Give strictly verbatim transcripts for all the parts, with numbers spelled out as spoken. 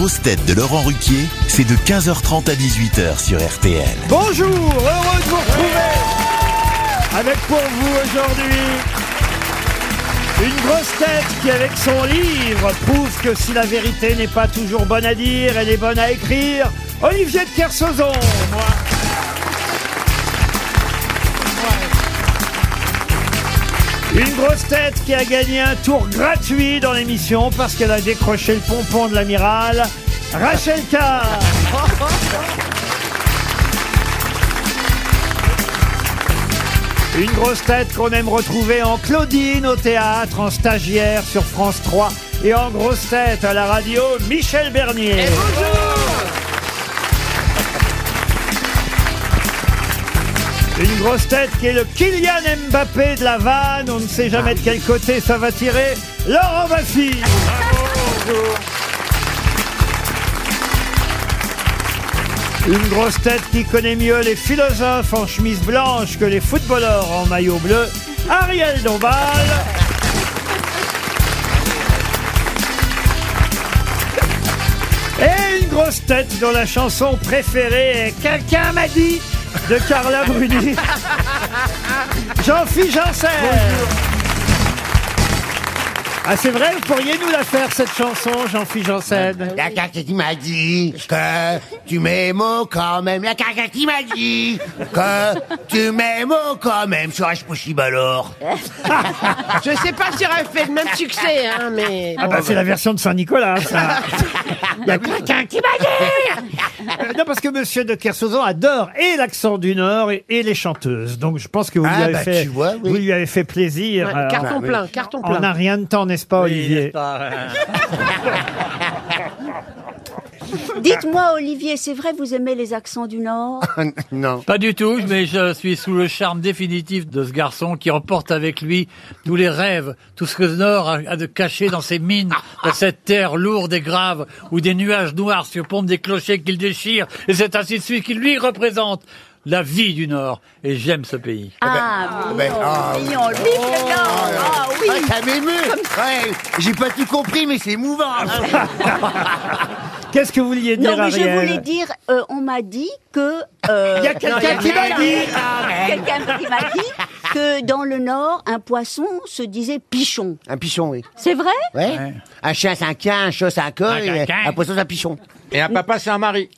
grosses têtes de Laurent Ruquier, c'est de quinze heures trente à dix-huit heures sur R T L. Bonjour, heureux de vous retrouver avec pour vous aujourd'hui une grosse tête qui, avec son livre, prouve que si la vérité n'est pas toujours bonne à dire, elle est bonne à écrire. Olivier de Kersauzon. Moi. Une grosse tête qui a gagné un tour gratuit dans l'émission parce qu'elle a décroché le pompon de l'amiral, Rachel Carr. Une grosse tête qu'on aime retrouver en Claudine au théâtre, en stagiaire sur France trois et en grosse tête à la radio, Michel Bernier. Et bonjour. Une grosse tête qui est le Kylian Mbappé de la vanne, on ne sait jamais de quel côté ça va tirer, Laurent Baffy. Bonjour. Une grosse tête qui connaît mieux les philosophes en chemise blanche que les footballeurs en maillot bleu, Ariel Dombal. Et une grosse tête dont la chanson préférée est « Quelqu'un m'a dit » de Carla Bruni, Jean-Philippe Janssen. Ah, c'est vrai, vous pourriez nous la faire, cette chanson, Jean-Philippe Janssen? La caca qui m'a dit que tu m'aimes quand même. La caca qui m'a dit que tu m'aimes quand même. Serais-je possible alors? Je sais pas si elle fait le même succès, hein, mais... Ah bah, c'est la version de Saint-Nicolas, ça. Il y a quelqu'un qui m'a dit. Euh, non, parce que monsieur de Kersauzon adore et l'accent du Nord et, et les chanteuses. Donc, je pense que vous, ah, lui, avez bah, fait, tu vois, oui. vous lui avez fait plaisir. Ouais, Alors, carton bah, plein, oui. carton plein. en un rien de temps, n'est-ce pas, Olivier? Dites-moi, Olivier, c'est vrai, vous aimez les accents du Nord? Non. Pas du tout, mais je suis sous le charme définitif de ce garçon qui emporte avec lui tous les rêves, tout ce que le Nord a, a de caché dans ses mines, dans cette terre lourde et grave, où des nuages noirs surplombent des clochers qu'il déchire, et c'est ainsi de suite qui lui représente la vie du Nord. Et j'aime ce pays. Ah, ben, ah, oui, on vive le Nord. Ah oui. Ah, ça m'émeut. Ouais, j'ai pas tout compris, mais c'est émouvant. Qu'est-ce que vous vouliez dire, Non, mais je Ariel? voulais dire, euh, on m'a dit que... euh, Il y a quelqu'un non, qui m'a dit. Quelqu'un qui m'a dit que dans le Nord, un poisson se disait pichon. Un pichon, oui. C'est vrai? Ouais. Ouais. Un chien, c'est un quin, un chat, c'est un coq, Un et quinquin. un poisson, c'est un pichon. Et un papa, c'est un mari.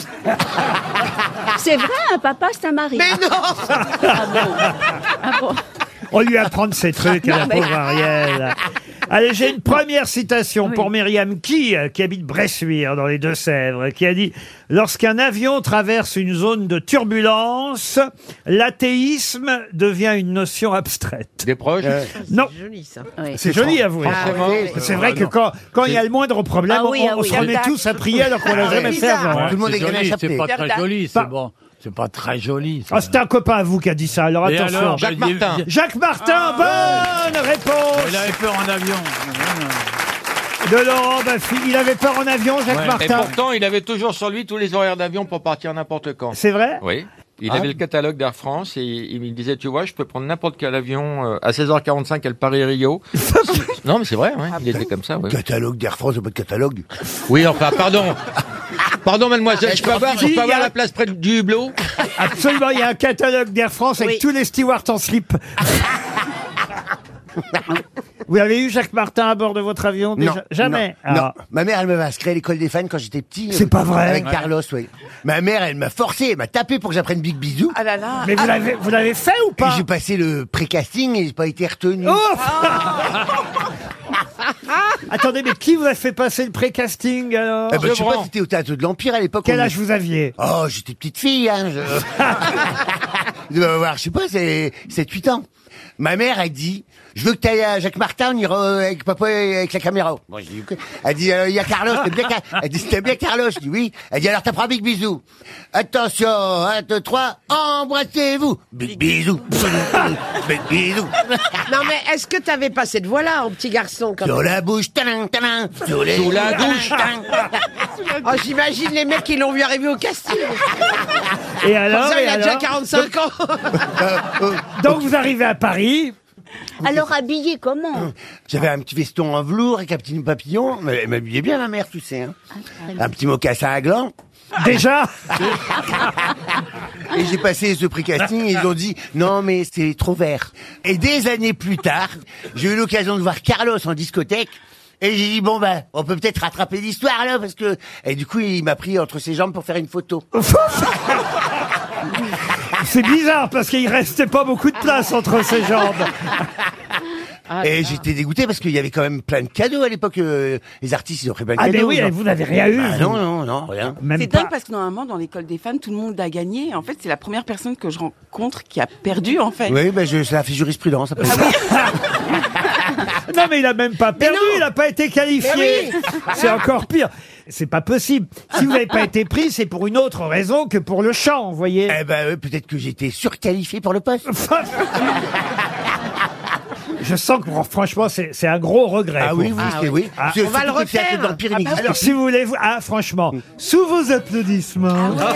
C'est vrai, un papa, c'est un mari. Mais non. Ah bon? Ah bon? On lui apprend ces trucs à la Non, mais- pauvre Ariel. Allez, j'ai une première citation pour Myriam Qui, qui habite Bressuire, dans les Deux-Sèvres, qui a dit « Lorsqu'un avion traverse une zone de turbulence, l'athéisme devient une notion abstraite. Des proches. Non, C'est joli, ça. Oui. » c'est joli à vous. Forcément. C'est vrai que quand quand il y a le moindre problème, Ah oui, on, ah on oui. se remet Contact. tous à prier alors qu'on l'a Ah jamais oui. fait avant. Ouais, Tout le monde c'est est bien joli, échappé. c'est pas très joli, Pas- c'est bon. C'est pas très joli. ça. Ah, c'était un copain à vous qui a dit ça, alors Et attention. alors, Jacques bah, il- Martin. il- Jacques Martin, bonne réponse Il avait peur en avion. de Laurent Baffy. Il avait peur en avion, Jacques Ouais. Et Martin. pourtant, il avait toujours sur lui tous les horaires d'avion pour partir n'importe quand. C'est vrai? Oui. Il Ah. avait le catalogue d'Air France et il me disait, tu vois, je peux prendre n'importe quel avion euh, à seize heures quarante-cinq à le Paris-Rio. Non, mais c'est vrai, ouais, il était comme ça. Ouais. Catalogue d'Air France, pas de catalogue. Oui, enfin, pardon. Pardon, mademoiselle, je peux avoir, je Si, peux il y avoir a- la place près du hublot? Absolument, il y a un catalogue d'Air France avec Oui. tous les stewards en slip. Vous avez eu Jacques Martin à bord de votre avion déjà? Non. Jamais. Non, non. Ah. Ma mère, elle m'avait inscrit à l'école des fans quand j'étais petit. C'est euh, pas vrai. Avec Ouais. Carlos, oui. Ma mère, elle m'a forcé, elle m'a tapé pour que j'apprenne Big Bisou. Ah là là. Mais vous l'avez, vous l'avez fait ou Et pas? j'ai passé le pré-casting et j'ai pas été retenu. Oh Attendez, mais qui vous a fait passer le pré-casting alors? Eh ben, je sais pas, Lebrun. c'était au théâtre de l'Empire à l'époque. Quel on- âge vous aviez? Oh, j'étais petite fille, hein. Je, je dois avoir, je sais pas, c'est sept huit ans. Ma mère a dit, je veux que tu ailles à Jacques Martin, on ira euh, avec papa et avec la caméra. Bon, j'ai dit, ok. Elle dit, euh, il y a Carlos, t'aimes bien, Car- elle dit, t'aimes bien Carlos? Je dis, oui. Elle dit, alors t'apprends Big Bisou. Attention, un, deux, trois, embrassez-vous. Big Bisou. Big Bisou. Non, mais est-ce que t'avais pas cette voix-là, au petit garçon, quand Sur même? la bouche, talin, talin. Sur les Sous la douche. Oh, j'imagine les mecs qui l'ont vu arriver au casting. Et alors, Ça, et il a alors déjà quarante-cinq ans. Donc vous arrivez à Paris. Alors habillé comment? J'avais un petit veston en velours avec un petit papillon. Mais elle m'habillait bien, ma mère, tu sais. Hein. Un petit mocassin à gland. Déjà. Et j'ai passé ce pré-casting et ils ont dit non mais c'est trop vert. Et des années plus tard, j'ai eu l'occasion de voir Carlos en discothèque et j'ai dit bon ben on peut peut-être rattraper l'histoire là parce que et du coup il m'a pris entre ses jambes pour faire une photo. C'est bizarre parce qu'il restait pas beaucoup de place entre ses jambes. Ah, et j'étais dégoûté parce qu'il y avait quand même plein de cadeaux à l'époque. Euh, les artistes ils ont pris plein de Ah cadeaux. mais oui, genre. vous n'avez rien eu. Ah, vous. non non non rien. Même C'est pas. dingue parce que normalement dans l'école des femmes tout le monde a gagné. En fait c'est la première personne que je rencontre qui a perdu en fait. Oui ben je, ça a fait jurisprudence après. Non mais il a même pas perdu, il a pas été qualifié. C'est encore pire. C'est pas possible. Si vous n'avez pas été pris, c'est pour une autre raison que pour le chant, vous voyez. Eh ben euh, peut-être que j'étais surqualifié pour le poste. Je sens que bon, franchement, c'est c'est un gros regret. Ah pour oui, vous. oui, Ah c'est oui. oui. Ah, Surtout on va le que le théâtre refaire. d'Empire Ah bah, n'existe Alors plus. si vous voulez, vous... ah franchement, sous vos applaudissements.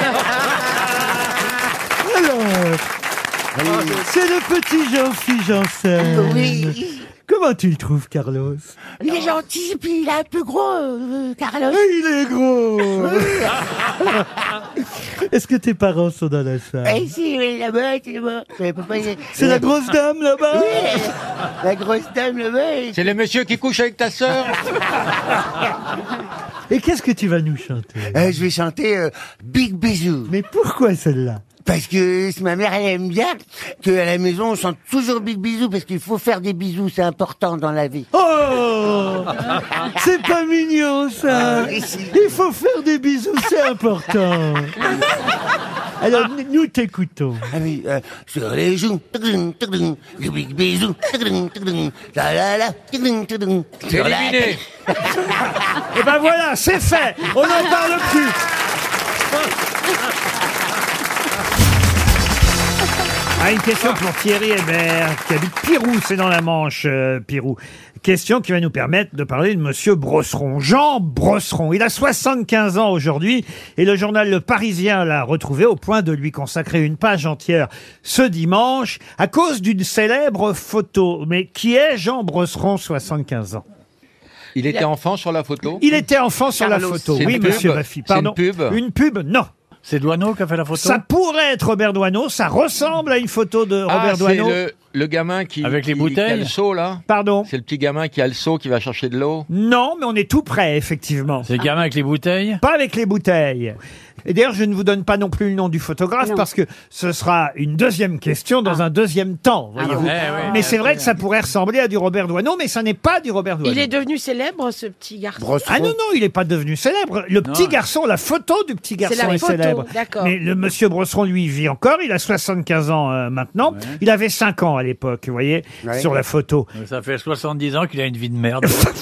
Alors, c'est le petit Jean-Philippe Janssen. Oui. Comment tu le trouves, Carlos? Il est gentil, puis il est un peu gros, euh, Carlos. Ah, il est gros. Est-ce que tes parents sont dans la salle? Eh si, oui, là-bas, c'est là-bas. Je peux pas y- C'est la grosse dame là-bas? Oui, la grosse dame là-bas. elle- C'est le monsieur qui couche avec ta sœur. Et qu'est-ce que tu vas nous chanter? Euh, je vais chanter euh, Big Bisou. Mais pourquoi celle-là? Parce que si ma mère, elle aime bien qu'à la maison, on chante toujours Big Bisou, parce qu'il faut faire des bisous, c'est important dans la vie. Oh, c'est pas mignon ça. Ah, si. Il faut faire des bisous, c'est important. Alors n- nous t'écoutons. Ah oui, euh, sur les joues, tudum, tudum, le Big Bisou, tudum, tudum, la la la, tudum, tudum, sur la Éliminé. Et ben voilà, c'est fait. On n'en parle plus. Ah, une question pour Thierry Hébert, qui habite Pirou, c'est dans la Manche, euh, Pirou. Question qui va nous permettre de parler de Monsieur Brosseron. Jean Brosseron. Il a soixante-quinze ans aujourd'hui et le journal Le Parisien l'a retrouvé au point de lui consacrer une page entière ce dimanche à cause d'une célèbre photo. Mais qui est Jean Brosseron, soixante-quinze ans? Il était enfant sur la photo. Il était enfant sur la Carlos. photo. C'est Oui, une pub monsieur Baffy. C'est une Pardon. pub Une pub, non. C'est Doineau qui a fait la photo? Ça pourrait être Robert Doisneau, ça ressemble à une photo de Ah, Robert c'est Doisneau. le, le gamin qui, Avec les qui- bouteilles qui a le seau, là. Pardon. C'est le petit gamin qui a le seau, qui va chercher de l'eau. Non, mais on est tout près, effectivement. C'est le gamin avec les bouteilles? Pas avec les bouteilles. Et d'ailleurs, je ne vous donne pas non plus le nom du photographe Non. parce que ce sera une deuxième question dans un deuxième temps, voyez-vous. Eh oui. Mais c'est vrai que ça pourrait ressembler à du Robert Doisneau, mais ça n'est pas du Robert Doisneau. Il est devenu célèbre, ce petit garçon. Brosseron. Ah non, non, il n'est pas devenu célèbre. Le petit garçon, la photo du petit garçon la est photo, célèbre. d'accord. Mais le monsieur Brosseron, lui, vit encore. Il a soixante-quinze ans euh, maintenant. Il avait cinq ans à l'époque, vous voyez, Ouais. sur la photo. Ça fait soixante-dix ans qu'il a une vie de merde.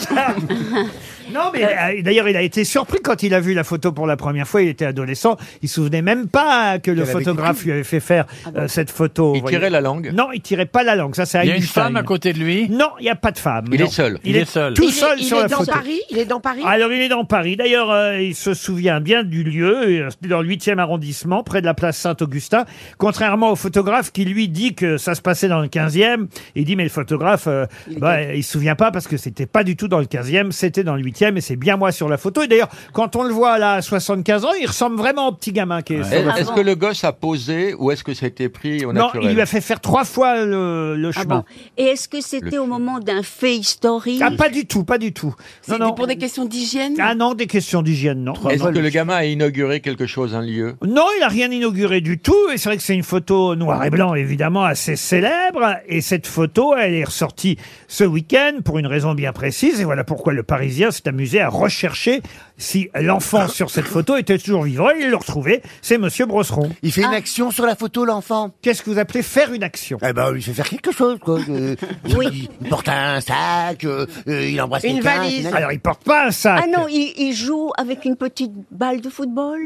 Non, mais euh, d'ailleurs, il a été surpris quand il a vu la photo pour la première fois. Il était adolescent. Il se souvenait même pas que le avait photographe lui avait fait faire euh, cette photo. Il vous voyez. tirait la langue. Non, il tirait pas la langue. Ça, c'est Il y a une Einstein. femme à côté de lui? Non, il n'y a pas de femme. Il non. est seul. Il, Il est, est seul. tout il seul est, il sur est la dans photo. Paris. Il est dans Paris. Alors, il est dans Paris. D'ailleurs, euh, il se souvient bien du lieu. euh, C'était dans le huitième arrondissement, près de la place Saint-Augustin. Contrairement au photographe qui, lui, dit que ça se passait dans le quinzième. Il dit, mais le photographe, euh, bah, il se souvient pas parce que c'était pas du tout dans le quinzième, c'était dans le huitième et c'est bien moi sur la photo. Et d'ailleurs, quand on le voit là, à soixante-quinze ans, il ressemble vraiment au petit gamin qui est sur la Est- Est-ce que le gosse a posé ou est-ce que c'était pris au Non, naturel? il lui a fait faire trois fois le, le Ah chemin. bon. Et est-ce que c'était au moment d'un fait historique? Ah, pas du tout, pas du tout. C'est Non, non. pour des questions d'hygiène? Ah non, des questions d'hygiène, non. Est-ce Non, que le gamin a inauguré quelque chose, un lieu? non, il a rien inauguré du tout. Et c'est vrai que c'est une photo noir et blanc, évidemment, assez célèbre. Et cette photo, elle est ressortie ce week-end pour une raison bien précise. Et voilà pourquoi le Parisien s'est amusé à rechercher si l'enfant sur cette photo était toujours vivant. Et il l'a retrouvé. C'est Monsieur Brosseron. Il fait une action sur la photo, l'enfant. Qu'est-ce que vous appelez faire une action? Eh ben, il fait faire quelque chose, quoi. Euh, Oui. Il porte un sac, euh, euh, il embrasse Une quelqu'un, valise. nanana. Alors, il porte pas un sac. Ah non, il, il joue avec une petite balle de football.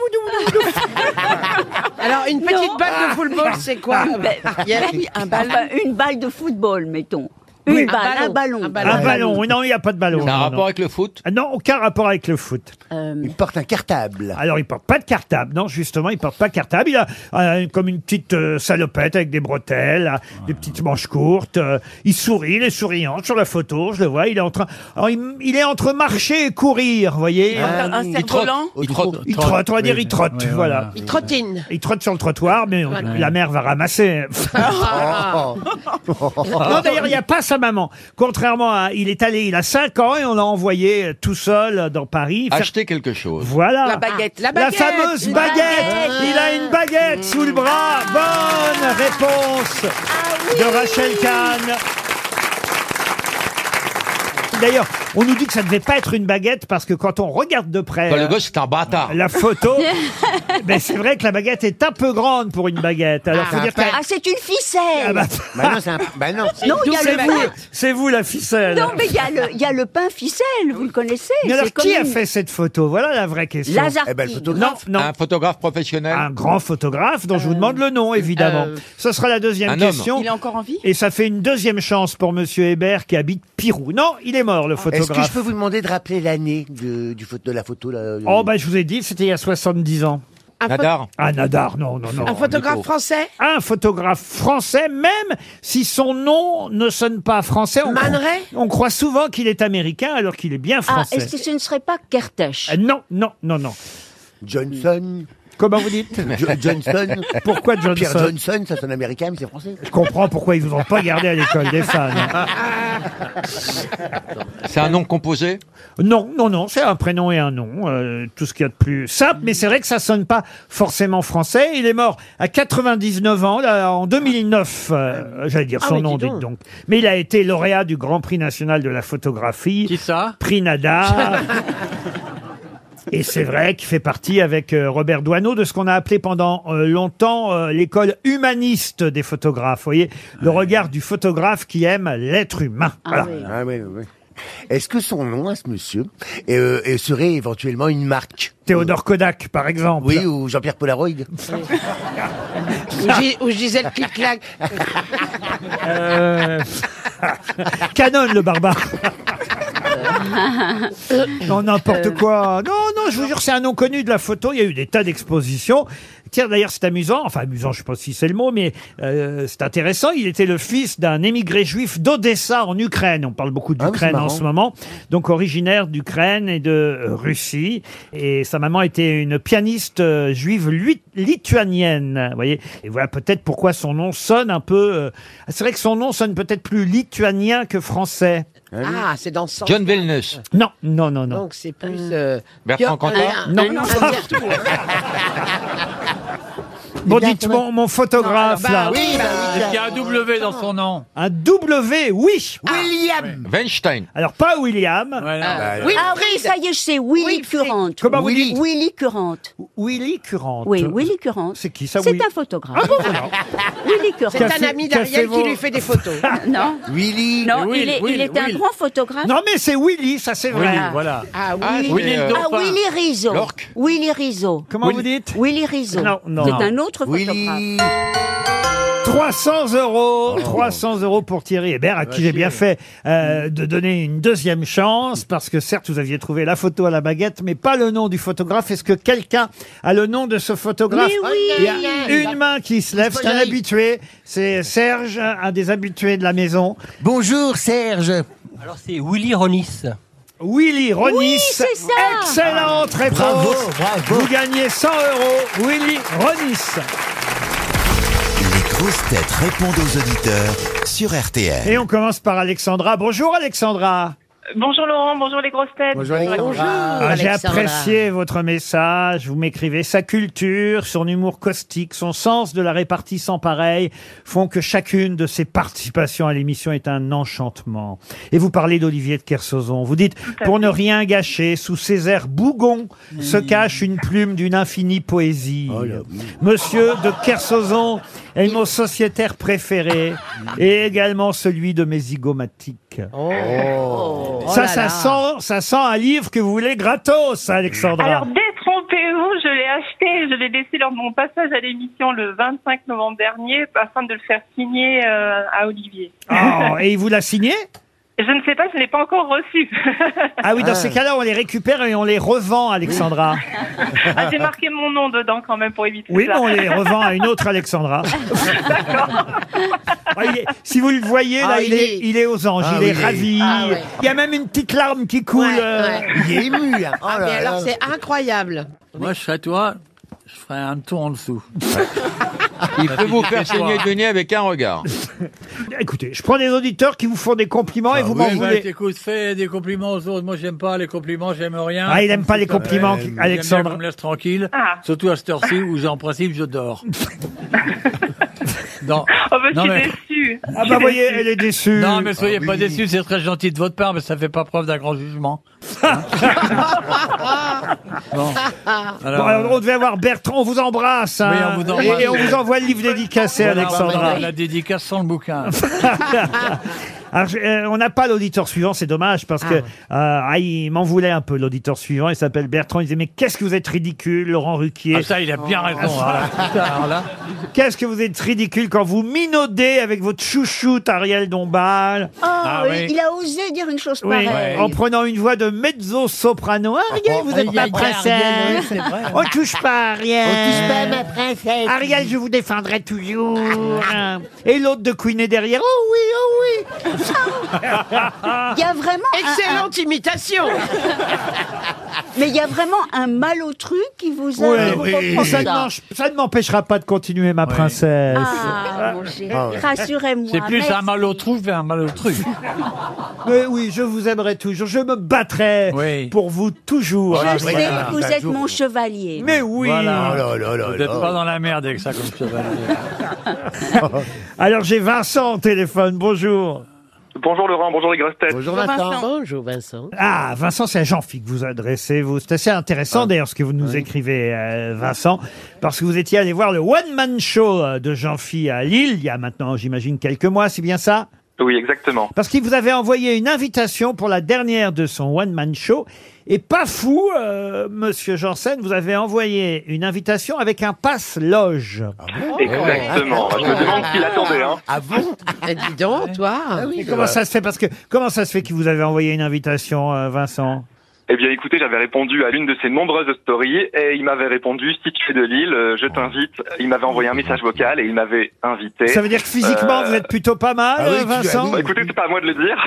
Alors, une petite Non. balle de football, c'est quoi? Ben, Il y a un bal. enfin, une balle de football, mettons. Une Oui. balle, un ballon. Un ballon. Un ballon. Non, il n'y a pas de ballon. Ça a un non, rapport non. avec le foot? Ah non, aucun rapport avec le foot. Euh, Il porte un cartable. Alors, il porte pas de cartable. Non, justement, il porte pas de cartable. Il a euh, comme une petite euh, salopette avec des bretelles, euh, des petites manches courtes. euh, il sourit, il est souriant sur la photo. Je le vois. Il est en train. Alors, il, il est entre marcher et courir. Vous voyez. Un, un il cerf-volant. Il trotte. Il trotte. On va dire, il trotte. Oui, voilà. Il trottine. Il trotte sur le trottoir, mais on- la mère va ramasser. Oh. Non, d'ailleurs, il n'y a pas sa maman. Contrairement à, il est allé, il a cinq ans et on l'a envoyé euh, tout seul dans Paris. faire- Acheter quelque chose. Voilà. La baguette. La La baguette. fameuse Une baguette. baguette. Il a une baguette sous le bras. Bonne réponse de Rachel Kahn. D'ailleurs, on nous dit que ça ne devait pas être une baguette parce que quand on regarde de près Bah, le euh, gosse, c'est un bâtard. la photo, ben c'est vrai que la baguette est un peu grande pour une baguette. Alors, faut Ah, dire pas- qu'elle- Ah, c'est une ficelle. Ah bah, Bah non, c'est un... Bah non. non, il y a c'est le vous, pain. c'est vous la ficelle. Non, mais il y a le, il y a le pain ficelle, vous le connaissez. Mais alors, c'est comme qui a une- fait cette photo? Voilà la vraie question. Lazartine. Eh ben, le Non, photographe. non. Un photographe professionnel. Un grand photographe dont je vous demande le nom, évidemment. euh, Ce sera la deuxième un homme. question. Il est encore en vie? Et ça fait une deuxième chance pour Monsieur Hébert qui habite Pirou. Non, il est mort, le Est-ce que photographe. je peux vous demander de rappeler l'année de, du photo, de la photo là, de- Oh, bah, je vous ai dit, c'était il y a soixante-dix ans. Un, pho- Nadar. Ah, Nadar, non, non, non. un photographe Nico. français. Un photographe français, même si son nom ne sonne pas français. On, Man croit, Ray on croit souvent qu'il est américain alors qu'il est bien Ah, français. est-ce que ce ne serait pas Kertész? Ah, non, non, non, non. Johnson. Comment vous dites? Jo- Johnson. Pourquoi Johnson? Pierre Johnson, ça sonne américain, mais c'est français. Je comprends pourquoi ils vous ont pas gardé à l'école des fans. C'est un nom composé. Non, non, non, c'est un prénom et un nom, euh, tout ce qu'il y a de plus simple, mais c'est vrai que ça sonne pas forcément français. Il est mort à quatre-vingt-dix-neuf ans, là, en deux mille neuf, euh, j'allais dire Ah son oui, nom, dis donc. dites donc. Mais il a été lauréat du Grand Prix national de la photographie, Qui ça? prix Nadar. Et c'est vrai qu'il fait partie avec euh, Robert Doisneau de ce qu'on a appelé pendant euh, longtemps euh, l'école humaniste des photographes. Vous voyez, le regard du photographe qui aime l'être humain. Ah Voilà. oui. Ah oui, oui, oui. Est-ce que son nom à ce monsieur euh, euh, serait éventuellement une marque? Théodore Kodak, par exemple. Oui, ou Jean-Pierre Polaroid. Ou, Gi- ou Gisèle Clic-Clac. Euh, Canon, le barbare. Non, n'importe quoi. Non, non, je vous jure, c'est un nom connu de la photo. Il y a eu des tas d'expositions. Tiens, d'ailleurs, c'est amusant. Enfin, amusant, je sais pas si c'est le mot, mais euh, c'est intéressant. Il était le fils d'un émigré juif d'Odessa, en Ukraine. On parle beaucoup Ah oui, d'Ukraine c'est en marrant. ce moment. Donc, originaire d'Ukraine et de euh, Russie. Et sa maman était une pianiste euh, juive lui- lituanienne. Vous voyez. Et voilà peut-être pourquoi son nom sonne un peu... euh, C'est vrai que son nom sonne peut-être plus lituanien que français. Ah, c'est dans ce sens. John Villeneuve. Non, non, non, non. Donc c'est plus. euh, Bertrand Piotr- Cantat. un- Non. un- un Berthoud. Bon, bien, dites quand mon, mon photographe, Bah là. oui, bah oui. Est-ce qu'il y a un W dans son nom? Un W, oui. William. Weinstein. Alors, pas William. Voilà. Oui, Ah oui, ça y est, je sais, Willy Wilfried. Current. Comment vous Willy. dites Willy Current. Willy Current. Oui, Willy Current. C'est qui ça, C'est Willy un photographe. Willy Current. C'est Qu'a un fait- ami qu'a fait d'Ariel vos- qui lui fait des photos. Non, Willy. non, Will, il est, Will, il est un Will. grand photographe. Non, mais c'est Willy, ça c'est vrai. Willy, voilà. Ah oui. Ah, Willy le euh, dauphin. Ah, Willy Rizzo. L'orque. Willy Rizzo. Comment Willy- vous dites Willy Rizzo. Non, non. C'est Non. un autre photographe. Willy. trois cents euros, trois cents euros pour Thierry Hébert, à qui j'ai bien fait euh, de donner une deuxième chance, parce que certes, vous aviez trouvé la photo à la baguette, mais pas le nom du photographe. Est-ce que quelqu'un a le nom de ce photographe? Mais oui. Il y a une main qui se lève, c'est un habitué, c'est Serge, un des habitués de la maison. Bonjour Serge. Alors c'est Willy Ronis. Willy Ronis. Oui, c'est ça. Excellente réponse. Bravo, bravo. Vous gagnez cent euros. Willy Ronis. Les grosses têtes répondent aux auditeurs sur R T L. Et on commence par Alexandra. Bonjour Alexandra. Bonjour Laurent, bonjour les grosses têtes. Bonjour Alexandra. Ah, j'ai Alexandra. apprécié votre message. Vous m'écrivez: sa culture, son humour caustique, son sens de la répartie sans pareil font que chacune de ses participations à l'émission est un enchantement. Et vous parlez d'Olivier de Kersauzon. Vous dites: pour ne rien gâcher, sous ses airs bougons se cache une plume d'une infinie poésie. Monsieur de Kersauzon est mon sociétaire préféré et également celui de mes zygomatiques. Oh. Ça, là ça là. sent, ça sent un livre que vous voulez gratos, Alexandra. Alors détrompez-vous, je l'ai acheté laissé, je l'ai laissé lors de mon passage à l'émission le vingt-cinq novembre dernier afin de le faire signer euh, à Olivier. Oh, et il vous l'a signé? Je ne sais pas, je ne l'ai pas encore reçu. Ah oui, dans ces cas-là, on les récupère et on les revend, Alexandra. Ah, j'ai marqué mon nom dedans quand même pour éviter Oui, ça. mais on les revend à une autre Alexandra. D'accord. Ah, il est- si vous le voyez, là, Ah, il, il est, est- il est aux anges, Ah il oui, est il est- ravi. Ah ouais. Il y a même une petite larme qui coule. Ouais, euh. ouais. Il est ému, hein. Oh Ah, là mais là. alors, c'est incroyable. Moi, je serais toi, je ferais un tour en dessous. Il peut vous faire saigner du nez avec un regard. Écoutez, je prends des auditeurs qui vous font des compliments et vous m'en Oui, bah, voulez. écoute, fais des compliments aux autres. Moi, j'aime pas les compliments, j'aime rien. Ah, il aime pas les compliments, J'aime bien Alexandre. qu'on me laisse tranquille. Ah. Surtout à cette heure-ci où, en principe, je dors. Non, Oh, bah, je non, suis mais, déçue. Ah bah voyez, elle est déçue. non, mais soyez Ah pas oui. déçus, c'est très gentil de votre part, mais ça fait pas preuve d'un grand jugement. Hein bon. Alors, Bon, alors, on devait avoir Bertrand, on vous embrasse. Hein. Oui, on vous embrasse. Et, et on vous envoie le livre dédicacé, voilà, Alexandra. La dédicace sans le bouquin. Alors, je- euh, on n'a pas l'auditeur suivant, c'est dommage parce que euh, ah, il m'en voulait un peu l'auditeur suivant. Il s'appelle Bertrand. Il disait mais qu'est-ce que vous êtes ridicule, Laurent Ruquier. Ah, ça, il a bien raison. Alors, putain, alors là, Qu'est-ce que vous êtes ridicule quand vous minaudez avec votre chouchoute Ariel Dombal. Oh, Ah il- oui. il a osé dire une chose Oui, pareille. en prenant une voix de mezzo-soprano. Ariel, vous êtes Aïe, ma aïe, princesse. Ariel, oui, c'est vrai. On touche pas à Ariel. On touche pas à ma princesse. Ariel, je vous défendrai toujours. Et l'autre de Queen est derrière. Oh oui, oh oui. Il y a vraiment un- Excellente imitation. mais il y a vraiment un malotru qui vous a Oui, proposé oui. Ça, ne ça. m'en- ça ne m'empêchera pas de continuer ma princesse. Ah, mon chéri, Ah ouais. rassurez-moi. c'est plus merci. un malotru qu'un malotru. Mais oui, je vous aimerai toujours. Je me battrai Oui. pour vous toujours. Je Voilà, sais voilà. que vous êtes mon chevalier. Mais oui. Voilà. Oh là là là Vous n'êtes là. pas dans la merde avec ça comme chevalier. Alors j'ai Vincent au téléphone. Bonjour. Bonjour Laurent, bonjour les grosses têtes. Bonjour Bonjour, Vincent. Vincent. Bonjour Vincent. Ah, Vincent, c'est à Jean-Philippe que vous adressez. Vous, c'est assez intéressant d'ailleurs ce que vous nous écrivez, euh, Vincent, parce que vous étiez allé voir le One Man Show euh, de Jean-Philippe à Lille il y a maintenant, j'imagine, quelques mois. C'est bien ça? Oui, exactement. Parce qu'il vous avait envoyé une invitation pour la dernière de son One Man Show. Et pas fou, euh, Monsieur Janssen, vous avez envoyé une invitation avec un passe-loge. Exactement. Je me demande ce qu'il attendait. Hein. Ah bon? Eh, dis donc, toi. Et comment ça se fait? Parce que comment ça se fait qu'il vous avait envoyé une invitation, euh, Vincent? Eh bien, écoutez, j'avais répondu à l'une de ses nombreuses stories et il m'avait répondu « Si tu es de Lille, euh, je t'invite ». Il m'avait envoyé un message vocal et il m'avait invité. Ça veut dire que physiquement, Euh, vous êtes plutôt pas mal, ah oui, euh, tu as Vincent? dit. Bah, écoutez, c'est pas à moi de le dire.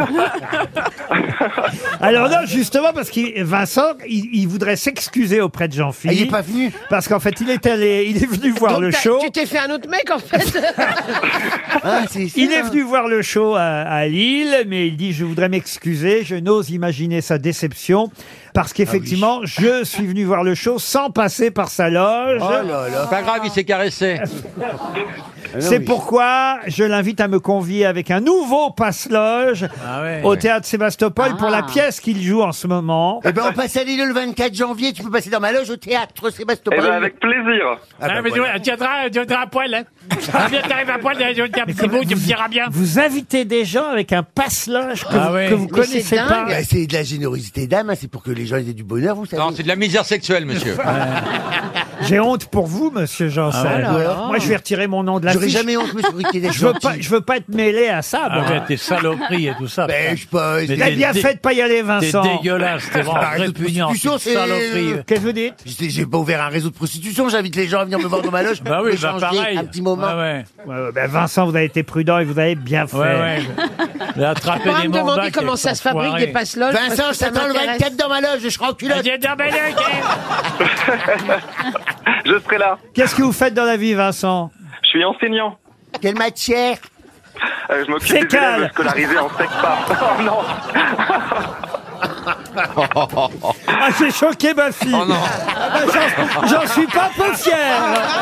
Alors non, justement, parce que Vincent, il, il voudrait s'excuser auprès de Ah, il est Jean-Philippe. pas venu. Parce qu'en fait, il est allé, il est venu voir Donc, le t'as- show. Tu t'es fait un autre mec en fait. Ah, c'est ça. Il est venu voir le show à, à Lille, mais il dit je voudrais m'excuser, je n'ose imaginer sa déception parce qu'effectivement je suis venu voir le show sans passer par sa loge. Oh là là. Pas grave, il s'est caressé. C'est oui. pourquoi je l'invite à me convier avec un nouveau passe-loge Ah ouais. au théâtre Sébastopol pour la Ah. pièce qu'il joue en ce moment. Eh ben, on passe à Lille le vingt-quatre janvier. Tu peux passer dans ma loge au théâtre Eh Sébastopol. ben, avec plaisir. Ah, bah, Ah, mais voilà. tu viendras, tu viendras à poil, hein. Ah, bien, t'arrives à poil, tu un petit bout, tu me diras bien. Vous invitez des gens avec un passe-loge que, Ah vous, ouais. que vous Mais c'est connaissez pas. dingue. Bah, c'est de la générosité d'âme, hein, c'est pour que les gens aient du bonheur, vous savez. Non, c'est de la misère sexuelle, monsieur. J'ai honte pour vous, Monsieur Janssen. Ah ouais. Oh là là. Moi, je vais retirer mon nom de la J'aurais fiche. jamais honte, monsieur Ruquier, d'être Je veux gentil. pas, je veux pas être mêlé à ça. Ah moi. ouais, tes saloperies et tout ça. Ben, je sais pas. Mais c'est- Vous avez bien t'es- fait de pas y aller, T'es Vincent. dégueulasse, t'es pas vraiment un réseau de répugnant, prostitution, c'est c'est- saloperie. Qu'est-ce que vous dites? J'ai j'ai pas ouvert un réseau de prostitution, j'invite les gens à venir me voir dans ma loge. Bah oui, me bah changer pareil. un petit moment. Ouais, ouais. Ouais, ouais, ben Vincent, vous avez été prudent et vous avez bien fait. Ouais, ouais. Il a attrapé On va des me demander mandats comment qui ça se fabrique enfoirés. des passes-loges. parce Vincent, que je ça t'attends le m'intéresse. vingt-quatre dans ma loge, je serai en Ah, culotte. dis donc, ben, le gars. Je serai là. Qu'est-ce que vous faites dans la vie, Vincent? Je suis enseignant. Quelle matière? Euh, je m'occupe C'est des élèves calme. scolarisés en secpa. Oh non. Ah, j'ai choqué ma fille. Oh non. Ah, ben, j'en- J'en suis pas peu fier.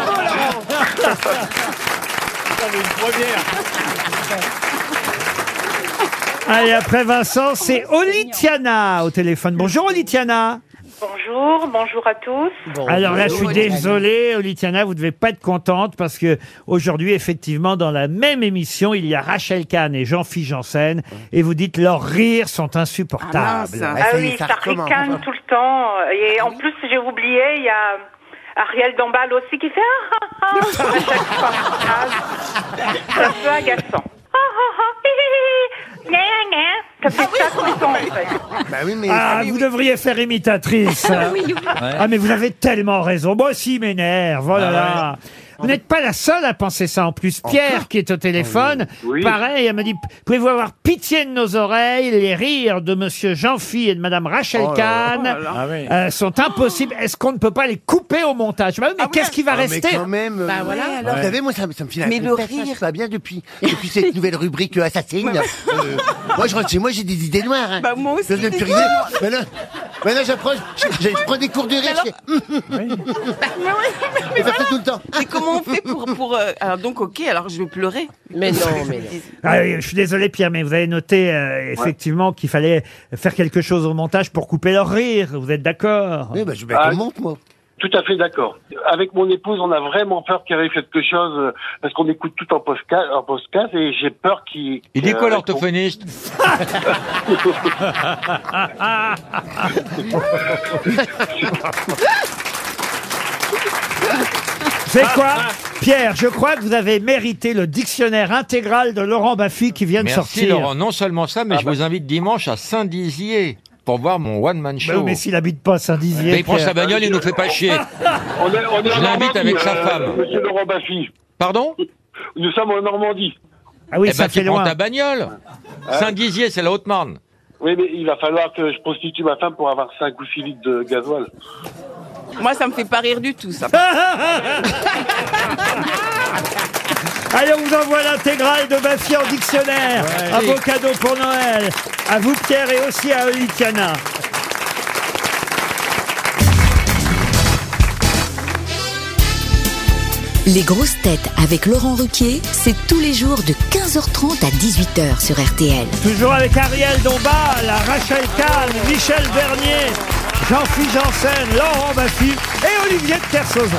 Allez, après Vincent, c'est Olitiana au téléphone. Bonjour Olitiana. Bonjour, bonjour à tous. Alors là, je suis désolé, Olitiana, vous devez pas être contente parce que aujourd'hui, effectivement, dans la même émission, il y a Rachel Kahn et Jean-Philippe Janssen et vous dites leurs rires sont insupportables. Ah, mince. Ah, Ah ça y est, oui, ça ça recommence. ricane tout le temps. Et en plus, j'ai oublié, il y a Ariel Dombal aussi qui fait ah ah ah à chaque phrase. C'est un peu agaçant. Ah ah ah, hi, hi, hi, gna, gna. Ça fait ça tout le temps, en fait. Bah oui, mais... Ah, vous devriez faire imitatrice. Ah, mais vous avez tellement raison. Moi aussi, il m'énerve. Oh là là. Vous n'êtes pas la seule à penser ça en plus. Pierre, qui est au téléphone, Oui. pareil, elle me dit, pouvez-vous avoir pitié de nos oreilles? Les rires de monsieur Jean-Phi et de madame Rachel Oh là Kahn là. Oh là là. Ah oui. euh, sont impossibles. Est-ce qu'on ne peut pas les couper au montage? Bah oui, mais qu'est-ce qui va Ah, mais rester? quand même. euh, Bah voilà, alors. Vous savez, moi, ça, me- ça me file un Mais coup le de tête, ça, rire. ça va bien depuis, depuis cette nouvelle rubrique euh, assassine. Euh, moi, je rentre chez moi, j'ai des idées noires. Hein. Bah, moi aussi, Je viens de des plus rigoler. Maintenant, maintenant j'apprends, je, je- je prends des cours de rire. Je fais, je fais ça tout le temps. Mais comment on fait pour... pour euh, alors donc, ok, alors je vais pleurer. Mais non, mais non. Ah oui, je suis désolé Pierre, mais vous avez noté euh, effectivement qu'il fallait faire quelque chose au montage pour couper leur rire. Vous êtes d'accord? Oui, bah, je vais Ah, qu'on monte, moi. Tout à fait d'accord. Avec mon épouse, on a vraiment peur qu'il arrive quelque chose euh, parce qu'on écoute tout en podcast, en podcast et j'ai peur qu'il. Il dit euh, quoi l'orthophoniste? C'est quoi? Pierre, je crois que vous avez mérité le dictionnaire intégral de Laurent Baffy qui vient de Merci sortir. Laurent, non seulement ça, mais Ah je bah. vous invite dimanche à Saint-Dizier pour voir mon one-man Bah show. oui, mais s'il habite pas à Saint-Dizier. Mais il prend Pierre. sa bagnole et nous fait pas chier. On est, on est Je en l'invite Normandie, avec sa euh, femme. Monsieur Laurent Baffy. Pardon? Nous sommes en Normandie. Ah oui, Eh ça ben, fait tu prends loin. ta bagnole. Saint-Dizier, c'est la Haute-Marne. Oui, mais il va falloir que je prostitue ma femme pour avoir cinq ou six litres de gasoil. Moi, ça me fait pas rire du tout, ça. Allez, on vous envoie l'intégrale de Baffy en dictionnaire. Un beau cadeau pour Noël. À vous Pierre et aussi à Olicana. Les grosses têtes avec Laurent Ruquier, c'est tous les jours de quinze heures trente à dix-huit heures sur R T L. Toujours avec Ariel Dombal, Rachel Kahn, Michel Bernier, Jean-Philippe Janssen, Laurent Baffy et Olivier de Kersauzon.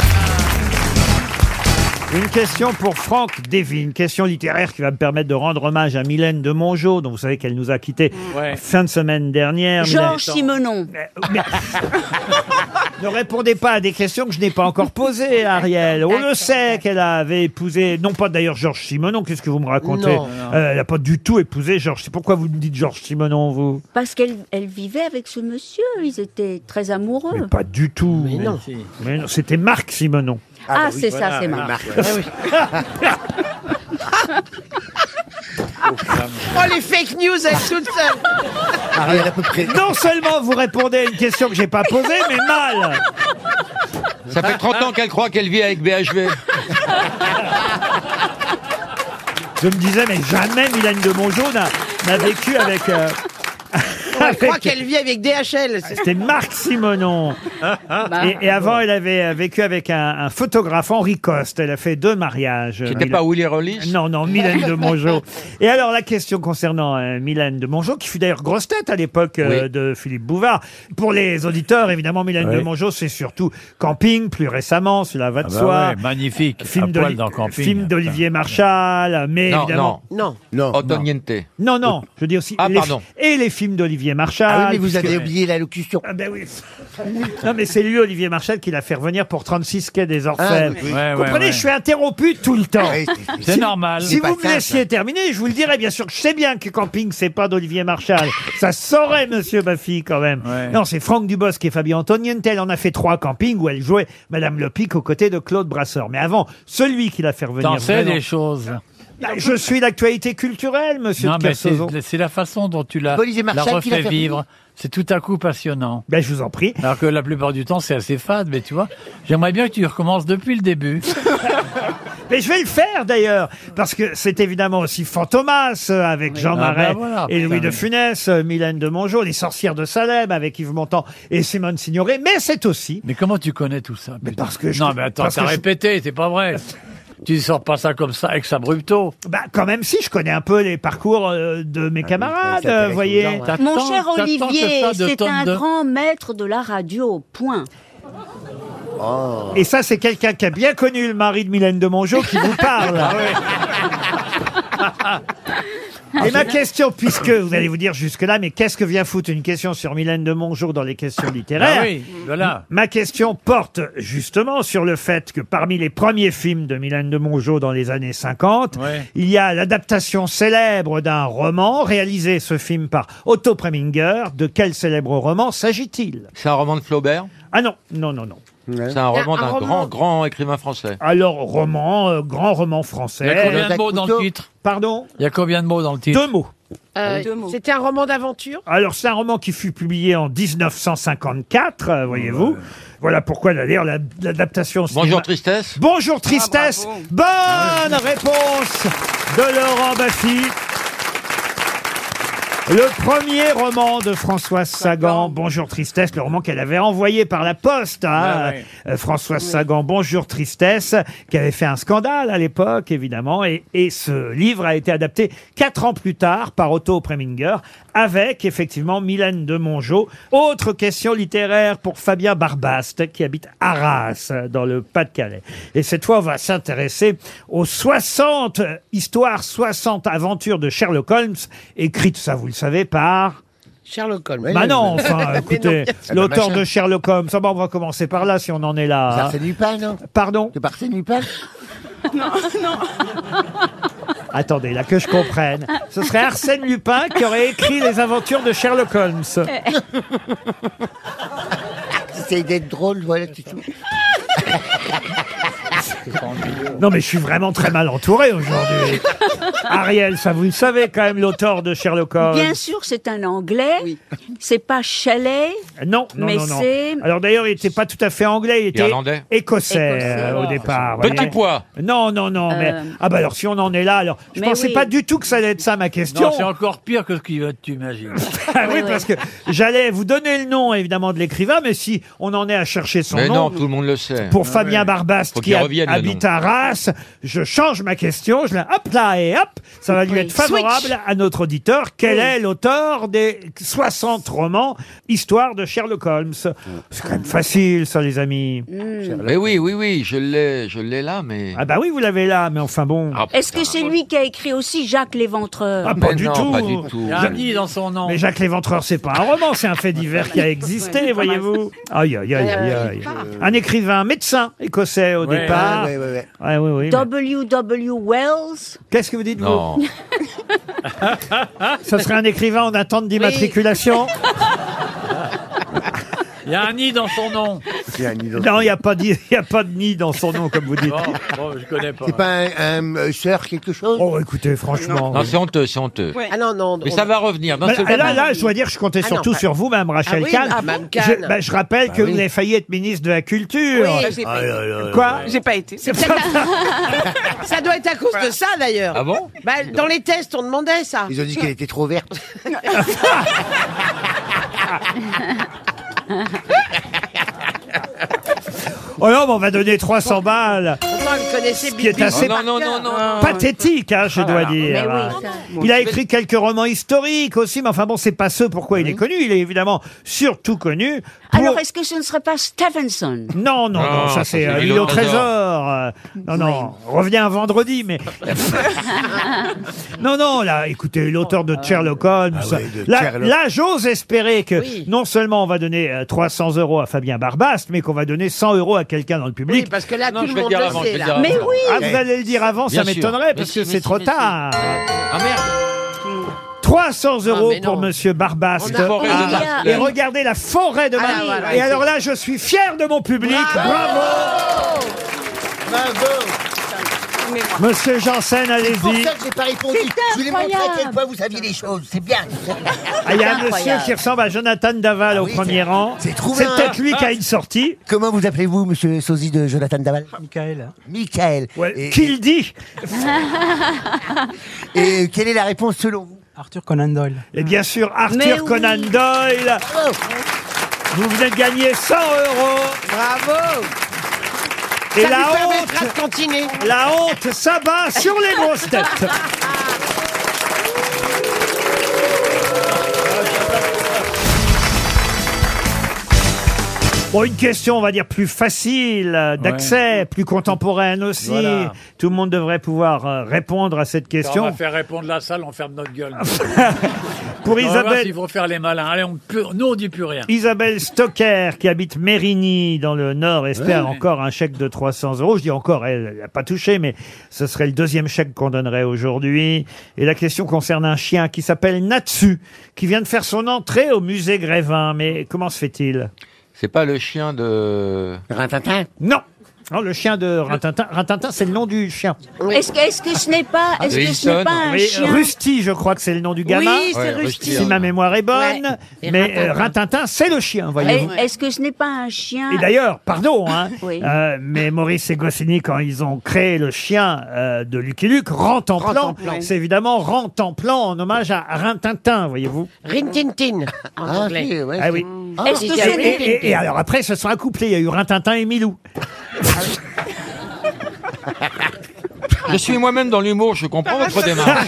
Une question pour Franck Davy, une question littéraire qui va me permettre de rendre hommage à Mylène de Mongeau, dont vous savez qu'elle nous a quittés Ouais. fin de semaine dernière. Georges Mylène- Simenon. Mais- Ne répondez pas à des questions que je n'ai pas encore posées, Ariel. On le sait qu'elle avait épousé, non pas d'ailleurs Georges Simenon, qu'est-ce que vous me racontez? Non. Euh, Elle n'a pas du tout épousé Georges. C'est pourquoi vous me dites Georges Simenon, vous? Parce qu'elle elle vivait avec ce monsieur. Ils étaient très amoureux. Mais pas du tout. Mais non. Mais non, c'était Marc Simenon. Ah, bah oui, c'est voilà, ça, c'est oui, marrant. Marc. Oh, les fake news, elles toutes seules. Ariel, à peu près. Non seulement vous répondez à une question que j'ai pas posée, mais mal. Ça fait trente ans qu'elle croit qu'elle vit avec B H V. Je me disais, mais jamais Mylène de Mongeau n'a n'a vécu avec... euh, Je crois avec- qu'elle vit avec D H L. c'est- C'était Marc Simonon. Et, et avant, elle avait euh, vécu avec un, un photographe, Henri Coste. Elle a fait deux mariages. C'était Mylène- pas Willy Rollis? Non, non, Mylène de Mongeau. Et alors, la question concernant euh, Mylène de Mongeau, qui fut d'ailleurs grosse tête à l'époque euh, Oui. de Philippe Bouvard. Pour les auditeurs, évidemment, Mylène Oui. de Mongeau, c'est surtout Camping, plus récemment, cela va de Ah bah soi. ouais, magnifique. Film à d'Oli- poil dans Camping. film d'Olivier Marchal, mais Non, évidemment... Non. Non. Otoniente. Non, non, je veux dire aussi... Ah, les- pardon. Et les films d'Olivier Marchal. Ah oui, mais vous puisque- avez oublié l'allocution. Ah ben oui. Non, mais c'est lui, Olivier Marchal, qui l'a fait revenir pour trente-six quai des Orfèvres. Ah, oui. Ouais, Vous ouais, comprenez, ouais. je suis interrompu tout le temps. Ouais, c'est- C'est Si- normal. Si pas vous me simple. laissiez terminer, je vous le dirais, bien sûr que je sais bien que Camping, c'est pas d'Olivier Marchal. Ça se saurait, monsieur Baffy, quand même. Ouais. Non, c'est Franck Dubosc et Fabien Antoniente. Elle en a fait trois Camping où elle jouait Madame Lepic aux côtés de Claude Brasseur. Mais avant, celui qui l'a fait revenir. T'en sais vraiment- des choses. Bah, je suis l'actualité culturelle, monsieur Non, de mais c'est Kersauzon. c'est la façon dont tu l'as Olivier la Marchal qui l'a refait fait vivre. C'est tout à coup passionnant. Ben, je vous en prie. Alors que la plupart du temps, c'est assez fade, mais tu vois, j'aimerais bien que tu recommences depuis le début. Mais je vais le faire d'ailleurs, parce que c'est évidemment aussi Fantomas euh, avec Jean Ah, Marais ben voilà, et Louis putain, de mais- Funès, euh, Mylène de Mongeau, Les Sorcières de Salem avec Yves Montand et Simone Signoret, mais c'est aussi... Mais comment tu connais tout ça? Mais putain parce que je- Non, mais attends, parce t'as que je- répété, c'est pas vrai. Tu sors pas ça comme ça, ex abrupto. Bah quand même si, je connais un peu les parcours euh, de mes camarades, ça intéresse vous voyez. aux gens, ouais. T'attends- Mon cher t'attends que Olivier, ça de c'est tonnes un de- grand maître de la radio, point. Et ça, c'est quelqu'un qui a bien connu le mari de Mylène de Mongeau qui vous parle. Et ma question, puisque vous allez vous dire jusque-là, mais qu'est-ce que vient foutre une question sur Mylène de Mongeau dans les questions littéraires? Ah oui, voilà. Ma question porte justement sur le fait que parmi les premiers films de Mylène de Mongeau dans les années cinquante, Ouais. il y a l'adaptation célèbre d'un roman, réalisé ce film par Otto Preminger. De quel célèbre roman s'agit-il? C'est un roman de Flaubert? Ah non, non, non, non. C'est un roman un d'un roman- grand, grand écrivain français. Alors, roman, euh, grand roman français. Il y a combien de Jacques mots dans le Cousteau. titre? Pardon? Il y a combien de mots dans le titre? Deux mots. Euh, Deux mots. C'était un roman d'aventure. Alors, c'est un roman qui fut publié en dix-neuf cent cinquante-quatre, euh, voyez-vous. Voilà pourquoi, d'ailleurs, la- l'adaptation... cinéma- Bonjour Tristesse. Bonjour Tristesse. Ah, bravo. Bonne réponse de Laurent Baffy. Le premier roman de Françoise Sagan, Bonjour Tristesse, le roman qu'elle avait envoyé par la poste à Ouais, ouais. euh, Françoise Sagan, Bonjour Tristesse, qui avait fait un scandale à l'époque, évidemment, et, et ce livre a été adapté quatre ans plus tard par Otto Preminger, avec effectivement Mylène de Mongeau. Autre question littéraire pour Fabien Barbaste, qui habite Arras, dans le Pas-de-Calais. Et cette fois, on va s'intéresser aux soixante histoires, soixante aventures de Sherlock Holmes, écrites, ça vous le savez, par... Sherlock Holmes. Bah non, enfin, Mais écoutez, non. l'auteur machin. de Sherlock Holmes. Ah bah, on va commencer par là, si on en est là. C'est hein. Arsène Lupin, non? Pardon? C'est pas Arsène Lupin? Non, non. Attendez, là, que je comprenne. Ce serait Arsène Lupin qui aurait écrit les aventures de Sherlock Holmes. C'est d'être drôle, voilà, c'est tout. Non, mais je suis vraiment très mal entouré aujourd'hui. Ariel, ça vous le savez quand même, l'auteur de Sherlock Holmes. Bien sûr, c'est un Anglais. C'est pas Chalet. Non, non, Mais non, non. c'est- Alors d'ailleurs, il n'était pas tout à fait anglais, il était Irlandais. écossais, Écossais. euh, au départ. Petit voyez. pois. Non, non, non, mais... Euh. Ah bah alors, si on en est là, alors... Je Mais pensais oui. pas du tout que ça allait être ça, ma question. Non, c'est encore pire que ce que tu imagines. Ah oui, Oui, parce que j'allais vous donner le nom, évidemment, de l'écrivain, mais si on en est à chercher son Mais nom... non, tout le monde le sait. Pour Fabien Barbaste, Faut qui qu'il hab- revienne, le habite nom. à Arras, je change ma question, je la hop là et hop, ça va lui Oui. être favorable à notre auditeur. Quel est l'auteur des soixante romans Histoire de Sherlock Holmes? C'est quand même facile, ça, les amis. Mais oui, oui, oui, je l'ai, je l'ai là, mais. Ah bah oui, vous l'avez là, mais enfin bon. Ah, Est-ce que putain. c'est lui qui a écrit aussi Jacques l'Éventreur? Ah, pas Mais du non, tout. pas du tout. Il y a un nid dans son nom. Mais Jacques l'Éventreur, c'est pas un roman, c'est un fait divers qui a existé, voyez-vous. Aïe, aïe, aïe, aïe, aïe. Un écrivain, médecin écossais au Ouais. départ. Ouais, ouais, ouais. Ouais, oui, oui. mais- W W Wells. Qu'est-ce que vous dites, vous? Non. Ce serait un écrivain en attente d'immatriculation? Il y a un nid dans son nom. Non, il n'y a, pas de- il y a pas de nid dans son nom, comme vous dites. Bon, bon, je connais pas. C'est pas un, un, euh, sœur quelque chose? Oh, écoutez, franchement. Non, c'est honteux, c'est honteux. Ouais. Ah non, non. Mais on- ça va revenir. D'un Bah, seul là, coup. là, je dois dire, je comptais Ah surtout non, pas- sur vous, Mme Rachel Ah oui, Kahn. ah, Mme Kahn. Je, bah, je rappelle que oui. vous avez failli être ministre de la Culture. Oui. Là, j'ai pas été. Quoi? J'ai pas été. C'est peut-être à- Ça doit être à cause de ça d'ailleurs. Ah bon? Bah, dans les tests, on demandait ça. Ils ont dit qu'elle était trop verte. Oh non, mais on va donner trois cents balles. Pourtant, elle connaissait Ce qui est Bibi. assez Oh, non, non, non, non. pathétique, hein, je dois dire. Mais oui, ça- Il a écrit quelques romans historiques aussi, mais enfin bon, c'est pas ce pourquoi il est connu. Il est évidemment surtout connu pour... Alors, est-ce que ce ne serait pas Stevenson? Non, non, non, Non, ça ça, c'est c'est euh, l'île l'île au au trésor. Euh, non, non, reviens vendredi, mais... non, non, là, écoutez, l'auteur de Sherlock Holmes. Ah ouais, de là, Sherlock. là, j'ose espérer que Oui. non seulement on va donner euh, trois cents euros à Fabien Barbaste, mais qu'on va donner cent euros à quelqu'un dans le Oui, public. parce que là, Non, tout je le vais monde le dire le avant, je sait vais le là. dire Mais avant. oui. Ah, vous allez le dire avant, ça Bien sûr. m'étonnerait, Mais parce si, que mais c'est si, trop mais si. tard. Ah merde. trois cents euros mais non. pour Monsieur Barbaste. On a- Forêt Ah, de il y a- Marseille. Et regardez la forêt de Ah, Marseille. voilà, Et c'est- alors là, je suis fier de mon public. Bravo, Bravo! Monsieur Janssen, C'est pour allez-y. ça que j'ai pas répondu. Je voulais montrer à quel point vous saviez les choses. C'est bien. Ah, il y a un monsieur incroyable. qui ressemble à Jonathan Daval Ah au oui, premier c'est- rang. c'est trouvé. peut-être lui qui a une sortie. Comment vous appelez-vous, monsieur Sosie de Jonathan Daval? Michael. Michael. Ouais, Et, Qu'il dit et quelle est la réponse selon vous? Arthur Conan Doyle. Et bien sûr, Arthur Mais oui. Conan Doyle. Bravo. Vous venez de gagner cent euros. Bravo. Et Ça la lui permettra honte, de continuer. la honte s'abat sur les grosses têtes. Bon, une question, on va dire, plus facile euh, d'accès, ouais. plus contemporaine aussi. Voilà. Tout le monde devrait pouvoir euh, répondre à cette question. On va faire répondre la salle, on ferme notre gueule. Pour Isabelle... Il faut faire les malins. Allez, on, nous, on dit plus rien. Isabelle Stocker, qui habite Mérigny, dans le Nord, espère ouais. encore un chèque de trois cents euros. Je dis encore, elle n'a pas touché, mais ce serait le deuxième chèque qu'on donnerait aujourd'hui. Et la question concerne un chien qui s'appelle Natsu, qui vient de faire son entrée au musée Grévin. Mais comment se fait-il? C'est pas le chien de... Rintintin? Non. Non, le chien de Rintintin. Rintintin, c'est le nom du chien. Est-ce que, est-ce que ce n'est pas, est-ce que ce n'est pas un oui, chien? Rusty, je crois que c'est le nom du gamin. Oui, c'est ouais, Rusty. Si ma mémoire est bonne. Ouais. Mais Rintintin, euh, Rintintin c'est le chien, voyez-vous. Est-ce que ce n'est pas un chien? Et d'ailleurs, pardon, hein, oui. euh, mais Maurice et Goscinny, quand ils ont créé le chien euh, de Lucky Luke, Rantanplan, c'est évidemment Rantanplan en hommage à Rintintin, voyez-vous. Rintintin, en ah, anglais. Oui, ouais, ah oui. Ah, est-ce que et, c'est et, et, et alors après, se sont accouplés. Il y a eu Rintintin et Milou. Je suis moi-même dans l'humour, je comprends votre démarche.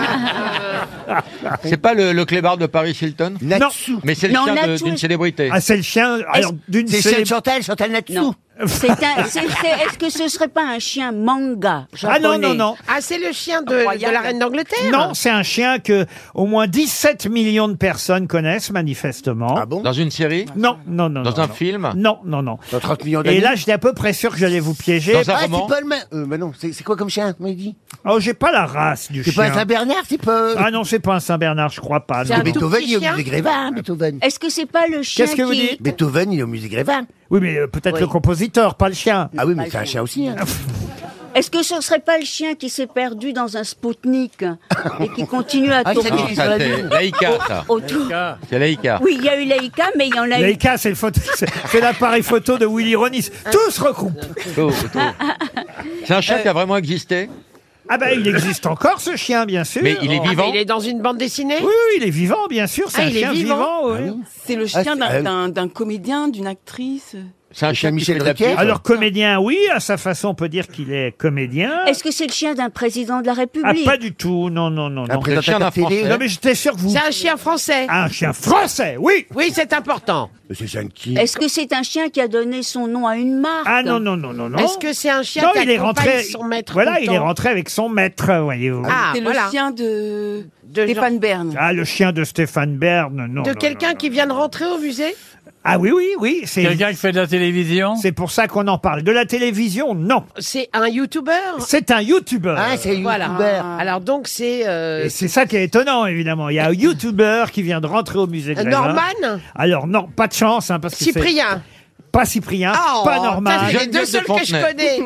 C'est pas le, le clébard de Paris Hilton? Non. Mais c'est le non, chien d'une célébrité. Ah, c'est le chien alors, d'une C'est célé... le chien de Chantal, Chantal Natsu. C'est un, c'est, c'est, est-ce que ce serait pas un chien manga japonais? Ah non, non, non. Ah, c'est le chien de, de la reine d'Angleterre? Non, c'est un chien que au moins dix-sept millions de personnes connaissent, manifestement. Ah bon? Dans une série? Non, non, non. Dans non, un non. film? Non, non, non. Dans trente millions Et d'années. là, j'étais à peu près sûr que j'allais vous piéger. Dans un Ah, roman? c'est pas le même. Euh, bah non, c'est c'est quoi comme chien, m'a dit? Oh, j'ai pas la race du C'est chien. pas un Saint-Bernard, c'est pas. Ah non, c'est pas un Saint-Bernard, je crois pas. C'est non. un tout Beethoven, petit il est au chien musée Grévin, Beethoven. Est-ce que c'est pas le chien Qu'est-ce que vous qui... dites? Beethoven, il est au musée Grévin. Oui, mais euh, peut-être Oui. le compositeur, pas le chien. Ah oui, mais c'est un chien aussi. Hein. Est-ce que ce serait pas le chien qui s'est perdu dans un Spoutnik et qui continue à Ah, tourner ça, Non, sur ça, la c'est Lune Laïka, ça. autour? C'est Laïka. Oui, il y a eu Laïka, mais il y en a eu... Leica, c'est le photo, c'est c'est l'appareil photo de Willy Ronis. Tout se recoupe. Tout, tout. C'est un chien qui a vraiment existé? Ah ben, il existe encore, ce chien, bien sûr. Mais il est Ah, vivant? mais il est dans une bande dessinée? Oui, oui, il est vivant, bien sûr. C'est Ah, un il est chien vivant. vivant. oui. C'est le Ah, chien c'est- d'un, ah, d'un, d'un comédien, d'une actrice. C'est un chien qui Michel fait de la Drucker? pub. Alors, comédien, oui, à sa façon, on peut dire qu'il est comédien. Est-ce que c'est le chien d'un président de la Ah, République? pas du tout, non, non, non, non. Après, le chien d'un télé. Français. Non, mais j'étais sûr que vous... C'est un chien français? Un chien français, oui. Oui, c'est important. Mais c'est chien de qui? Est-ce que c'est un chien qui a donné son nom à une marque? Ah non, non, non, non, non. Est-ce que c'est un chien Non, qui il est accompagne rentré... son maître Voilà, tout le il est temps? rentré avec son maître, voyez-vous. Ah, C'est voilà. le chien de, De Stéphane Bern. Ah, le chien de Stéphane Bern, non. De non, quelqu'un non, qui non. vient de rentrer au musée? Ah oui, oui, oui. C'est Quelqu'un qui fait de la télévision? c'est pour ça qu'on en parle. De la télévision, non. C'est un youtubeur? C'est un youtubeur. Ah, c'est Voilà. youtubeur. Alors donc c'est... euh, Et c'est ça qui est étonnant, évidemment. Il y a un youtubeur qui vient de rentrer au musée de Grévin. Norman? Alors non, pas de chance, hein, parce que c'est Cyprien? pas Cyprien, Oh, pas Norman. ça, c'est les Geneviève deux de seuls que je Fontenay.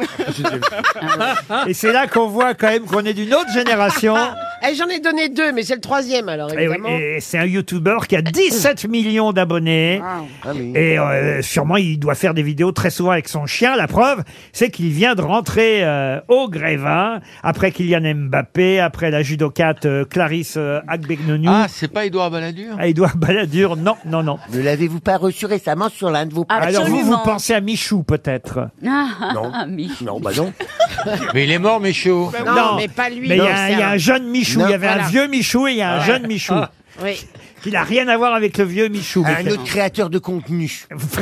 connais. Et c'est là qu'on voit quand même qu'on est d'une autre génération. Eh, j'en ai donné deux, mais c'est le troisième alors, Et, oui, évidemment. et c'est un youtubeur qui a dix-sept millions d'abonnés. Ah, mais... Et euh, sûrement, il doit faire des vidéos très souvent avec son chien. La preuve, c'est qu'il vient de rentrer euh, au Grévin, après Kylian Mbappé, après la judokate euh, Clarisse euh, Agbegnonu. Ah, c'est pas Édouard Balladur? Ah, Édouard Balladur, non, non, non. Ne l'avez-vous pas reçu récemment sur l'un de vos... Ah, Alors vous, vous Absolument. pensez à Michou, peut-être? Ah, Non. Michou. Non, bah non. Mais il est mort, Michaud. Non, mais pas lui. Mais il y, Non, a un- c'est il y a un- un jeune Michou. Non, Il y avait un voilà. vieux Michou et il y a un jeune Michou. Oui. Qui n'a rien à voir avec le vieux Michou. Un autre créateur de contenu.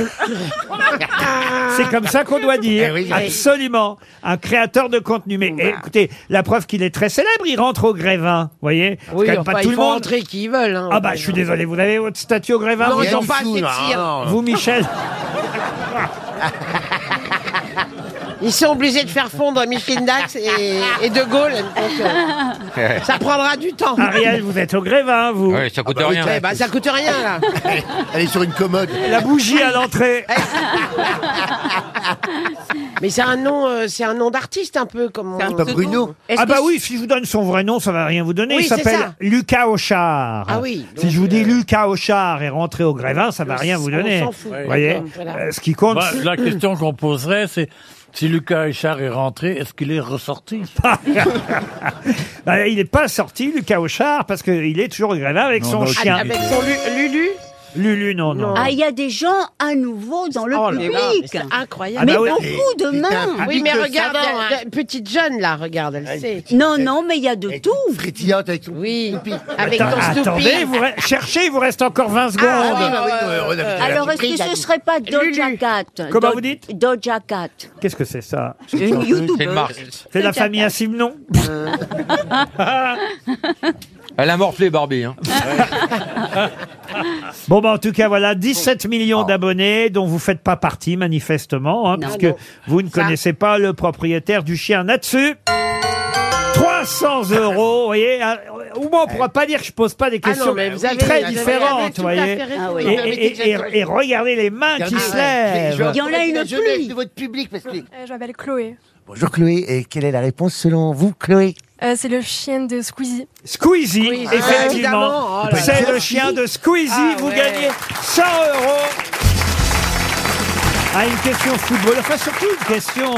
C'est comme ça qu'on doit dire. Eh oui, oui. Absolument. Un créateur de contenu. Mais eh, écoutez, la preuve qu'il est très célèbre, il rentre au Grévin. Vous voyez? C'est Oui, quand même enfin, pas il tout le faut monde. rentrer qui ils veulent. Hein, Ah bah, je suis désolé. Vous avez votre statue au Grévin? Non, vous, ils ont Rien pas du tout, assez de non, cire. non. vous, Michel? Ils sont obligés de faire fondre Micheline Dax et, et De Gaulle. Donc, euh, ça prendra du temps. Ariel, vous êtes au Grévin, vous? Ouais, ça coûte Ah bah oui, rien. Eh ben, ça coûte rien, là. Elle est sur une commode. La bougie à l'entrée. Mais c'est un nom, euh, c'est un nom d'artiste, un peu, comme... C'est un on- Pas pseudo. Bruno. Est-ce Ah que bah c'est- oui, si je vous donne son vrai nom, ça va rien vous donner. Oui, Il c'est s'appelle ça. Lucas Auchard. Ah oui, Si donc, je vous dis euh, Lucas Auchard est rentré au Grévin, ça va rien vous on donner. s'en fout. Vous voyez? Voilà. Euh, Ce qui compte, Bah, la question qu'on poserait, c'est si Lucas Echard est rentré, est-ce qu'il est ressorti? bah, il n'est pas sorti, Lucas Auchard, parce qu'il est toujours au Grévin avec Non, son non, chien. Avec son Lu- Lulu. Lulu, non, non. Ah, il y a des gens à nouveau dans le Oh là là, mais public. c'est incroyable. Mais Ah bah oui. beaucoup de mains. Oui, mais de regarde, savant, la- la petite jeune là, regarde, elle sait. Non, non, mais il y a de tout. Frétillante avec son Oui, Snoopy. avec Attends, ton Snoopy. attendez, vous re- cherchez, il vous reste encore vingt secondes. Ah oui, bah oui, euh, on a- on a Alors, est-ce surprise, que là. ce serait pas Doja Lulu. Cat? Comment Do- vous dites Doja Cat. Qu'est-ce que c'est ça? Une C'est une youtubeuse. marque. C'est de la Doja famille Cat. à Simon? Elle a morflé Barbie. Hein. Bon, bah, en tout cas, voilà, dix-sept millions d'abonnés dont vous faites pas partie, manifestement, hein, Non, puisque non. vous ne Ça- connaissez pas le propriétaire du chien Natsu. trois cents euros, vous voyez. hein, Au moins, on pourra pas dire que je pose pas des Ah questions non, mais vous avez- très vous avez différentes, tout vous à voyez. fait raison. Ah oui. Et, et- et- et regardez les mains qui se lèvent. Il y en a une la jeunesse pluie. de votre public parce que... Je m'appelle Chloé. Bonjour Chloé, et quelle est la réponse selon vous, Chloé? Euh, c'est le chien de Squeezie. Squeezie, Squeezie. effectivement. Ah, évidemment. Oh là C'est là. le chien de Squeezie. Ah, vous ouais. gagnez cent euros. Ah, une question football, enfin surtout une question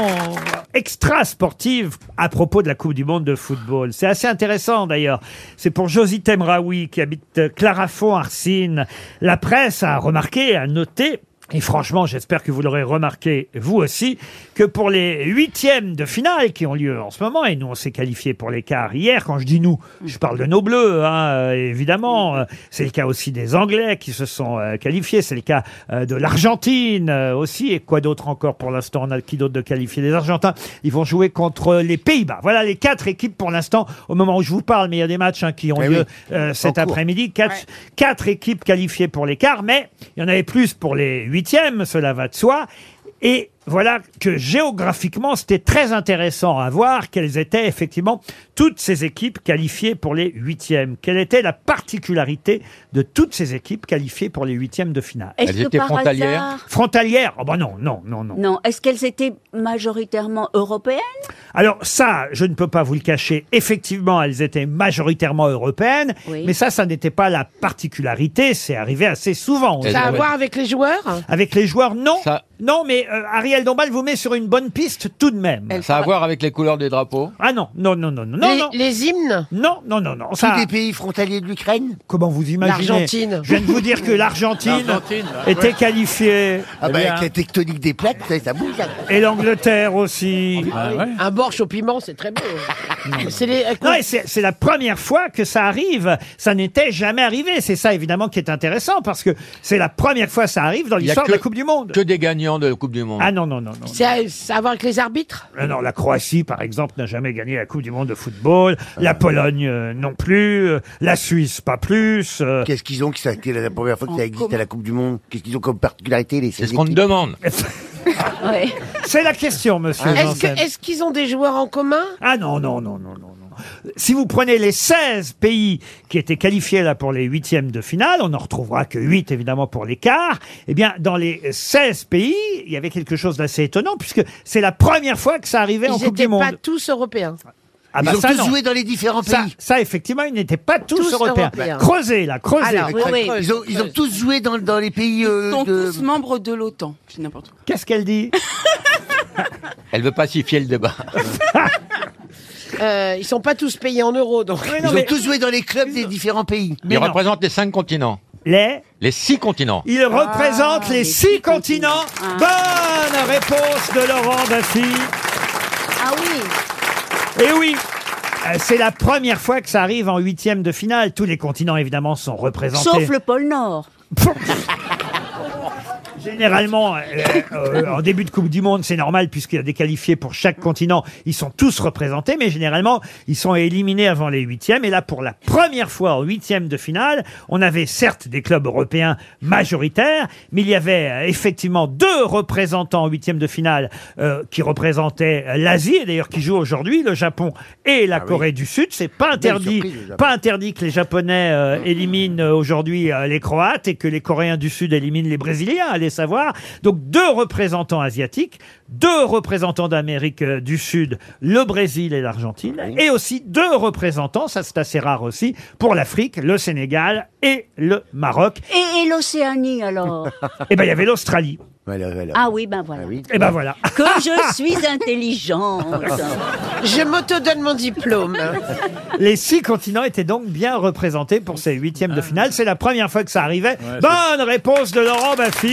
extra-sportive à propos de la Coupe du Monde de football. C'est assez intéressant d'ailleurs. C'est pour Josie Temraoui qui habite Clarafond-Arsine. La presse a remarqué, a noté, et franchement j'espère que vous l'aurez remarqué vous aussi, que pour les huitièmes de finale qui ont lieu en ce moment, et nous on s'est qualifiés pour les quarts hier, quand je dis nous, je parle de nos bleus, hein, euh, évidemment, Euh, c'est le cas aussi des Anglais qui se sont euh, qualifiés, c'est le cas euh, de l'Argentine euh, aussi, et quoi d'autre encore pour l'instant, on a qui d'autre de qualifiés? Les Argentins, ils vont jouer contre les Pays-Bas. Voilà les quatre équipes pour l'instant, au moment où je vous parle, mais il y a des matchs hein, qui ont Eh lieu oui. euh, cet En cours. après-midi, quatre, quatre équipes qualifiées pour les quarts, mais il y en avait plus pour les huitièmes, cela va de soi. Et voilà que géographiquement, c'était très intéressant à voir quelles étaient effectivement toutes ces équipes qualifiées pour les huitièmes. Quelle était la particularité de toutes ces équipes qualifiées pour les huitièmes de finale? Est-ce Elles que étaient par frontalières hasard- Frontalières? Oh ben non, non, non, non. Non. Est-ce qu'elles étaient majoritairement européennes? Alors ça, je ne peux pas vous le cacher. Effectivement, elles étaient majoritairement européennes, Oui. mais ça, ça n'était pas la particularité. C'est arrivé assez souvent. Ça a à voir avec les joueurs? Avec les joueurs, non. Ça- Non, mais euh, Ariel Dombal vous met sur une bonne piste tout de même. Ça a à voir avec les couleurs des drapeaux. Ah non, non, non, non, non, non, les, non. les hymnes? Non, non, non, non. Tous Ça, les pays frontaliers de l'Ukraine? comment vous imaginez? L'Argentine. Je viens de vous dire que l'Argentine L'Argentine, là. était qualifiée Ah bah bien. avec la tectonique des plaques, ça, ça bouge. Là. et l'Angleterre aussi. Ah ouais. Un borsch au piment, c'est très beau. c'est les... Non, et c'est c'est la première fois que ça arrive. Ça n'était jamais arrivé. C'est ça, évidemment, qui est intéressant parce que c'est la première fois que ça arrive dans Il y a l'histoire que- de la Coupe du Monde. Que des gagnants de la Coupe du Monde. Ah non, non, non, non. C'est à, c'est à voir avec les arbitres? Euh, Non, la Croatie, par exemple, n'a jamais gagné la Coupe du Monde de football. La Pologne euh, non plus. Euh, La Suisse, pas plus. Euh, Qu'est-ce qu'ils ont qui ça a été la première fois que ça existe à la Coupe du Monde? Qu'est-ce qu'ils ont comme particularité les C'est ce qu'on te équipes? demande. Ouais. C'est la question, monsieur Est-ce Janssen. que- est-ce qu'ils ont des joueurs en commun? Ah non, non, non, non, non, non. Si vous prenez les seize pays qui étaient qualifiés là pour les huitièmes de finale, on n'en retrouvera que huit évidemment pour les quarts, eh bien dans les seize pays, il y avait quelque chose d'assez étonnant puisque c'est la première fois que ça arrivait en Ils Coupe du n'étaient Monde. pas tous européens. Ah Ils bah ont ça, tous non. joué dans les différents Ça, pays. ça, effectivement, ils n'étaient pas tous, Tous européens. européens. Creusez là, creusez. Alors, Oui, oui. Ils ont, ils ont tous joué dans, dans les pays euh, Ils sont de... tous membres de l'OTAN. Je dis n'importe quoi. Qu'est-ce qu'elle dit? Elle veut pacifier le débat. Euh, ils sont pas tous payés en euros, donc. Oui, Ils non, ont mais tous joué dans les clubs des différents pays. Mais Ils non. représentent les cinq continents. les Les six continents. Ils représentent les, les six six continents. continents. Bonne réponse de Laurent Baffy. Ah oui. Et oui, euh, c'est la première fois que ça arrive en huitième de finale. Tous les continents, évidemment, sont représentés. Sauf le pôle Nord. Généralement, euh, euh, en début de Coupe du Monde, c'est normal puisqu'il y a des qualifiés pour chaque continent. Ils sont tous représentés, mais généralement, ils sont éliminés avant les huitièmes. Et là, pour la première fois en huitième de finale, on avait certes des clubs européens majoritaires, mais il y avait euh, effectivement deux représentants en huitième de finale euh, qui représentaient euh, l'Asie, et d'ailleurs qui jouent aujourd'hui, le Japon et la Corée du Sud. C'est pas interdit, surprise, le Japon. pas interdit que les Japonais euh, éliminent euh, aujourd'hui euh, les Croates et que les Coréens du Sud éliminent les Brésiliens. Allez savoir. Donc deux représentants asiatiques, deux représentants d'Amérique euh, du Sud, le Brésil et l'Argentine, et aussi deux représentants, ça c'est assez rare aussi, pour l'Afrique, le Sénégal et le Maroc. Et, et l'Océanie alors? Et ben il y avait l'Australie. Voilà, voilà. Ah oui, ben voilà. Et ben voilà. Que je suis intelligente. Je m'auto-donne mon diplôme. Les six continents étaient donc bien représentés pour ces huitièmes de finale. C'est la première fois que ça arrivait. Ouais, Bonne réponse de Laurent Baffy.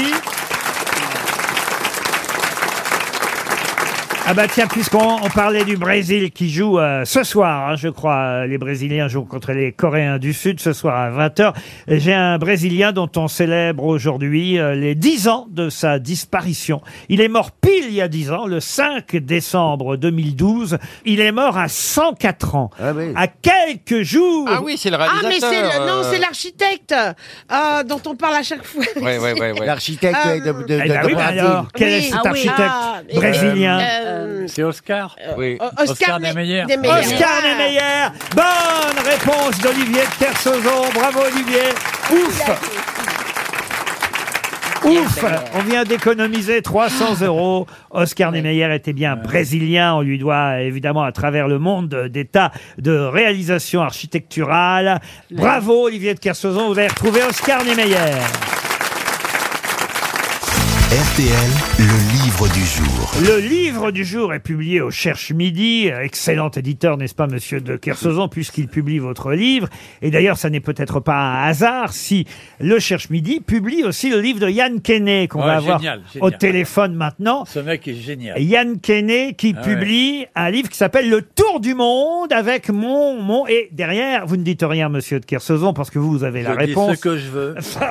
Ah bah tiens, puisqu'on on parlait du Brésil qui joue euh, ce soir, hein, je crois, euh, les Brésiliens jouent contre les Coréens du Sud ce soir à vingt heures. J'ai un Brésilien dont on célèbre aujourd'hui euh, les dix ans de sa disparition. Il est mort pile il y a dix ans, le cinq décembre deux mille douze. Il est mort à cent quatre ans, Ah oui. à quelques jours. Ah oui, c'est le Ah, réalisateur. mais c'est le, non, euh, c'est l'architecte euh, dont on parle à chaque fois. Ouais, ouais, ouais, ouais. L'architecte Euh, de, de, de, Eh ben de oui, mais Brésil. alors, quel est Oui. cet Ah oui. architecte Ah, et- brésilien Euh, C'est Oscar. Oui. Oscar, Oscar Ne- Niemeyer. Niemeyer. Oscar Niemeyer. Bonne réponse d'Olivier de Kersauzon. Bravo Olivier. Ouf. Ouf. On vient d'économiser trois cents euros. Oscar Niemeyer était bien brésilien. On lui doit évidemment à travers le monde des tas de réalisations architecturales. Bravo Olivier de Kersauzon. Vous avez retrouvé Oscar Niemeyer. R T L, le livre du jour. Le livre du jour est publié au Cherche Midi. Excellent éditeur, n'est-ce pas, monsieur de Kersauzon, puisqu'il publie votre livre. Et d'ailleurs, ça n'est peut-être pas un hasard si le Cherche Midi publie aussi le livre de Yann Kenney, qu'on Ouais, va avoir génial, au génial. téléphone maintenant. Ce mec est génial. Yann Kenney qui Ah ouais. publie un livre qui s'appelle Le Tour du Monde avec mon, mon, et derrière, vous ne dites rien, monsieur de Kersauzon, parce que vous, vous avez la Je dis réponse. ce que je veux.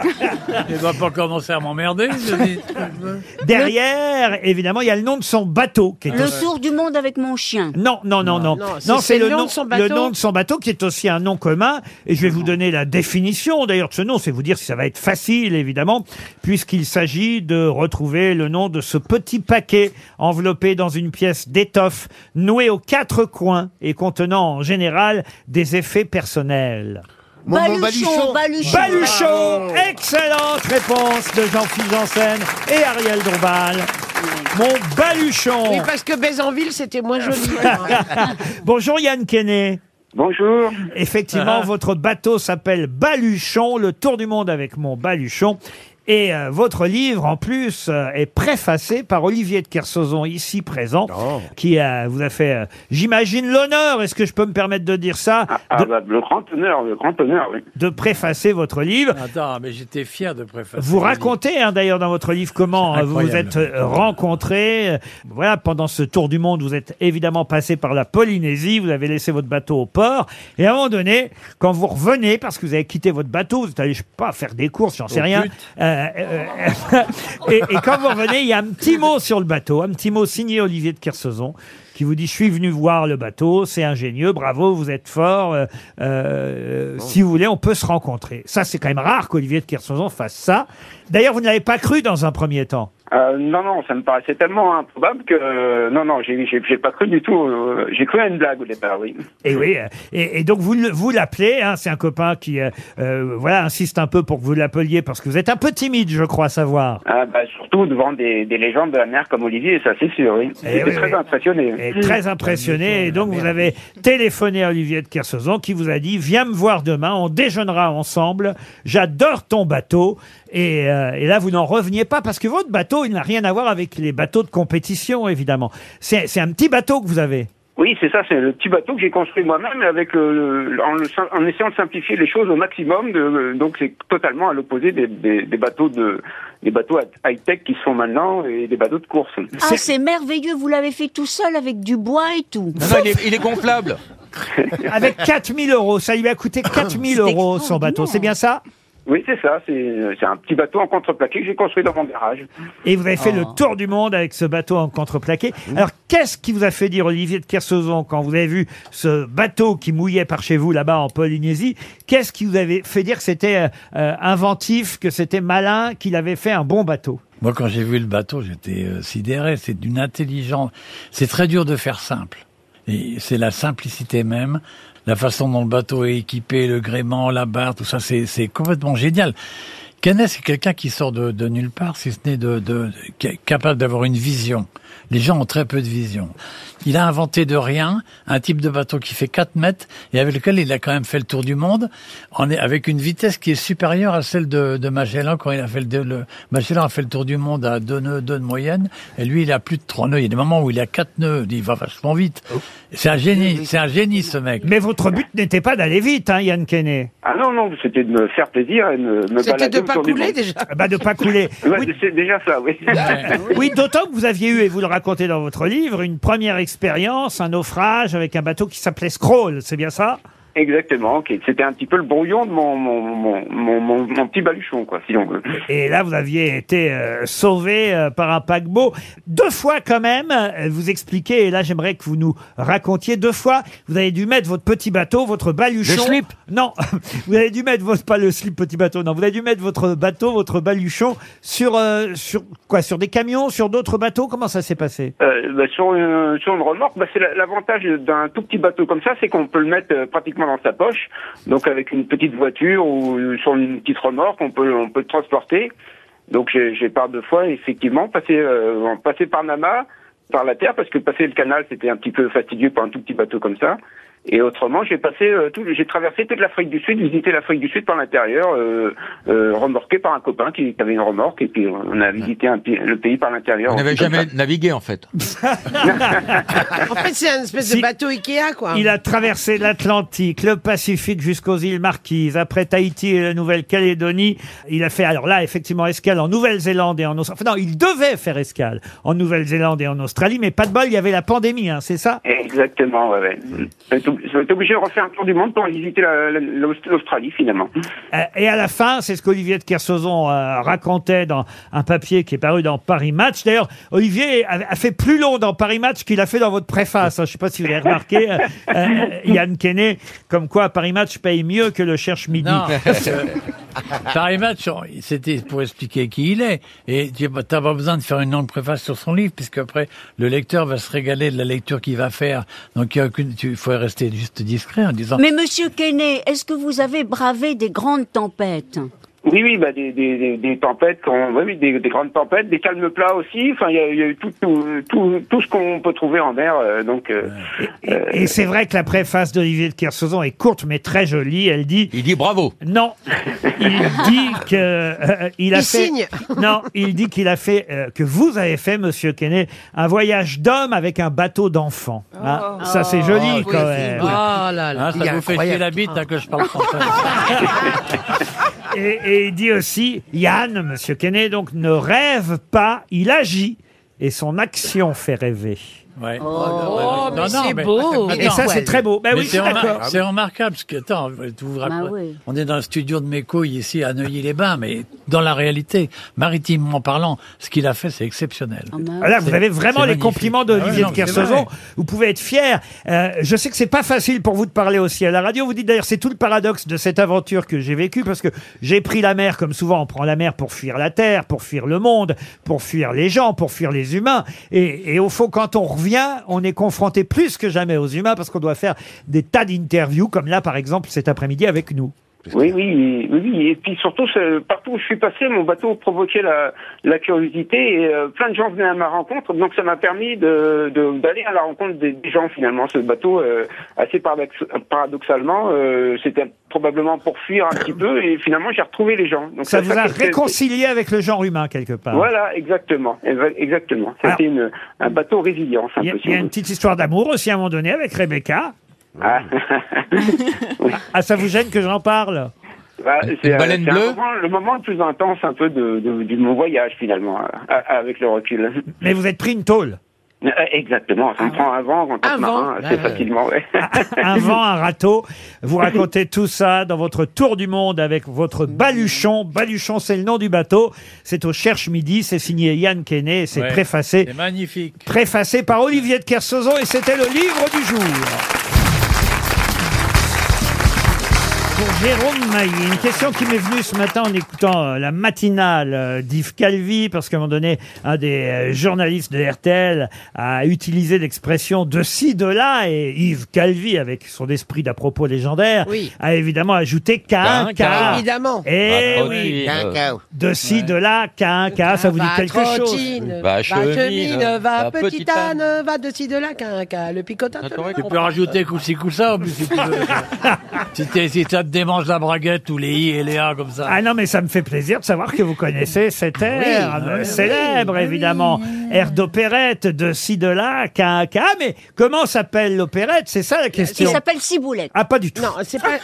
Il va pas commencer à m'emmerder. Je dis ce que je veux. Derrière, évidemment, il y a le nom de son bateau qui est Le aussi- tour du monde avec mon chien. Non, non, non, non. Non, c'est- Non, c'est c'est le le nom nom de son le bateau. nom de son bateau qui est aussi un nom commun. Et je vais vous donner la définition d'ailleurs de ce nom. C'est vous dire si ça va être facile, évidemment, puisqu'il s'agit de retrouver le nom de ce petit paquet enveloppé dans une pièce d'étoffe, noué aux quatre coins et contenant en général des effets personnels. Mon, mon Baluchon, baluchon. baluchon. Baluchon, excellente réponse de Jean-Philippe Janssen et Ariel Dombal. Mon baluchon. Oui, parce que Bézanville, c'était moins joli. Bonjour Yann Kenney. Bonjour. Effectivement, votre bateau s'appelle Baluchon, le tour du monde avec mon baluchon. Et euh, votre livre, en plus, euh, est préfacé par Olivier de Kersauzon, ici présent, Oh. qui euh, vous a fait, euh, j'imagine, l'honneur, est-ce que je peux me permettre de dire ça, Ah, de, bah, le grand honneur, le grand honneur, oui. de préfacer votre livre. Attends, mais j'étais fier de préfacer. Vous le racontez hein, d'ailleurs dans votre livre comment euh, vous vous Incroyable. êtes euh, rencontrés. Euh, Voilà, pendant ce tour du monde, vous êtes évidemment passé par la Polynésie, vous avez laissé votre bateau au port. Et à un moment donné, quand vous revenez, parce que vous avez quitté votre bateau, vous êtes allé, je sais pas, faire des courses, j'en sais Au rien. pute. Euh, euh, et, et quand vous revenez, il y a un petit mot sur le bateau, un petit mot signé Olivier de Kersauzon, qui vous dit « Je suis venu voir le bateau, c'est ingénieux, bravo, vous êtes fort, euh, euh, si vous voulez, on peut se rencontrer. » Ça, c'est quand même rare qu'Olivier de Kersauzon fasse ça. D'ailleurs, vous ne l'avez pas cru dans un premier temps. Euh, non, non, ça me paraissait tellement improbable que euh, non, non, j'ai, j'ai, j'ai pas cru du tout. euh, j'ai cru à une blague au départ, oui. Et oui, euh, et, et donc vous le- vous l'appelez, hein, c'est un copain qui euh, euh, voilà insiste un peu pour que vous l'appeliez parce que vous êtes un peu timide, je crois savoir. Ah, bah, surtout devant des, des légendes de la mer comme Olivier, ça c'est sûr, oui. Eh J'étais oui, très oui. impressionné. Et très impressionné, et donc vous avez téléphoné à Olivier de Kersauzon qui vous a dit « Viens me voir demain, on déjeunera ensemble, j'adore ton bateau ». Et, euh, et là, vous n'en reveniez pas parce que votre bateau, il n'a rien à voir avec les bateaux de compétition, évidemment. C'est c'est un petit bateau que vous avez. Oui, c'est ça, c'est le petit bateau que j'ai construit moi-même avec le, le- en, le, en essayant de simplifier les choses au maximum. De, donc c'est totalement à l'opposé des, des, des bateaux de des bateaux high-tech qui se font maintenant et des bateaux de course. Ah, c'est merveilleux, vous l'avez fait tout seul avec du bois et tout. Non, non, il est, il est gonflable. Avec quatre mille euros, ça lui a coûté quatre mille euros son bateau, c'est bien ça? Oui, c'est ça, c'est c'est un petit bateau en contreplaqué que j'ai construit dans mon garage. Et vous avez fait Oh. le tour du monde avec ce bateau en contreplaqué. Alors, qu'est-ce qui vous a fait dire, Olivier de Kersauzon, quand vous avez vu ce bateau qui mouillait par chez vous, là-bas en Polynésie, qu'est-ce qui vous avait fait dire que c'était euh, inventif, que c'était malin, qu'il avait fait un bon bateau? Moi, quand j'ai vu le bateau, j'étais euh, sidéré. C'est d'une intelligence. C'est très dur de faire simple. Et c'est la simplicité même. La façon dont le bateau est équipé, le gréement, la barre, tout ça, c'est, c'est complètement génial. Kenneth, c'est quelqu'un qui sort de, de nulle part, si ce n'est de, de, de qui est capable d'avoir une vision. Les gens ont très peu de vision. Il a inventé de rien un type de bateau qui fait quatre mètres et avec lequel il a quand même fait le tour du monde, en est, avec une vitesse qui est supérieure à celle de, de Magellan quand il a fait le, le Magellan a fait le tour du monde à deux nœuds, deux de moyenne, et lui il a plus de trois nœuds. Il y a des moments où il a quatre nœuds, il va vachement vite. C'est un génie, c'est un génie ce mec. Mais votre but n'était pas d'aller vite, hein, Yann Kenney. Ah non, non, c'était de me faire plaisir et de me, me C'était balader de pas autour du couler monde. déjà. Bah de pas couler. Ouais, Oui. c'est déjà ça, oui. Oui, d'autant que vous aviez eu, et vous le racontez dans votre livre, une première expérience, un naufrage avec un bateau qui s'appelait Scroll, c'est bien ça? Exactement, ok. C'était un petit peu le brouillon de mon, mon, mon, mon, mon, mon petit baluchon, quoi, si on veut. Et là, vous aviez été euh, sauvé euh, par un paquebot. Deux fois quand même, euh, vous expliquez, et là j'aimerais que vous nous racontiez, deux fois, vous avez dû mettre votre petit bateau, votre baluchon... Le slip. Non, vous avez dû mettre votre... Pas le slip petit bateau, non. Vous avez dû mettre votre bateau, votre baluchon sur... Euh, sur quoi? Sur des camions, sur d'autres bateaux? Comment ça s'est passé? Euh, bah, sur, une, sur une remorque, bah, c'est la- l'avantage d'un tout petit bateau comme ça, c'est qu'on peut le mettre euh, pratiquement dans sa poche. Donc avec une petite voiture ou sur une petite remorque, on peut on peut le transporter. Donc j'ai j'ai par deux fois effectivement passé euh, passé par Nama, par la terre, parce que passer le canal c'était un petit peu fastidieux pour un tout petit bateau comme ça. Et autrement, j'ai passé euh, tout, j'ai traversé toute l'Afrique du Sud, visité l'Afrique du Sud par l'intérieur, euh, euh, remorqué par un copain qui avait une remorque, et puis on a visité un, pi- le pays par l'intérieur. Vous n'avez Comme jamais ça. navigué, en fait. En fait, c'est un espèce Si. de bateau Ikea, quoi. Il a traversé l'Atlantique, le Pacifique jusqu'aux îles Marquises, après Tahiti et la Nouvelle-Calédonie. Il a fait, alors là, effectivement, escale en Nouvelle-Zélande et en Australie. Enfin, non, il devait faire escale en Nouvelle-Zélande et en Australie, mais pas de bol, il y avait la pandémie, hein, c'est ça? Exactement, ouais, ouais. J'ai été obligé de refaire un tour du monde pour visiter la- la- l'Aust- l'Australie, finalement. Euh, Et à la fin, c'est ce qu'Olivier de Kersauzon euh, racontait dans un papier qui est paru dans Paris Match. D'ailleurs, Olivier a, a fait plus long dans Paris Match qu'il a fait dans votre préface. hein. Je ne sais pas si vous avez remarqué, euh, euh, Yann Kenney, comme quoi Paris Match paye mieux que le Cherche Midi. Non, parce que Paris Match, c'était pour expliquer qui il est. Et tu n'as pas besoin de faire une longue préface sur son livre, puisque après, le lecteur va se régaler de la lecture qu'il va faire. Donc, il y a aucune- tu- il faut rester juste discret en disant... Mais monsieur Kenney, est-ce que vous avez bravé des grandes tempêtes? Oui, oui, bah des, des, des, des tempêtes, qu'on- oui, oui, des, des grandes tempêtes, des calmes plats aussi. Enfin, il y a, il y a eu tout, tout, tout, tout ce qu'on peut trouver en mer. euh, donc, euh, euh, Et c'est vrai que la préface d'Olivier de Kersauzon est courte mais très jolie. Elle dit. Il dit bravo. Non, il dit que euh, il a Il fait. signe. Non, il dit qu'il a fait euh, que vous avez fait, Monsieur Kenney, un voyage d'homme avec un bateau d'enfant. Hein, ça c'est joli Oh, quand oui, même. Oh là là. Hein, Il est ça vous fait chier incroyable. la bite hein, que je parle français. Et, et il dit aussi, Yann, Monsieur Kenney, donc ne rêve pas, il agit et son action fait rêver. Ouais. Oh, mais Non, non, c'est mais- beau. Et ça c'est très beau. Ben Mais oui, je c'est suis remar- d'accord. c'est remarquable, parce que, attends, vous vous rappelez, Bah oui. on est dans le studio de mes couilles ici à Neuilly-les-Bains, mais dans la réalité, maritimement parlant, ce qu'il a fait, c'est exceptionnel. Ah, bah, Ah là, vous C'est- avez vraiment c'est les magnifique. compliments d'Olivier Ah ouais, non, de c'est Kersauzon. vrai. Vous pouvez être fier. Euh, je sais que c'est pas facile pour vous de parler aussi à la radio. Vous dites d'ailleurs, c'est tout le paradoxe de cette aventure que j'ai vécue, parce que j'ai pris la mer, comme souvent on prend la mer pour fuir la terre, pour fuir le monde, pour fuir les gens, pour fuir les humains. Et, et au fond, quand on revient, on est confronté plus que jamais aux humains, parce qu'on doit faire des tas d'interviews, comme là, par exemple, cet après-midi avec nous. oui, oui, oui, oui. Et puis surtout, c'est- partout où je suis passé, mon bateau provoquait la, la curiosité et euh, plein de gens venaient à ma rencontre. Donc ça m'a permis de de- d'aller à la rencontre des, des gens finalement. Ce bateau, euh, assez paradox- paradoxalement, euh, c'était probablement pour fuir un petit peu et finalement j'ai retrouvé les gens. Donc Ça c'est vous a qui était- réconcilié avec le genre humain, quelque part. Voilà, exactement, exactement. Alors- C'était une un bateau résilience un Il y, a, peu. si il y a on une veut. petite histoire d'amour aussi à un moment donné avec Rebecca. Ah. Ah, ça vous gêne que j'en parle? Bah, Une c'est, euh, baleine c'est un bleue moment- le moment le plus intense un peu de, de, de mon voyage finalement, euh, à- avec le recul. Mais vous êtes pris une tôle. Euh, Exactement, ça me prend un vent en tant Un que vent, marin, ouais, assez ouais. facilement. Ouais. Un vent, un râteau. Vous racontez tout ça dans votre tour du monde avec votre baluchon. Baluchon, c'est le nom du bateau. C'est au Cherche Midi. C'est signé Yann Kenney. et C'est Ouais. préfacé, C'est magnifique. préfacé par Olivier de Kersauzon. Et c'était le livre du jour. Pour Jérôme Mailly. Une question qui m'est venue ce matin en écoutant euh, la matinale euh, d'Yves Calvi, parce qu'à un moment donné, un des euh, journalistes de R T L a utilisé l'expression de ci, de là, et Yves Calvi, avec son esprit d'à propos légendaire, Oui. a évidemment ajouté K, K. Évidemment. Eh Bah, oui. trottine, De ci, de là, K, K, ça vous dit Va quelque chose? trottine, Va va chemine, chemine, va va petite petite âne, va de ci, de là, qu'un, qu'un, le picotin. te le Tu rend. peux rajouter coup-ci, coup-ça, en plus, si tu veux. si, t'es- si ça te démange la braguette, ou les i et les a comme ça. Ah non, mais ça me fait plaisir de savoir que vous connaissez cet air Oui, euh, oui, célèbre, oui, évidemment. Air d'opérette, de ci, de là, K, K. Mais comment s'appelle l'opérette? C'est ça la Il question. s'appelle Ciboulette. Ah, pas du tout. Non, c'est pas.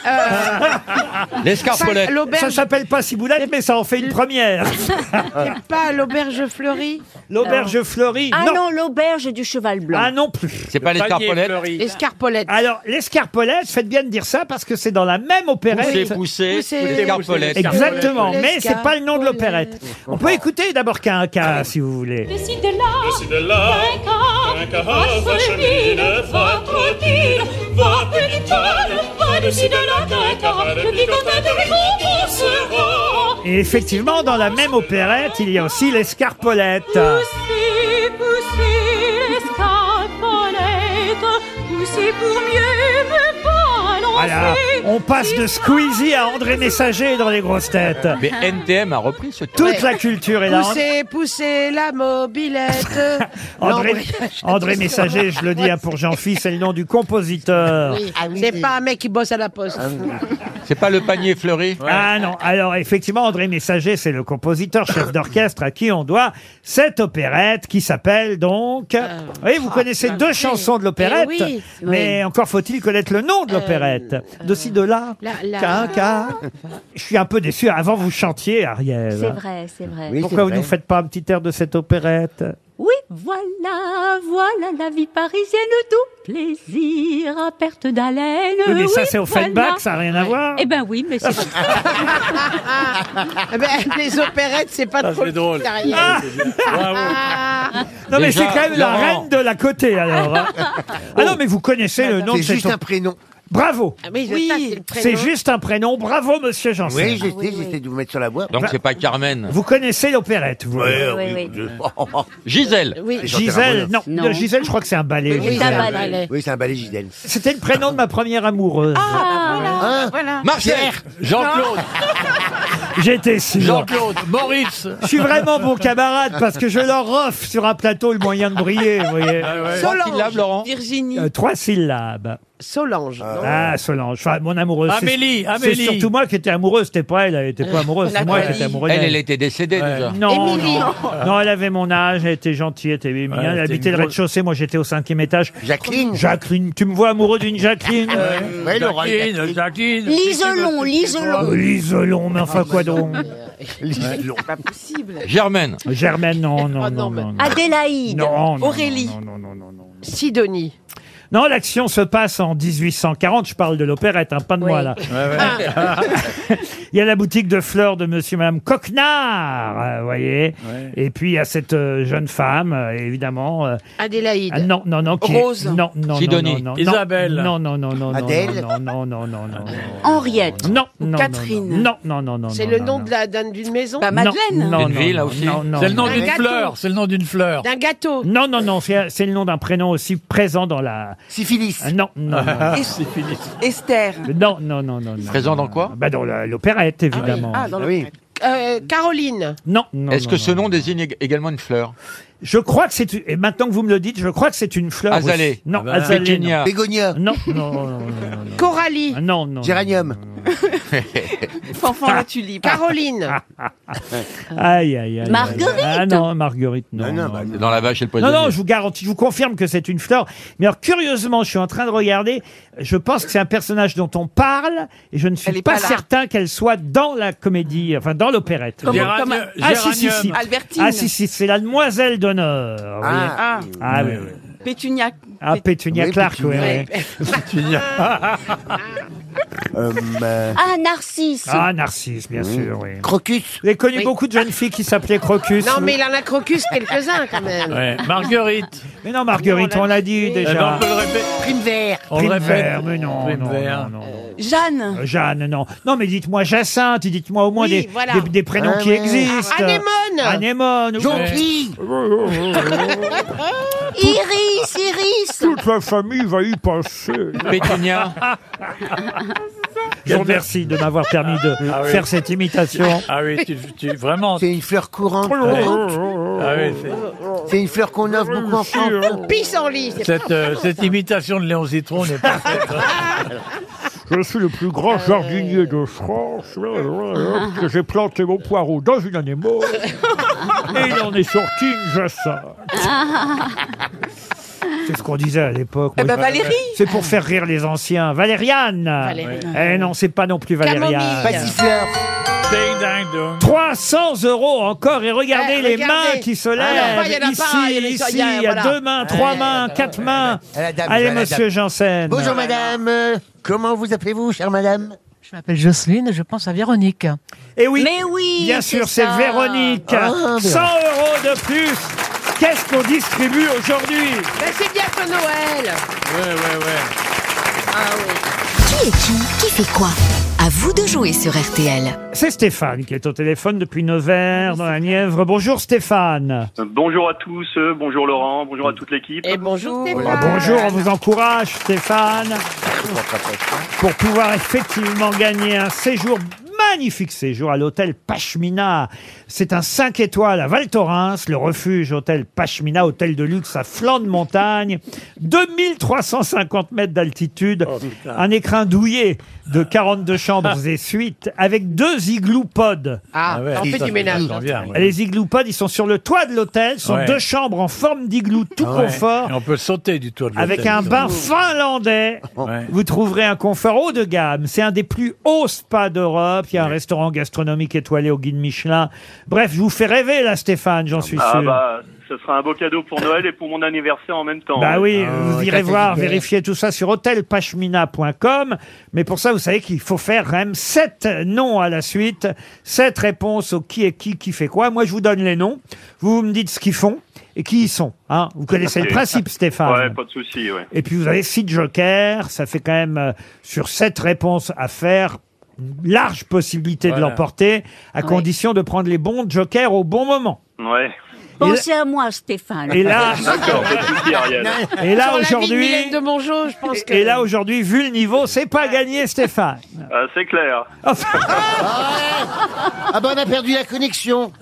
Euh, L'escarpolette. pas l'auberge- Ça s'appelle pas ciboulette, mais ça en fait une première. c'est pas l'auberge fleurie. L'auberge fleurie, Ah non. non, l'auberge du cheval blanc. Ah non plus. C'est pas l'escarpolette. L'escarpolette. Alors, l'escarpolette, faites bien de dire ça parce que c'est dans la même Poussé, opérette. poussé, Poussé, l'escarpolette. Exactement, mais c'est pas le nom de L'escarpolette. l'opérette. On peut écouter d'abord qu'un cas, si vous voulez. Décidez-la, qu'un cas, va chemine, va trottine, va petite âne, va décidez-la, qu'un cas, le picotin te récompensera. Et effectivement, dans la même opérette, il y a aussi l'escarpolette. Poussez, poussez l'escarpolette, poussez pour mieux me balancer. Voilà, on passe de Squeezie à André Messager dans les grosses têtes. Mais N T M a repris ce Toute truc. la culture est là. Poussez, poussez la mobilette. André, L'embrayage André Messager, je le dis hein, pour Jean-Philippe, c'est le nom du compositeur. Oui. C'est pas un mec qui bosse à la poste. C'est pas le panier fleuri. Ah non, alors effectivement, André Messager, c'est le compositeur, chef d'orchestre à qui on doit cette opérette qui s'appelle donc... oui, vous connaissez deux chansons de l'opérette, Eh oui. mais encore faut-il connaître le nom de l'opérette. De ci, de là, La- la- qu'un, qu'un. Je suis un peu déçu, avant vous chantiez, Ariel. C'est vrai, c'est vrai. Oui, Pourquoi c'est vous vrai. nous faites pas un petit air de cette opérette? Oui, voilà, voilà la vie parisienne, tout plaisir à perte d'haleine. Oui, mais ça c'est au voilà. Offenbach, ça n'a rien à voir. Eh ben oui, mais c'est... Eh ben, les opérettes, c'est pas Ça, trop c'est drôle. derrière. Ah Bravo. non mais Déjà, c'est quand même la Laurent. reine de la côté alors. hein. Ah non mais vous connaissez le nom de C'est cette juste un prénom. Bravo. Ah oui, Oui. ça, c'est le prénom. C'est juste un prénom. Bravo monsieur Janssen. Oui, j'essaie, j'essaie de vous mettre sur la voie. Donc c'est pas Carmen. Vous connaissez l'opérette, vous. Ouais, Oui, oui, oui. je- Gisèle. Oui. Gisèle, non, Non. de Gisèle, je crois que c'est un ballet. Oui, Gisèle. c'est un ballet. ballet. Oui, c'est un ballet Gisèle. C'était le prénom de ma première amoureuse. Ah, voilà. Hein voilà. Marcel. Jean-Claude. J'étais sûr. Jean-Claude. Maurice. Je suis vraiment bon camarade parce que je leur offre sur un plateau le moyen de briller, vous voyez. Trois syllabes, Laurent. Virginie. Euh, trois syllabes. Solange. non Ah, Solange. Enfin, mon amoureuse. c'est- Amélie, C'est Amélie. surtout moi qui étais amoureuse. C'était pas elle. Elle était pas amoureuse. C'est moi qui étais amoureux Elle, d'elle. elle était décédée Ouais. déjà. Non, Émilie. non. Non, elle avait mon âge, elle était gentille, elle était mignonne, Ouais, elle c'était habitait une le grosse- rez-de-chaussée, moi j'étais au cinquième étage. Jacqueline. Jacqueline, tu me vois amoureux d'une Jacqueline Ouais, Laurent. Jacqueline, Jacqueline. L'isolon, l'isolon. Oh, l'isolon, mais enfin quoi donc C'est pas possible. Germaine. Germaine, non, non, Ah, non, non, mais- non. non. Adélaïde. Non, non, Aurélie. Non, non, non, non, non. Sidonie. Non, l'action se passe en dix-huit cent quarante. Je parle de l'opérette, hein, pas de Oui. moi là. Il y a la boutique de fleurs de Monsieur et Madame Coquenard, euh, vous voyez. Ouais. Et puis il y a cette euh, jeune femme, euh, évidemment. euh, Adélaïde. ah, non, non, non. Qui Rose. Est, non, non, Sidonie. non, non, non, Isabelle. Non, non, non, non, non. Adèle. Non, non, non, non, non, non. Henriette. Non, non, Catherine. Non, non, non, non. C'est non, le non, nom non. de la- d'un- d'une maison. Bah, Madeleine. Non, non, D'une non, ville, non, aussi. non, non, C'est le nom non. d'une gâteau. fleur. C'est le nom d'une fleur. D'un gâteau. Non, non, non, c'est c'est le nom d'un prénom aussi présent dans la. Syphilis. Ah, Non, non, non. Es- Esther. Non, non, non, non. non. Présent dans quoi Bah dans la- l'opérette, évidemment. Ah, dans le... Oui. Euh, Caroline. Non, non. Est-ce non, que non, ce non. nom désigne ég- également une fleur? Je crois que c'est... Et maintenant que vous me le dites, je crois que c'est une fleur. Azalée. aussi. Non, Ah bah, azalée, Pétunia. Bégonia. Non, non, non, non, non, non. Coralie. Ah, non, non. Géranium. Fanfan la tulipe. Caroline. Aïe, aïe, aïe. Marguerite. Ah non, Marguerite, non. Non, non, non, bah, non. C'est dans la vache et le Non, poisonnier. non, je vous garantis, je vous confirme que c'est une fleur. Mais alors, curieusement, je suis en train de regarder, je pense que c'est un personnage dont on parle, et je ne suis Elle est pas, pas là. certain qu'elle soit dans la comédie, enfin, dans l'opérette. Comment- Géranium. comment- Ah, si, si, si. Albertine. Ah, si, si, c'est la demoiselle d'honneur. vous voyez. Ah, Ah, oui, oui. Pétunia. Ah, Pétunia Oui, Clark, oui, Pétunia. oui. Euh, euh, Ah, Narcisse. Ah, Narcisse, bien sûr, oui. Crocus. Vous avez connu Oui. beaucoup de jeunes filles qui s'appelaient Crocus. Non, vous mais il en a crocus quelques-uns quand même. Ouais. Marguerite. Mais non, Marguerite, on l'a dit Eh ben, déjà. on peut le répéter. Prime vert. On le Prime répète. vert, mais non, Prime non, vert. non, non, non. Jeanne. Euh, Jeanne, non. Non, mais dites-moi Jacinthe, dites-moi au moins Oui, des, voilà. des, des prénoms Ah qui ouais. existent. Anémone. Anémone. oui. Gentil. Iris, Iris. Toute la famille va y passer. Pétunia. Je vous remercie de m'avoir permis de Ah oui. faire cette imitation. Ah oui, tu, tu vraiment. C'est une fleur courante. Ah oui, c'est- C'est une fleur qu'on offre beaucoup en France. Pissenlit. c'est cette, euh, cette imitation de Léon Zitron n'est pas faite. Je suis le plus grand jardinier de France, parce que j'ai planté mon poireau dans une anémone, et il en est sorti une jacinthe. C'est ce qu'on disait à l'époque. Eh Moi, ben, je- Valérie. C'est pour faire rire les anciens. Valériane. Valérie. Eh non, c'est pas non plus Valériane. Camomille. Passifleur. Ding, ding, dong. trois cents euros encore et regardez Eh, les regardez. mains qui se Ah, lèvent. il y en a pas, il y en a ici, pas, il y en a- ici, il y a- il y a voilà. deux mains, trois mains, quatre mains. À la dame, Allez, à la monsieur dame. Janssen. Bonjour madame. Euh, Comment vous appelez-vous, chère madame? Je m'appelle Jocelyne et je pense à Véronique. Et oui, Mais oui, bien c'est sûr, c'est ça. Véronique. Ah, bien. cent euros de plus. Qu'est-ce qu'on distribue aujourd'hui? Ben, c'est bientôt Noël. Ouais, ouais, ouais. Qui est qui? Qui fait quoi? À vous de jouer sur R T L. C'est Stéphane qui est au téléphone depuis Nevers, dans la Nièvre. Bonjour Stéphane. Euh, Bonjour à tous, euh, bonjour Laurent, bonjour à toute l'équipe. Et bonjour Ah, Stéphane. bonjour, on vous encourage Stéphane, pour pouvoir effectivement gagner un séjour, magnifique séjour à l'hôtel Pashmina. C'est un cinq étoiles à Val Thorens, le refuge hôtel Pashmina, hôtel de luxe à flanc de montagne, deux mille trois cent cinquante mètres d'altitude, un écrin douillet de quarante-deux chambres et suites, avec deux igloupods. Ah, Ah ouais, on fait ça, du ménage. ça vient, ouais. Les igloupods, ils sont sur le toit de l'hôtel, ce sont Ouais. deux chambres en forme d'igloo, tout Ah ouais. confort. Et on peut sauter du toit de l'hôtel. Avec un bain finlandais, Ouais. vous trouverez un confort haut de gamme. C'est un des plus hauts spas d'Europe. Il y a un restaurant gastronomique étoilé au guide Michelin. Bref, je vous fais rêver là, Stéphane, j'en suis Ah sûr. bah, ce sera un beau cadeau pour Noël et pour mon anniversaire en même temps. Bah oui, Ah, vous ouais, irez ça, c'est voir, super. vérifier tout ça sur hôtel pashmina point com. Mais pour ça, vous savez qu'il faut faire quand même sept noms à la suite, sept réponses au qui est qui, qui fait quoi. Moi, je vous donne les noms. Vous me dites ce qu'ils font et qui ils sont. Hein, vous connaissez Ok. le principe, Stéphane. Ouais, pas de souci, ouais. Et puis vous avez six jokers, ça fait quand même euh, sur sept réponses à faire, une large possibilité de Voilà. l'emporter, à condition de prendre les bons jokers au bon moment. Ouais. Pensez à moi, Stéphane. Et là, D'accord, pas de souci, Ariel. et là Sur la vie de aujourd'hui, Mylène de Mongeau, je pense que... et là aujourd'hui, vu le niveau, c'est pas gagné, Stéphane. Ah, c'est clair. Enfin, Ah bah on a perdu la connexion.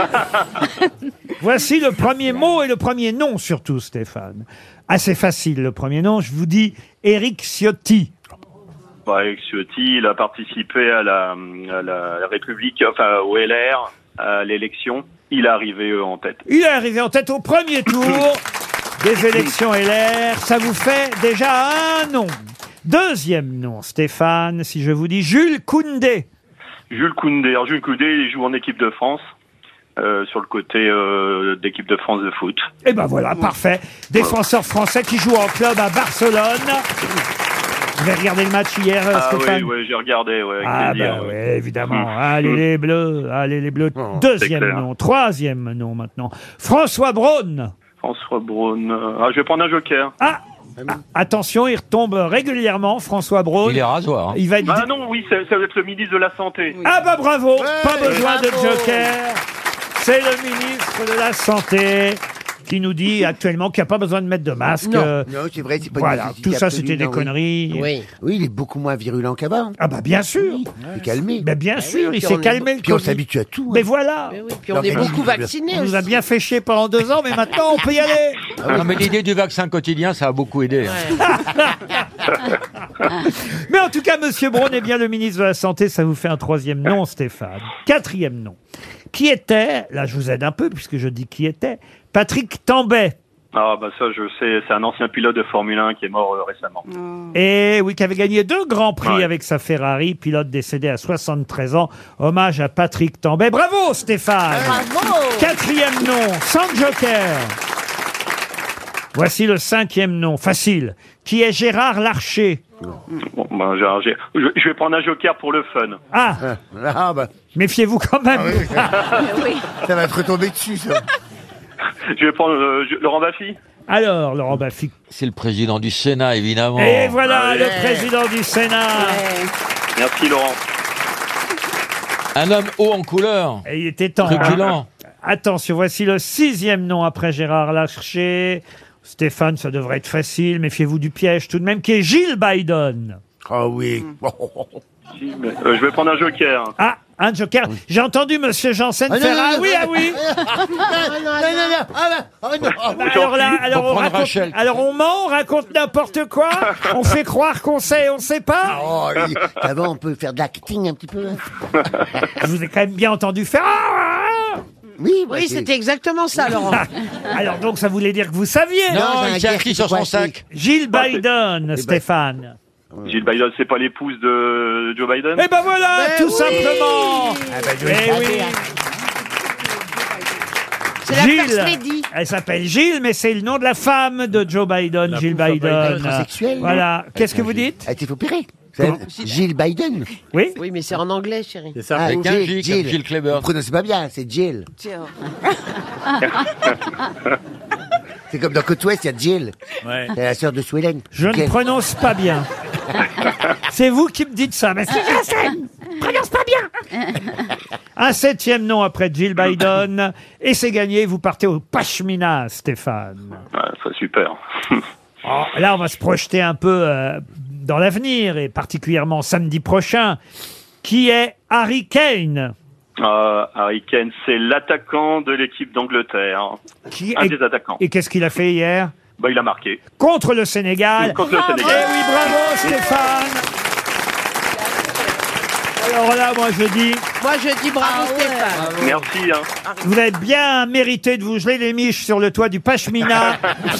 voici le premier mot et le premier nom surtout, Stéphane. Assez facile le premier nom. Je vous dis Éric Ciotti. Bah, avec Ciotti, il a participé à la, à la République, enfin au L R, à l'élection. Il est arrivé euh, en tête. Il est arrivé en tête au premier tour des élections L R. Ça vous fait déjà un nom. Deuxième nom, Stéphane, si je vous dis Jules Koundé. Jules Koundé. Alors, Jules Koundé, il joue en équipe de France, euh, sur le côté euh, d'équipe de France de foot. Et ben voilà, parfait. Défenseur français qui joue en club à Barcelone. Vous avez regardé le match hier, euh, Ah oui, Stéphane? ouais, j'ai regardé, ouais, avec Ah plaisir. bah ouais. ouais, évidemment. Mmh. Allez les bleus, allez les bleus. Deuxième clair. nom, troisième nom maintenant. François Braun. François Braun. euh, Ah, je vais prendre un joker. Ah, ah, attention, il retombe régulièrement, François Braun. Il est rasoir. hein. Il va être... Ah non, oui, ça, ça va être le ministre de la Santé. Ah bah bravo, pas Ouais, besoin de bravo. joker. C'est le ministre de la Santé qui nous dit actuellement qu'il n'y a pas besoin de mettre de masque. Non, Euh, non c'est vrai, c'est pas une voilà, nécessité tout ça absolue, c'était des non, oui. conneries. Oui. Oui, il est beaucoup moins virulent qu'avant. Ah bah bien sûr. Il s'est calmé. Mais bien Ah sûr, oui, il puis s'est on est- calmé le Puis on Covid. s'habitue à tout. hein. Mais voilà. Mais oui, puis on est L'organisme beaucoup de- vaccinés On nous a aussi. bien fait chier pendant deux ans, mais maintenant on peut y aller. Non, mais l'idée du vaccin quotidien, ça a beaucoup aidé. hein. Mais en tout cas, Monsieur Braun est bien le ministre de la Santé. Ça vous fait un troisième nom, Stéphane. Quatrième nom. Qui était, là je vous aide un peu puisque je dis qui était, Patrick Tambay. Ah bah ça, je sais, c'est un ancien pilote de Formule un qui est mort euh, récemment. Et oui, qui avait gagné deux grands prix Ouais. avec sa Ferrari, pilote décédé à soixante-treize ans. Hommage à Patrick Tambay. Bravo Stéphane. Bravo. Quatrième nom, sans joker. Voici le cinquième nom, facile. Qui est Gérard Larcher? Bon, ben, Gérard, j'ai- je, je vais prendre un joker pour le fun. Ah, Ah, bah, méfiez-vous quand même. ça va te retomber dessus, ça. Je vais prendre euh, je- Laurent Baffy. Alors, Laurent Baffy. C'est le président du Sénat, évidemment. Et voilà Ouais. le président du Sénat. Merci, Laurent. Un homme haut en couleur. Et il était temps. Truculent. Attention, voici le sixième nom après Gérard Larcher. Stéphane, ça devrait être facile. Méfiez-vous du piège tout de même, qui est Gilles Biden. Oh oui. Si, mais, euh, je vais prendre un joker. Ah, un joker. J'ai entendu Monsieur Janssen Ah, non, faire non, ah non, oui, non, ah oui. non, non, non. Ah, bah, oh, non. Bah, alors là, alors Faut on, prendre raconte- Rachel. alors on ment, on raconte n'importe quoi, on fait croire qu'on sait, on sait pas. Oh, il- ça va, on peut faire de l'acting un petit peu. Je vous ai quand même bien entendu faire. Ah, ah, Oui, bah, Oui, c'est- c'était exactement ça, Laurent. ah. Alors donc ça voulait dire que vous saviez. Non, j'ai un il s'est gars inscrit qui sur son s'est coincé. sac. Gilles Ah, c'est- Biden, Stéphane. Gilles Biden, c'est pas l'épouse de Joe Biden? Eh ben voilà, Mais tout oui. simplement. Ah, bah, je Eh le oui. savais. C'est la First Lady. Elle s'appelle Gilles, mais c'est le nom de la femme de Joe Biden, La Gilles pauvre Biden. Transsexuel. Voilà. Qu'est-ce que vous dites? Elle s'est fait opérer. C'est Gilles Biden. Oui. Oui, mais c'est en anglais, chérie. C'est ça. Ah, Avec un J, comme Gilles Kleber. Vous prononcez pas bien, c'est Jill. C'est comme dans Côte Ouest, il y a Jill. Ouais. C'est la sœur de Swellen. Je ne Quelle- prononce pas bien. C'est vous qui me dites ça, mais c'est Janssen. Prononce pas bien. Un septième nom après Jill Biden. Et c'est gagné, vous partez au Pashmina, Stéphane. Ouais, c'est super. Oh, là, on va se projeter un peu euh, dans l'avenir, et particulièrement samedi prochain. Qui est Harry Kane? Euh, Harry Kane, c'est l'attaquant de l'équipe d'Angleterre. Qui Un est- des attaquants. Et qu'est-ce qu'il a fait hier? Bah, il a marqué. Contre le Sénégal. Contre le Eh Sénégal. oui, bravo Stéphane. Alors là, moi je dis, Moi, je dis bravo, Stéphane. Merci. Hein. vous avez bien mérité de vous geler les miches sur le toit du Pashmina.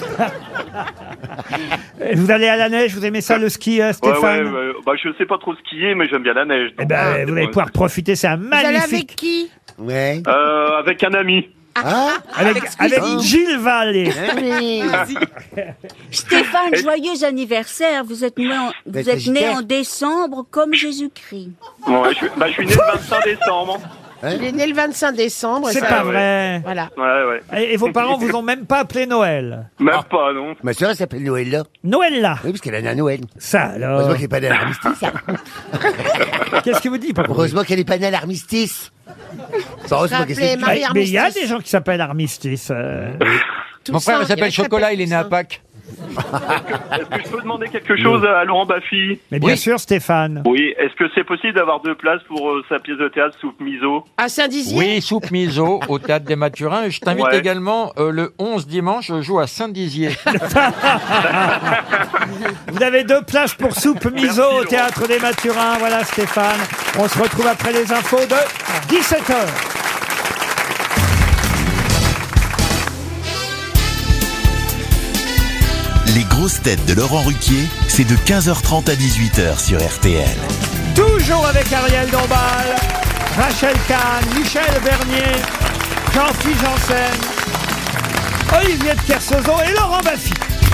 Vous allez à la neige, vous aimez ça le ski, euh, Ouais, Stéphane? ouais, ouais. Bah, je sais pas trop skier, mais j'aime bien la neige. Eh donc, ben, euh, vous allez ouais. pouvoir profiter, c'est un Vous allez avec magnifique... qui? Ouais. Euh, avec un ami. Ah, Avec, avec Gilles Vallée. oui. Stéphane, joyeux anniversaire. Vous êtes né en, vous Mais êtes né Sagittaire. en décembre comme Jésus-Christ. Ouais, je, suis- bah, je suis né le vingt-cinq décembre. Il est né le vingt-cinq décembre. et C'est ça- pas vrai. Voilà. Ouais, ouais. Et, et vos parents vous ont même pas appelé Noël? Même pas, non. Ma sœur, elle s'appelle Noël, là. Noël là. Oui, parce qu'elle est née à Noël. Ça Heureusement alors. qu'elle n'est pas née à l'armistice. hein. Qu'est-ce que vous dites? papa? Heureusement qu'elle n'est pas née à l'armistice. Heureusement qu'elle S'appelait s'est- Marie Mais il y a Armistice. des gens qui s'appellent Armistice. euh. Mon frère, il Toussaint, s'appelle il Chocolat, il est né à Toussaint. Pâques. Est-ce que je peux demander quelque chose à Laurent Baffy? Mais bien Oui. sûr, Stéphane. Oui. Est-ce que c'est possible d'avoir deux places pour euh, sa pièce de théâtre Soupe Miso? À Saint-Dizier. Oui, soupe miso au Théâtre des Mathurins. Et je t'invite Ouais. également euh, le onze dimanche, je joue à Saint-Dizier. Vous avez deux places pour Soupe Miso Merci, au Théâtre des Mathurins. Voilà, Stéphane. On se retrouve après les infos de dix-sept heures. Les grosses têtes de Laurent Ruquier, c'est de quinze heures trente à dix-huit heures sur R T L. Toujours avec Ariel Dombal, Rachel Kahn, Michel Bernier, Jean-Philippe Janssen, Olivier de Kersauzon et Laurent Baffy.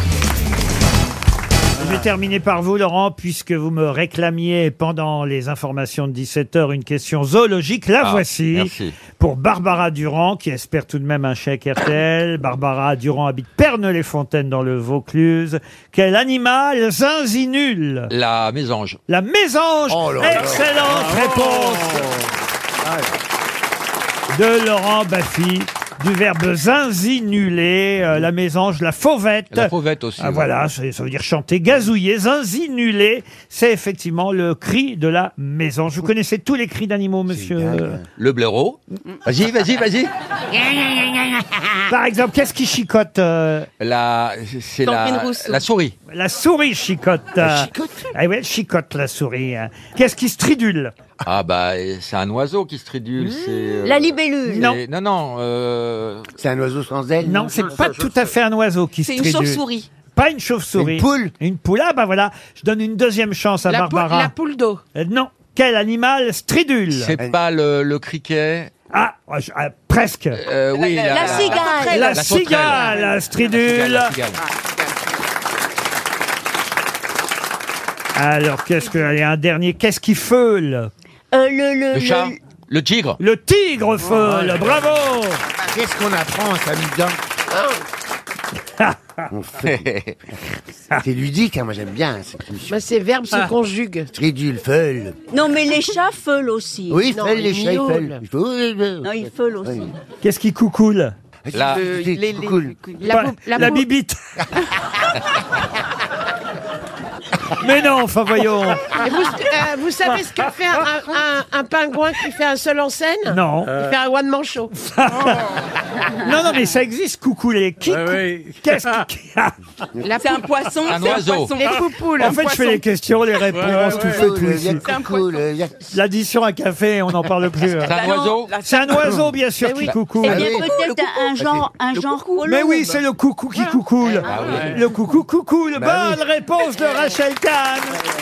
Je vais terminer par vous, Laurent, puisque vous me réclamiez pendant les informations de dix-sept heures une question zoologique. La Ah, voici. merci. Pour Barbara Durand, qui espère tout de même un chèque R T L. Barbara Durand habite Perneux-les-Fontaines dans le Vaucluse. Quel animal zinzinule? La mésange. La mésange. Oh là là. Excellente réponse de Laurent Baffy. Du verbe zinzinuler, euh, la mésange, la fauvette. La fauvette aussi. Ah, ouais. voilà, ça ça veut dire chanter, gazouiller, zinzinuler. C'est effectivement le cri de la mésange. Vous connaissez tous les cris d'animaux, monsieur? dingue. Le blaireau. Vas-y, vas-y, vas-y. Par exemple, qu'est-ce qui chicote? euh, La, c'est Sandrine la, Rousseau. la souris. La souris chicote. Elle chicote. Ah oui, elle chicote, la souris. hein. Qu'est-ce qui stridule? Ah bah, c'est un oiseau qui stridule. C'est, euh, La libellule. c'est- Non. Non, non. Euh, C'est un oiseau sans aile. Non, c'est pas tout à fait un oiseau qui C'est stridule. une chauve-souris. Pas une chauve-souris. Une poule. Une poule. Ah bah voilà, je donne une deuxième chance à La, poule, Barbara. la poule d'eau. Euh, non. Quel animal stridule? c'est pas le, le criquet. Ah, je- ah, presque. Euh, oui, La- la cigale. La, la sauterelle. cigale, Stridule. La cigale. Alors, qu'est-ce que... Allez, un dernier. Qu'est-ce qui feule? Euh, le, le, Le chat, le tigre. Le tigre feule. Bravo. Qu'est-ce qu'on apprend en s'amusant? On fait- C'est ludique, hein, moi j'aime bien. hein, cette émission. Bah, ces verbes se Ah. conjuguent. Stridule, feule. Non, mais les chats feulent aussi. Oui, Non, feule, les les chats, ils miaules. feulent. Il faut- Non, ils feulent aussi. Qu'est-ce qui coucoule? La- C'est- c'est les- les- cool. La, Pas- pou- la la pou- bibite. Mais non, enfin voyons. Et vous, euh, vous savez ce que fait un, un- un pingouin qui fait un seul en scène? Non. Il fait un one man show. Non, non, mais ça existe, coucouler. Qui Ouais, cou- ouais. Qu'est-ce qui... La C'est un pou- poisson. Un c'est oiseau. poisson. Les poupoules. En fait, je fais les questions, les réponses, Ouais, ouais, tout ouais. fait Cool, tout il y a ici. C'est un cool, il y a- L'addition à café, on n'en parle plus. C'est un Bah non, oiseau. la- C'est un oiseau, bien sûr, Mais qui oui. coucoule. Eh Ah bien, oui. peut-être un genre, un genre colombe. Mais oui, c'est le coucou qui coucoule. Ah oui. Le coucou coucoule. Bah Bonne réponse de Rachel Kahn.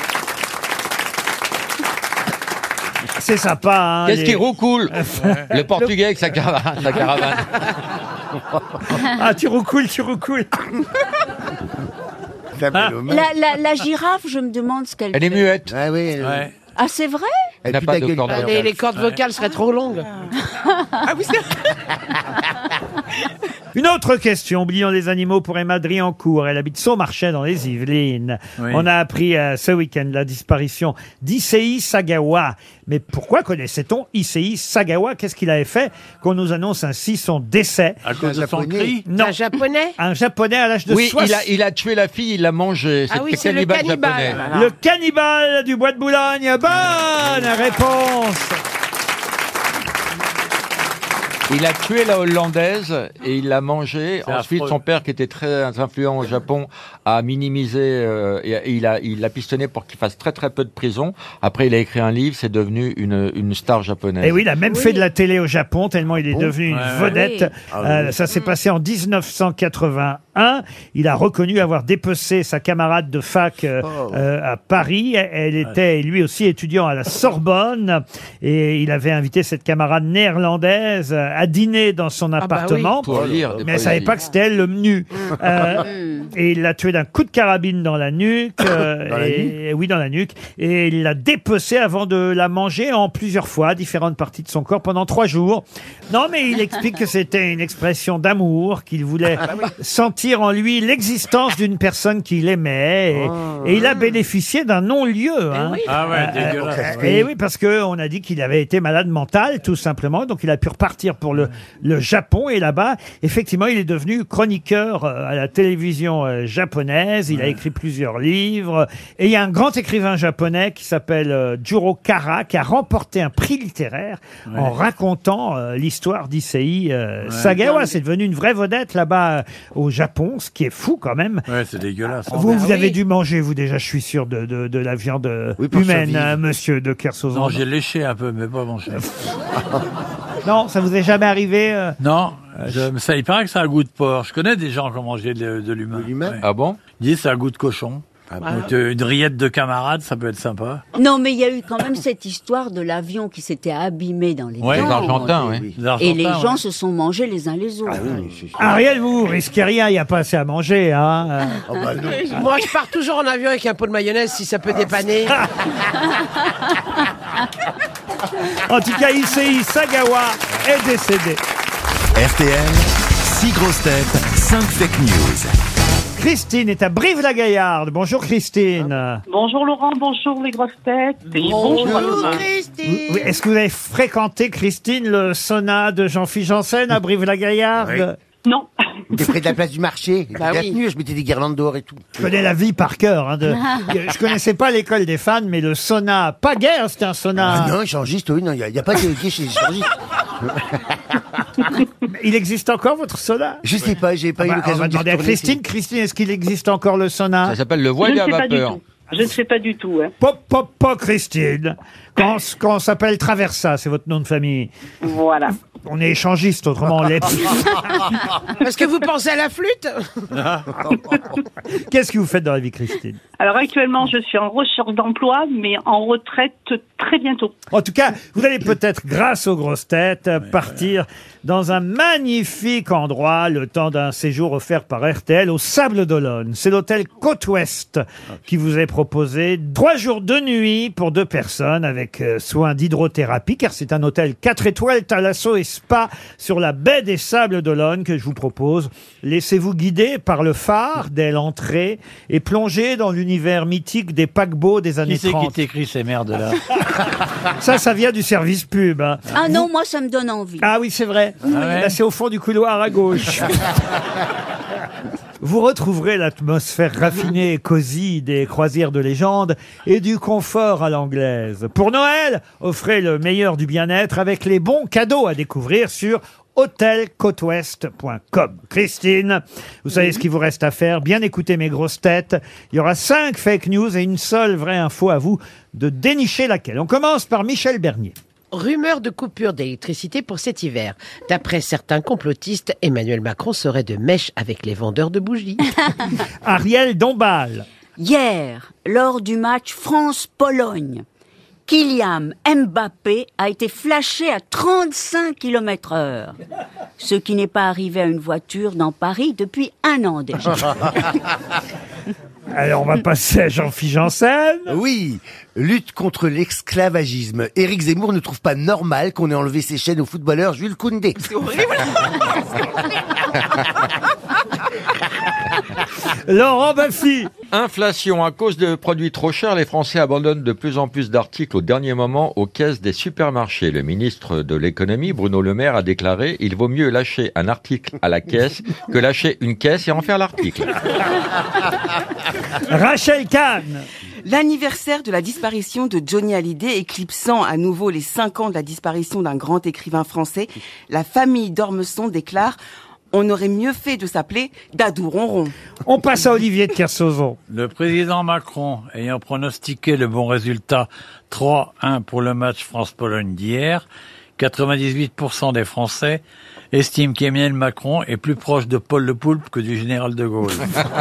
C'est sympa, hein. Qu'est-ce les- qui roucoule? Le portugais avec sa caravane. Sa caravane. Ah, tu roucoules, tu roucoules. Ça s'appelle au main. La, la, la girafe, je me demande ce qu'elle Elle est fait. muette. Ah oui, elle- Ouais. Ah, c'est vrai? elle n'a pue pas ta de gueule. corde Ah, vocale. Les, les cordes vocales seraient trop longues. Ah oui, c'est Une autre question, oublions les animaux pour Emma Driancourt. Elle habite Saut-Marchais dans les Yvelines. Oui. On a appris euh, ce week-end la disparition d'Issei Sagawa. Mais pourquoi connaissait-on Issei Sagawa? Qu'est-ce qu'il avait fait qu'on nous annonce ainsi son décès? À cause de son japonais. cri. Non, Un japonais? un japonais à l'âge de Oui, soixante. il a, il a tué la fille, il l'a mangée. Ah C'était oui, c'est le cannibale cannibale. japonais. Voilà. Le cannibale du bois de Boulogne. Bonne réponse. Il a tué la Hollandaise et il l'a mangée. C'est Ensuite, affreux. son père, qui était très influent au Japon, a minimisé euh, et, et il a il l'a pistonné pour qu'il fasse très très peu de prison. Après, il a écrit un livre, c'est devenu une, une star japonaise. Et oui, il a même fait de la télé au Japon, tellement il est devenu une Ouais, ouais. vedette. Oui. Ah Euh, oui. ça s'est passé en dix-neuf cent quatre-vingt-un. Il a reconnu avoir dépecé sa camarade de fac euh, Oh. euh, à Paris. Elle était lui aussi étudiant à la Sorbonne. Et il avait invité cette camarade néerlandaise à dîner dans son bah oui. appartement. Pour lire des Mais elle savait poésies. pas que c'était elle le menu. Euh, et il l'a tué d'un coup de carabine dans la nuque. euh, Dans la et, oui, dans la nuque. Et il l'a dépecée avant de la manger en plusieurs fois, différentes parties de son corps pendant trois jours. Non, mais il explique que c'était une expression d'amour, qu'il voulait sentir en lui l'existence d'une personne qu'il aimait. Et, et il a bénéficié d'un non-lieu. Hein. Ah ouais, Euh, dégueulasse. Et oui, parce que on a dit qu'il avait été malade mental, tout simplement. Donc, il a pu repartir pour le, le Japon. Et là-bas, effectivement, il est devenu chroniqueur euh, à la télévision euh, japonaise. Il a écrit plusieurs livres. Et il y a un grand écrivain japonais qui s'appelle euh, Juro Kara, qui a remporté un prix littéraire en racontant euh, l'histoire d'Issei euh, Sagawa. C'est devenu une vraie vedette là-bas euh, au Japon, ce qui est fou quand même. Ouais, c'est dégueulasse. Vous, bah vous oui. avez dû manger, vous déjà, je suis sûr, de, de, de la viande euh, Oui, pour humaine, survivre. hein, monsieur de Kersauzon. Non, j'ai léché un peu, mais pas mangé. Non, ça vous est jamais arrivé euh Non, je- ça, il paraît que ça a un goût de porc. Je connais des gens qui ont mangé de, de l'humain. De l'humain Ouais. Ah bon? Ils disent que ça a un goût de cochon. Donc, euh, une rillette de camarades, ça peut être sympa. Non, mais il y a eu quand même cette histoire de l'avion qui s'était abîmé dans les Ouais, Les viandes. Argentins, oui. Les Et Argentins, les gens ouais. se sont mangés les uns les autres. Ariel, vous risquez rien, il n'y a pas assez à manger. Hein. euh. Oh bah non. Moi, je pars toujours en avion avec un pot de mayonnaise si ça peut dépanner. En tout cas, Issei Sagawa est décédé. R T L, six grosses têtes, cinq fake news. Christine est à Brive-la-Gaillarde. Bonjour Christine. Bonjour Laurent, bonjour les grosses têtes. Et bonjour à Bonjour demain. Christine. Oui, Est-ce que vous avez fréquenté, Christine, le sauna de Jean-Philippe Janssen à Brive-la-Gaillarde? Non. T'es près de la place du marché. Bah la oui. tenue, je mettais des guirlandes d'or et tout. Je connais la vie par cœur. Hein, de... Je connaissais pas l'école des fans, mais le sauna, pas guère, c'était un sauna. Ah non, échangiste, oui, non, il n'y a, y a pas de métier chez les échangistes. Il existe encore votre sauna? Je sais pas, j'ai pas Ah eu bah, on l'occasion va de demander à Christine. Christine, est-ce qu'il existe encore le sauna? Ça s'appelle le Je voilier ne à sais pas du vapeur. tout. Je ne sais pas du tout. Hein. Pop, pop, pop, Christine. Quand, quand on s'appelle Traversa, c'est votre nom de famille. Voilà. On est échangiste, autrement on l'est. Parce que vous pensez à la flûte? Qu'est-ce que vous faites dans la vie, Christine? Alors actuellement, je suis en recherche d'emploi, mais en retraite très bientôt. En tout cas, vous allez peut-être, grâce aux grosses têtes, partir dans un magnifique endroit, le temps d'un séjour offert par R T L au Sable d'Olonne. C'est l'hôtel Côte-Ouest qui vous est proposé. Trois jours de nuit pour deux personnes avec euh, soins d'hydrothérapie, car c'est un hôtel quatre étoiles, thalasso et spa sur la baie des Sables d'Olonne que je vous propose. Laissez-vous guider par le phare dès l'entrée et plongez dans l'univers mythique des paquebots des années Qui c'est trente. qui t'écrit ces merdes-là? Ça, ça vient du service pub. Hein. Ah non, moi ça me donne envie. Ah oui, c'est vrai. Ah ouais. Là, c'est au fond du couloir à gauche. Vous retrouverez l'atmosphère raffinée et cosy des croisières de légende et du confort à l'anglaise. Pour Noël, offrez le meilleur du bien-être avec les bons cadeaux à découvrir sur hôtel côte ouest point com. Christine, vous savez ce qu'il vous reste à faire. Bien écouter mes grosses têtes. Il y aura cinq fake news et une seule vraie info à vous de dénicher laquelle. On commence par Michel Bernier. Rumeur de coupure d'électricité pour cet hiver. D'après certains complotistes, Emmanuel Macron serait de mèche avec les vendeurs de bougies. Ariel Dombal. Hier, lors du match France-Pologne, Kylian Mbappé a été flashé à trente-cinq kilomètres heure. Ce qui n'est pas arrivé à une voiture dans Paris depuis un an déjà. Alors, on va passer à Jean-Philippe Janssen. Oui, lutte contre l'esclavagisme. Éric Zemmour ne trouve pas normal qu'on ait enlevé ses chaînes au footballeur Jules Koundé. C'est horrible. Laurent Baffy. Inflation. À cause de produits trop chers, les Français abandonnent de plus en plus d'articles au dernier moment aux caisses des supermarchés. Le ministre de l'économie, Bruno Le Maire, a déclaré « Il vaut mieux lâcher un article à la caisse que lâcher une caisse et en faire l'article. » Rachel Kahn. L'anniversaire de la disparition de Johnny Hallyday éclipsant à nouveau les cinq ans de la disparition d'un grand écrivain français, la famille d'Ormesson déclare « On aurait mieux fait de s'appeler Dadou Ronron ». On passe à Olivier de Kersauzon. Le président Macron, ayant pronostiqué le bon résultat trois un pour le match France-Pologne d'hier, quatre-vingt-dix-huit pour cent des Français estiment qu'Emmanuel Macron est plus proche de Paul Le Poulpe que du général de Gaulle.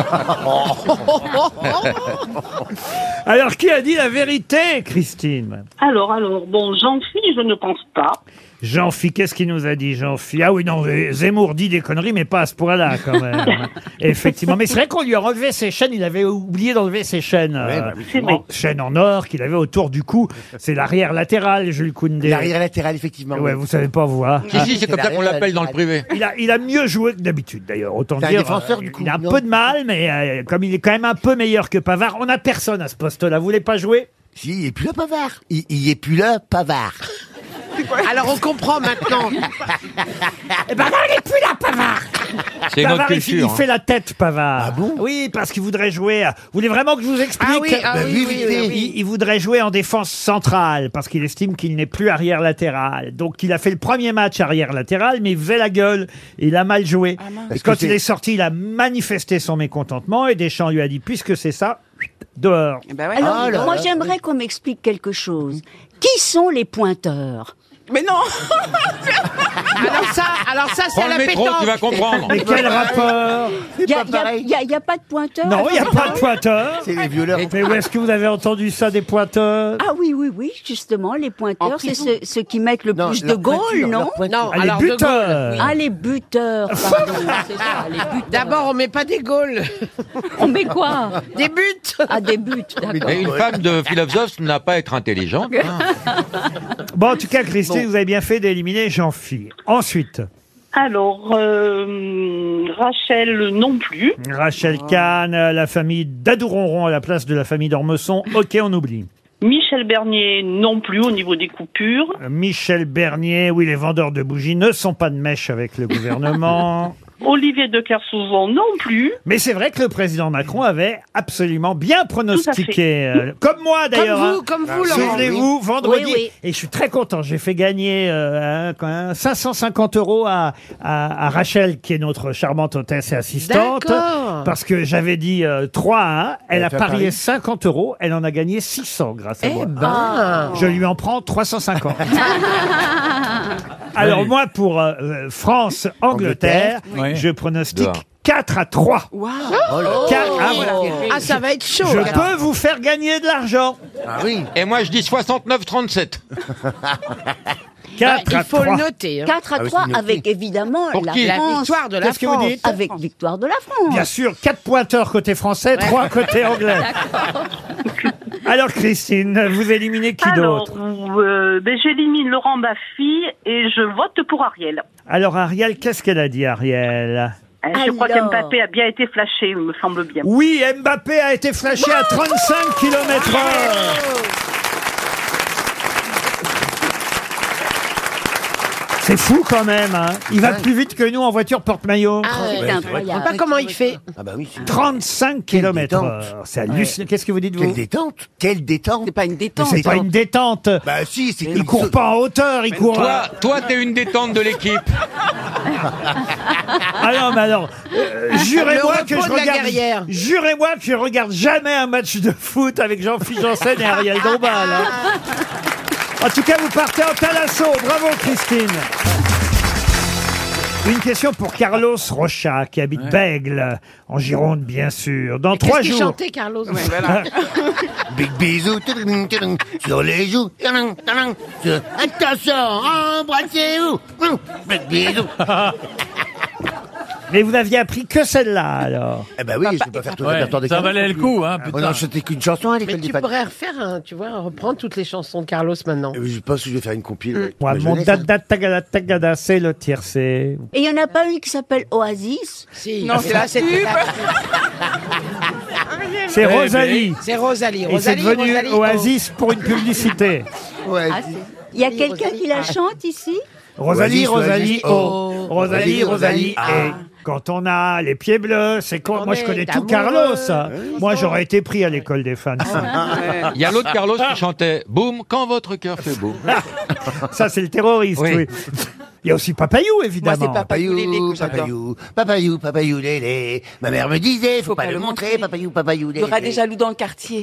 Alors, qui a dit la vérité, Christine? Alors, alors, bon, Jean-Philippe, je ne pense pas. Jean-Philippe, qu'est-ce qu'il nous a dit, Jean-Philippe? Ah oui, non, Zemmour dit des conneries, mais pas à ce point-là, quand même. Effectivement. Mais c'est vrai qu'on lui a enlevé ses chaînes, il avait oublié d'enlever ses chaînes. Ouais, bah, euh, en, chaînes en or qu'il avait autour du cou. C'est l'arrière latéral, Jules Koundé. L'arrière latéral, effectivement. Ouais, vous savez pas, vous, hein? Si, si, c'est comme ça qu'on l'appelle dans le privé. Il a, il a mieux joué que d'habitude, d'ailleurs. Autant C'est un dire. défenseur, euh, du coup, il a un non peu de mal, mais euh, comme il est quand même un peu meilleur que Pavard, on n'a personne à ce poste-là. Vous voulez pas jouer? Si, il est plus là, Pavard. Il, il est plus là, Pavard. Alors on comprend maintenant. Eh ben non, il est plus là, Pavard. C'est une autre Pavard, il, fait- culture. il fait la tête, Pavard. Ah bon? Oui, parce qu'il voudrait jouer. à- Vous voulez vraiment que je vous explique? Ah oui, ah Bah oui, oui, oui, oui, oui, oui. oui. Il, il voudrait jouer en défense centrale parce qu'il estime qu'il n'est plus arrière latéral. Donc il a fait le premier match arrière latéral, mais il faisait la gueule. Et il a mal joué. et Parce quand que il c'est- est sorti, il a manifesté son mécontentement et Deschamps lui a dit puisque c'est ça, dehors. Eh ben ouais. Alors, Ah là moi là. j'aimerais qu'on m'explique quelque chose. Qui sont les pointeurs? Mais non. Alors ça, alors ça c'est Prends à le la métro, pétanque. tu vas comprendre. Mais quel rapport? Il n'y a, pas pareil. y a- y a pas de pointeur? Non, il n'y a pas de pointeur. C'est les violeurs. Mais où est-ce que vous avez entendu ça, des pointeurs? Ah oui, oui, oui, justement, les pointeurs, En c'est prison. ceux, ceux qui mettent le Non, plus de leur goals, pointure, non? leur pointure. Non, Ah, les alors de Gaulle. buteurs. Ah, les buteurs, pardon, c'est ça, les buteurs. D'abord on met pas des Gaules, On met quoi? des buts. Ah, des buts, d'accord. Mais une femme de philosophe n'a pas à être intelligente. hein. Bon, en tout cas, Christine, vous avez bien fait d'éliminer Jean-Philippe. Ensuite, Alors, euh, Rachel non plus. Rachel Kahn, la famille d'Adouronron à la place de la famille d'Ormesson. Ok, on oublie. Michel Bernier non plus au niveau des coupures. Michel Bernier, oui, les vendeurs de bougies ne sont pas de mèche avec le gouvernement. Olivier de Kersauzon non plus. Mais c'est vrai que le président Macron avait absolument bien pronostiqué, euh, comme moi d'ailleurs. Comme vous, hein. comme vous, Laurent. Souvenez-vous, vendredi, Oui, oui. et je suis très content, j'ai fait gagner euh, hein, quand même cinq cent cinquante euros à, à, à Rachel, qui est notre charmante hôtesse et assistante, D'accord. parce que j'avais dit euh, trois à un, elle Elle a fait parié parier. cinquante euros, elle en a gagné six cents grâce à Eh moi. ben. Je lui en prends trois cent cinquante. Alors Oui. moi, pour euh, France-Angleterre, Oui. je pronostique Dehors. quatre à trois. Waouh. Quatre- ah, voilà. Ah, ça va être chaud. Je alors. peux vous faire gagner de l'argent. Ah oui. Et moi, je dis soixante-neuf trente-sept. quatre Il à faut trois. le noter. hein. quatre à Ah oui, trois c'est noté. avec évidemment Pour la qui La France. victoire de la Qu'est-ce que vous France. dites Avec victoire de la France. Bien sûr, quatre pointeurs côté français, trois côté anglais. Alors Christine, vous éliminez qui Alors, d'autre? euh, ben, j'élimine Laurent Baffy et je vote pour Ariel. Alors Ariel, qu'est-ce qu'elle a dit, Ariel? Euh, Je crois Alors. qu'Mbappé a bien été flashé, il me semble bien. Oui, Mbappé a été flashé à trente-cinq kilomètres heure. C'est fou quand même, hein. Il va plus vite que nous en voiture porte-maillot. Ah, c'est ouais, c'est incroyable. Je sais pas comment il fait. Ah bah oui. c'est- trente-cinq kilomètres heure. C'est hallucinant. Qu'est-ce que vous dites, Quelle vous? détente. Quelle détente. C'est pas une Mais détente. c'est pas une détente. Bah si, c'est Il court pas en hauteur, il court. Toi, toi, t'es une détente de l'équipe. Ah non, mais alors, euh, jurez-moi Le que repos je de la regarde. guerrière. Jurez-moi que je regarde jamais un match de foot avec Jean-Philippe Janssen et Ariel Dombal. hein. En tout cas, vous partez en talasso. Bravo, Christine. Une question pour Carlos Rocha, qui habite Bègle, en Gironde, bien sûr. Dans Qu'est-ce trois qu'il jours. chantait, Carlos? Big bisous tudum, tudum, sur les joues. Tudum, tudum, sur- Attention, embrassez-vous. Hum, Big bisous. Mais vous n'aviez appris que celle-là, alors. Eh ben oui, je peux pas faire tout le Ouais, répertoire des ça Carlos valait non le plus. coup, hein, On putain. n'en chantait qu'une chanson à l'école Mais des tu fans. pourrais refaire, un, tu vois, reprendre toutes les chansons de Carlos maintenant. Euh, Je pense que je vais faire une compile. ouais. Moi, Ma mon jeunesse, hein. dada tagada tagada, c'est le tiercé. Et il n'y en a pas une qui s'appelle Oasis? Si. Non, c'est la c'est pub. C'est Eh, Rosalie. C'est Rosalie. Et c'est Rosalie, devenu Rosalie. Oasis pour une publicité. Ouais. Ah, c'est- Il y a quelqu'un qui la chante ici? Rosalie, Oasis, Rosalie, Oasis, oh. oh. Rosalie, Rosalie, Rosalie, ah. et quand on a les pieds bleus, c'est quoi? On Moi, je est connais tout amoureux. Carlos. ça. Moi, j'aurais été pris à l'école des fans. Il y a l'autre Carlos qui chantait Boum, quand votre cœur fait boum. Ça, c'est le terroriste, oui. Oui. Il y a aussi Papayou, évidemment. Moi, c'est Papayou Lélé Papayou, que j'adore. papayou, papayou, papayou, lélé. Ma mère me disait, faut, Faut pas, le montrer, papayou, papayou, Il y lélé. aura des jaloux dans le quartier.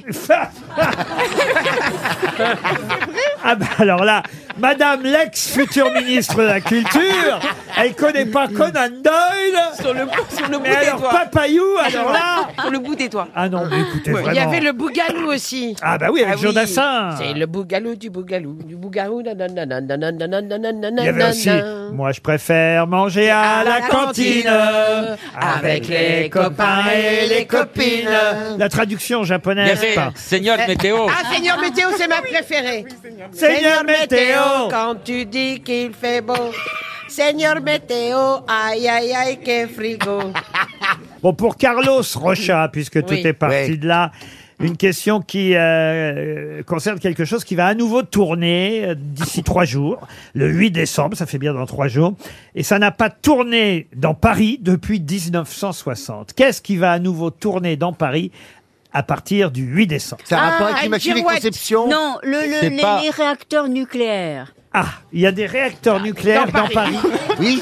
Ah bah alors là, Madame l'ex-future ministre de la Culture, elle connaît pas Conan Doyle, Sur le, sur le bout mais des alors doigts. Papayou, alors là... Sur le bout des doigts. Ah non, mais écoutez, Il y vraiment... avait le Bougalou aussi. Ah bah oui, avec Ah oui. Jodassin. C'est le Bougalou du Bougalou. Du Bougalou. Il y avait aussi, moi je préfère manger à, la, cantine, avec les copains et les copines. La traduction Il y japonaise. avait pas. Seigneur Météo. Ah, Seigneur Météo, c'est ma préférée. Seigneur Météo. quand tu dis qu'il fait beau. Seigneur Météo, aïe aïe aïe, que frigo. Bon, pour Carlos Rocha, puisque tout Oui. est parti Ouais. de là, une question qui euh, concerne quelque chose qui va à nouveau tourner euh, d'ici trois jours, le huit décembre, ça fait bien dans trois jours, et ça n'a pas tourné dans Paris depuis dix-neuf cent soixante. Qu'est-ce qui va à nouveau tourner dans Paris à partir du huit décembre? C'est un rapport avec Ah, l'Immaculée girouette. Conception. Non, le, le- C'est les, pas- les réacteurs nucléaires. Ah, il y a des réacteurs nucléaires dans Dans Paris. Oui.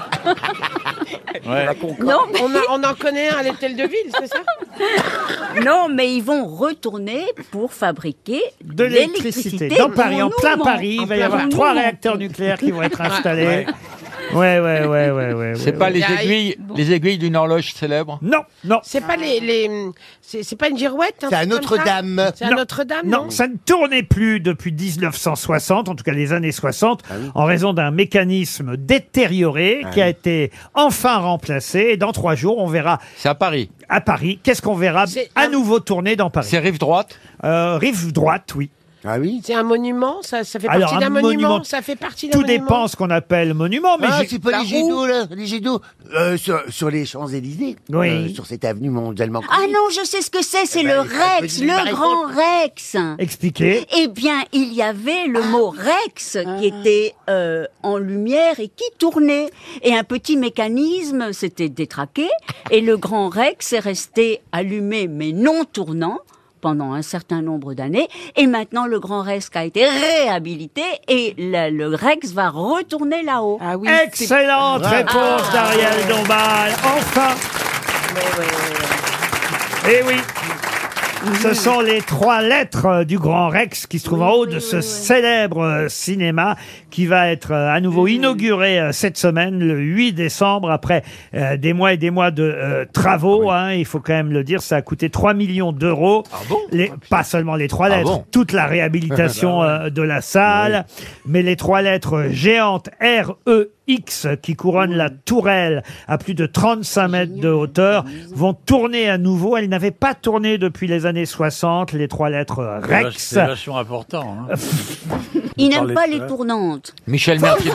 Non, mais, On, a- on en connaît un à l'hôtel de ville, c'est ça? non, mais ils vont retourner pour fabriquer De l'électricité. Dans Paris, en plein Paris, il va y avoir trois réacteurs nucléaires qui vont être installés. Ouais, ouais, ouais, ouais, ouais. C'est ouais, pas ouais. les aiguilles, les aiguilles d'une horloge célèbre. Non, non. C'est pas les, les c'est c'est pas une girouette. un C'est à truc comme ça Notre-Dame. C'est à Non. Notre-Dame, Non, non, ça ne tournait plus depuis dix-neuf cent soixante, en tout cas les années soixante, en raison d'un mécanisme détérioré qui a été enfin remplacé. Et dans trois jours, on verra C'est à Paris. à Paris. Qu'est-ce qu'on verra C'est à un- nouveau tourner dans Paris? C'est rive droite. Euh, rive droite, oui. Ah oui. C'est un monument, ça, ça fait Alors, partie un d'un monument. monument, Ça fait partie d'un Tout monument. dépend ce qu'on appelle monument, mais Ah, j'ai- c'est pas La les jets roue. d'eau, là, les jets d'eau. Euh, sur, sur les Champs-Élysées. Oui. Euh, sur cette avenue mondialement Ah non, je sais ce que c'est, c'est Eh le ben, je Rex, me dis ma le réponse. grand Rex. expliqué. Eh bien, il y avait le mot Rex qui était euh, en lumière et qui tournait. Et un petit mécanisme s'était détraqué et le grand Rex est resté allumé mais non tournant pendant un certain nombre d'années. Et maintenant, le grand Rex a été réhabilité et la- le Rex va retourner là-haut. Ah oui. Excellente réponse Ah. d'Ariel Dombal. Enfin. Eh oui. Ce sont les trois lettres euh, du Grand Rex qui se trouvent en haut de ce célèbre euh, cinéma qui va être euh, à nouveau inauguré euh, cette semaine, le huit décembre, après euh, des mois et des mois de euh, travaux. Hein, il faut quand même le dire, ça a coûté trois millions d'euros. Ah bon Les- Pas seulement les trois Ah lettres, bon toute la réhabilitation euh, de la salle, mais les trois lettres géantes R E X qui couronnent la tourelle à plus de trente-cinq mètres de hauteur vont tourner à nouveau. Elles n'avaient pas tourné depuis les années soixante, les trois lettres C'est vach- Rex. C'est vachement important. Hein. Il Parlez n'aime pas de les ça. tournantes. Michel Mercier.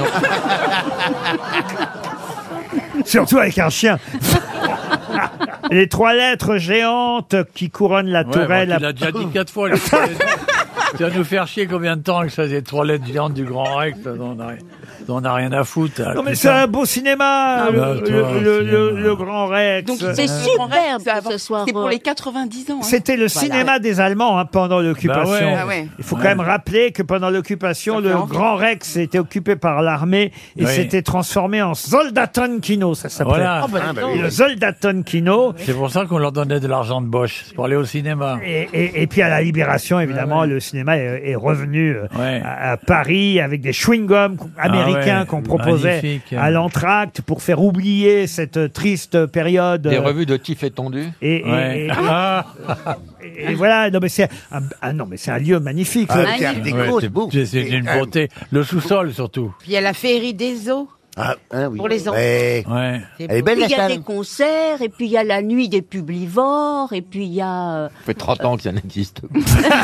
Surtout avec un chien. Les trois lettres géantes qui couronnent la Ouais, tourelle. bon, tu l'as déjà dit quatre fois. les trois lettres. Tu vas nous faire chier combien de temps que ça, ces trois lettres géantes du Grand Rex dont on a, dont on n'a rien à foutre. Non mais c'est un beau cinéma, Ah, le, bah, le- toi, le- cinéma. le- le Grand Rex. Donc, C'est Euh, superbe ça va- ce soir. C'est pour les quatre-vingt-dix ans. hein. C'était le Voilà. cinéma des Allemands hein, pendant l'occupation. Bah ouais. Ah ouais. Il faut Ouais. quand même rappeler que pendant l'occupation, Ça fait le envie. Grand Rex était occupé par l'armée et Oui. s'était transformé en Soldatenkino, ça s'appelait. Voilà. Oh, bah, dis donc. Le Soldatenkino. C'est pour ça qu'on leur donnait de l'argent de Bosch. C'est pour aller au cinéma. Et, et- et puis à la Libération, évidemment, Ouais, ouais. le cinéma est, est revenu euh, Ouais. à, à Paris avec des chewing-gums américains ouais. qu'on proposait Magnifique. à l'entracte pour faire oublier cette triste période. Des euh, revues de Tif et Tondu. et, et- Ouais. et- Ah, et voilà, non mais c'est un, ah non mais c'est un lieu magnifique. Ah, le- le théâtre des ouais, Crozes, c'est- beau. c'est c'est une Euh, beauté. Le sous-sol surtout. Puis il y a la féerie des eaux. Ah, ah oui. Pour les enfants. Ouais. Ouais. C'est Elle est beau. belle Puis la il y a salle. des concerts, et puis il y a la nuit des publivores, et puis il y a... euh, Ça fait trente ans que ça n'existe pas.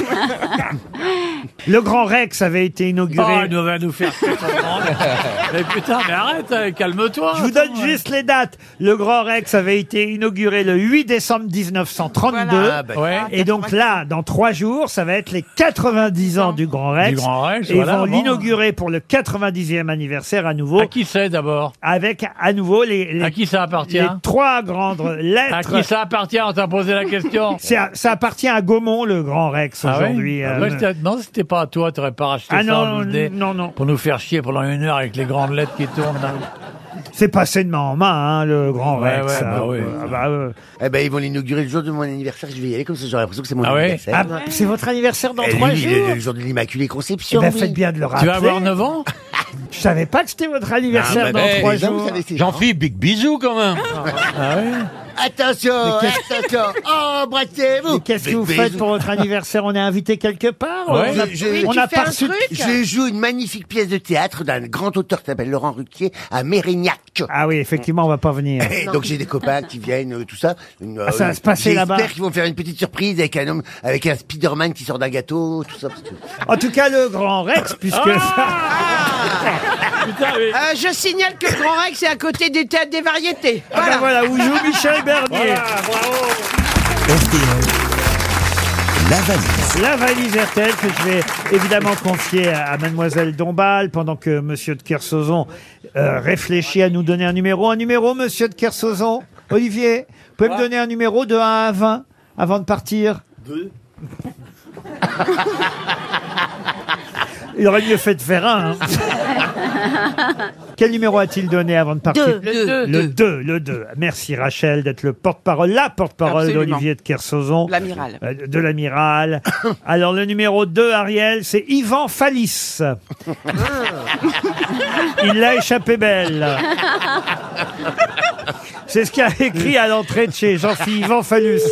Le Grand Rex avait été inauguré. Oh, il va nous faire comprendre. Mais putain, mais arrête, hein, calme-toi. Je vous donne Attends, juste les dates. Le Grand Rex avait été inauguré le huit décembre mille neuf cent trente-deux. Voilà. Ah, bah, Ouais. Et donc là, dans trois jours, ça va être les quatre-vingt-dix ans du Grand Rex. Du Grand Rex, et voilà, ils vont bon. l'inaugurer pour le quatre-vingt-dixième anniversaire à nouveau. À qui c'est d'abord? Avec à nouveau les, les, À qui ça appartient? les trois grandes lettres. À qui ça appartient? On t'a posé la question. C'est à- ça appartient à Gaumont, le Grand Rex, Ah ouais aujourd'hui. Ah euh, ouais, c'était- non, c'était pas à toi, t'aurais pas racheté Ah ça non, en idée non, non. pour nous faire chier pendant une heure avec les grandes lettres qui tournent. là. C'est passé de main en main, hein, le Grand Ouais, Rex. ouais, hein. bah oui. Ah bah, euh. Eh ben, ils vont l'inaugurer le jour de mon anniversaire. Je vais y aller comme ça. J'aurai l'impression que c'est mon Ah ouais anniversaire. Ah, bah, c'est votre anniversaire dans Eh, trois lui, jours. le, le jour de l'Immaculée Eh Conception. ben, oui. faites bien de le Tu rappeler. vas avoir neuf ans? Je savais pas que c'était votre anniversaire Ah, dans bah, ben, trois les hommes, jours. vous savez, c'est- Jean-Philippe, big bisou quand même. Ah ouais. Attention, attention. Oh, brassez-vous. Mais qu'est-ce que vous Mais- faites pour votre anniversaire? On est invité quelque part? Ouais. On a, Je- je- Oui, on tu a fais pas un reçu- truc. Je joue une magnifique pièce de théâtre d'un grand auteur qui s'appelle Laurent Ruquier à Mérignac. Ah oui, effectivement, on va pas venir. Et donc j'ai des copains qui viennent, euh, tout ça. Une, Ah, ça va euh, se passer là-bas. J'espère qu'ils vont faire une petite surprise avec un homme, avec un Spider-Man qui sort d'un gâteau, tout ça. parce que- En tout cas, le Grand Rex, puisque Putain, mais... Euh, je signale que le Grand Rex est à côté du théâtre des variétés. Ah ben voilà, où joue Michel Bernier. R T L, la valise. La valise R T L que je vais évidemment confier à, à Mademoiselle Dombal pendant que Monsieur de Kersauzon euh, réfléchit à nous donner un numéro. Un numéro, Monsieur de Kersauzon. Olivier, vous pouvez me donner un numéro de un à vingt avant de partir? Deux. Il aurait mieux fait de faire un. hein. Quel numéro a-t-il donné avant de partir? Deux. Le deux. Le deux, le deux. Merci Rachel d'être le porte-parole, la porte-parole Absolument. d'Olivier de Kersauzon. L'amiral. Euh, De l'amiral. Alors le numéro deux, Ariel, c'est Yvan Fallis. Il l'a échappé belle. C'est ce qu'il a écrit à l'entrée de chez Jean-Philippe Yvan Fallus.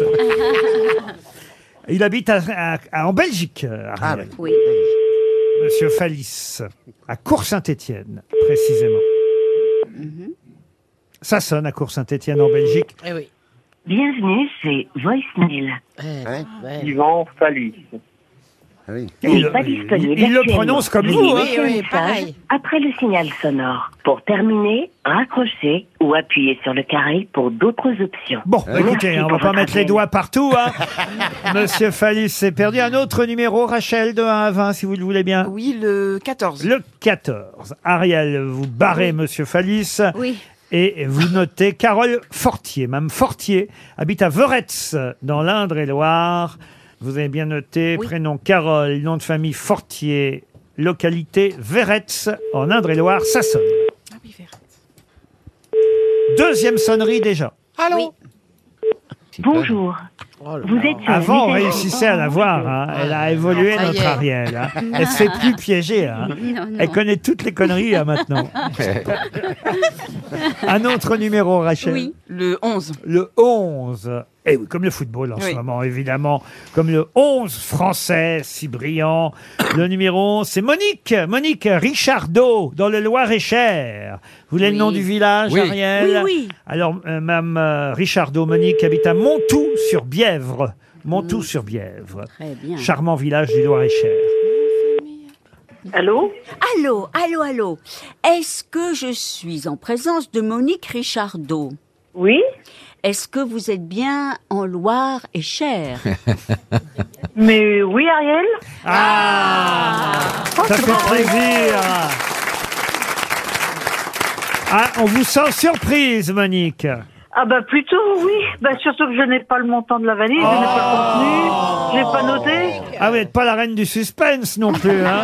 Il habite à- à- à- en Belgique, euh, Ariel. Oui. Monsieur Fallis, à Cour-Saint-Étienne, précisément. Ça sonne à Cour-Saint-Étienne en Belgique. Eh oui. Bienvenue, c'est Voicemail. Hein Yvan Fallis. Ah oui. Il, n'est pas il- disponible il le actuellement. prononce comme Veuillez vous. hein. laisser un oui, message pareil. après le signal sonore. Pour terminer, raccrochez ou appuyez sur le carré pour d'autres options. Bon, bah, écoutez, Merci hein, on va pour pas votre mettre les appel. doigts partout. Hein. Monsieur Fallis s'est perdu. Un autre numéro, Rachel, de un à vingt, si vous le voulez bien. Oui, le quatorze. Le quatorze. Ariel, vous barrez Monsieur Fallis. Oui. Et vous notez Carole Fortier. Mme Fortier habite à Veretz, dans l'Indre-et-Loire. Vous avez bien noté, Oui. prénom Carole, nom de famille Fortier, localité Veretz, en Indre-et-Loire, ça sonne. Ah oui, vert. Deuxième sonnerie déjà. Allô? Oui. Bonjour. Vous êtes sur Avant, on la réussissait à la voir. Hein. Elle a évolué, Ça y notre est. Ariel. Hein. Elle ne se fait plus piéger. Hein. Non, non. Elle connaît toutes les conneries hein, maintenant. Un autre numéro, Rachel. Oui, le onze. Le onze. Et oui, comme le football en Oui. ce moment, évidemment. Comme le onze français, si brillant. Le numéro onze, c'est Monique. Monique Richardot, dans le Loir-et-Cher. Vous voulez le nom du village, Oui. Ariel? Oui, oui. Alors, euh, Mme euh, Richardot, Monique, habite à Montoux-sur-Bièvre. Montoux-sur-Bièvre. Très bien. Charmant village du Loir-et-Cher. Allô? Allô, allô, allô. Est-ce que je suis en présence de Monique Richardot? Oui. Est-ce que vous êtes bien en Loire-et-Cher? Mais oui, Ariel. Ah, ça fait plaisir. Ah, on vous sent surprise, Monique. Ah bah plutôt oui. Bah surtout que je n'ai pas le montant de la valise, je n'ai pas le contenu, je n'ai pas noté. Ah, vous n'êtes pas la reine du suspense non plus, hein?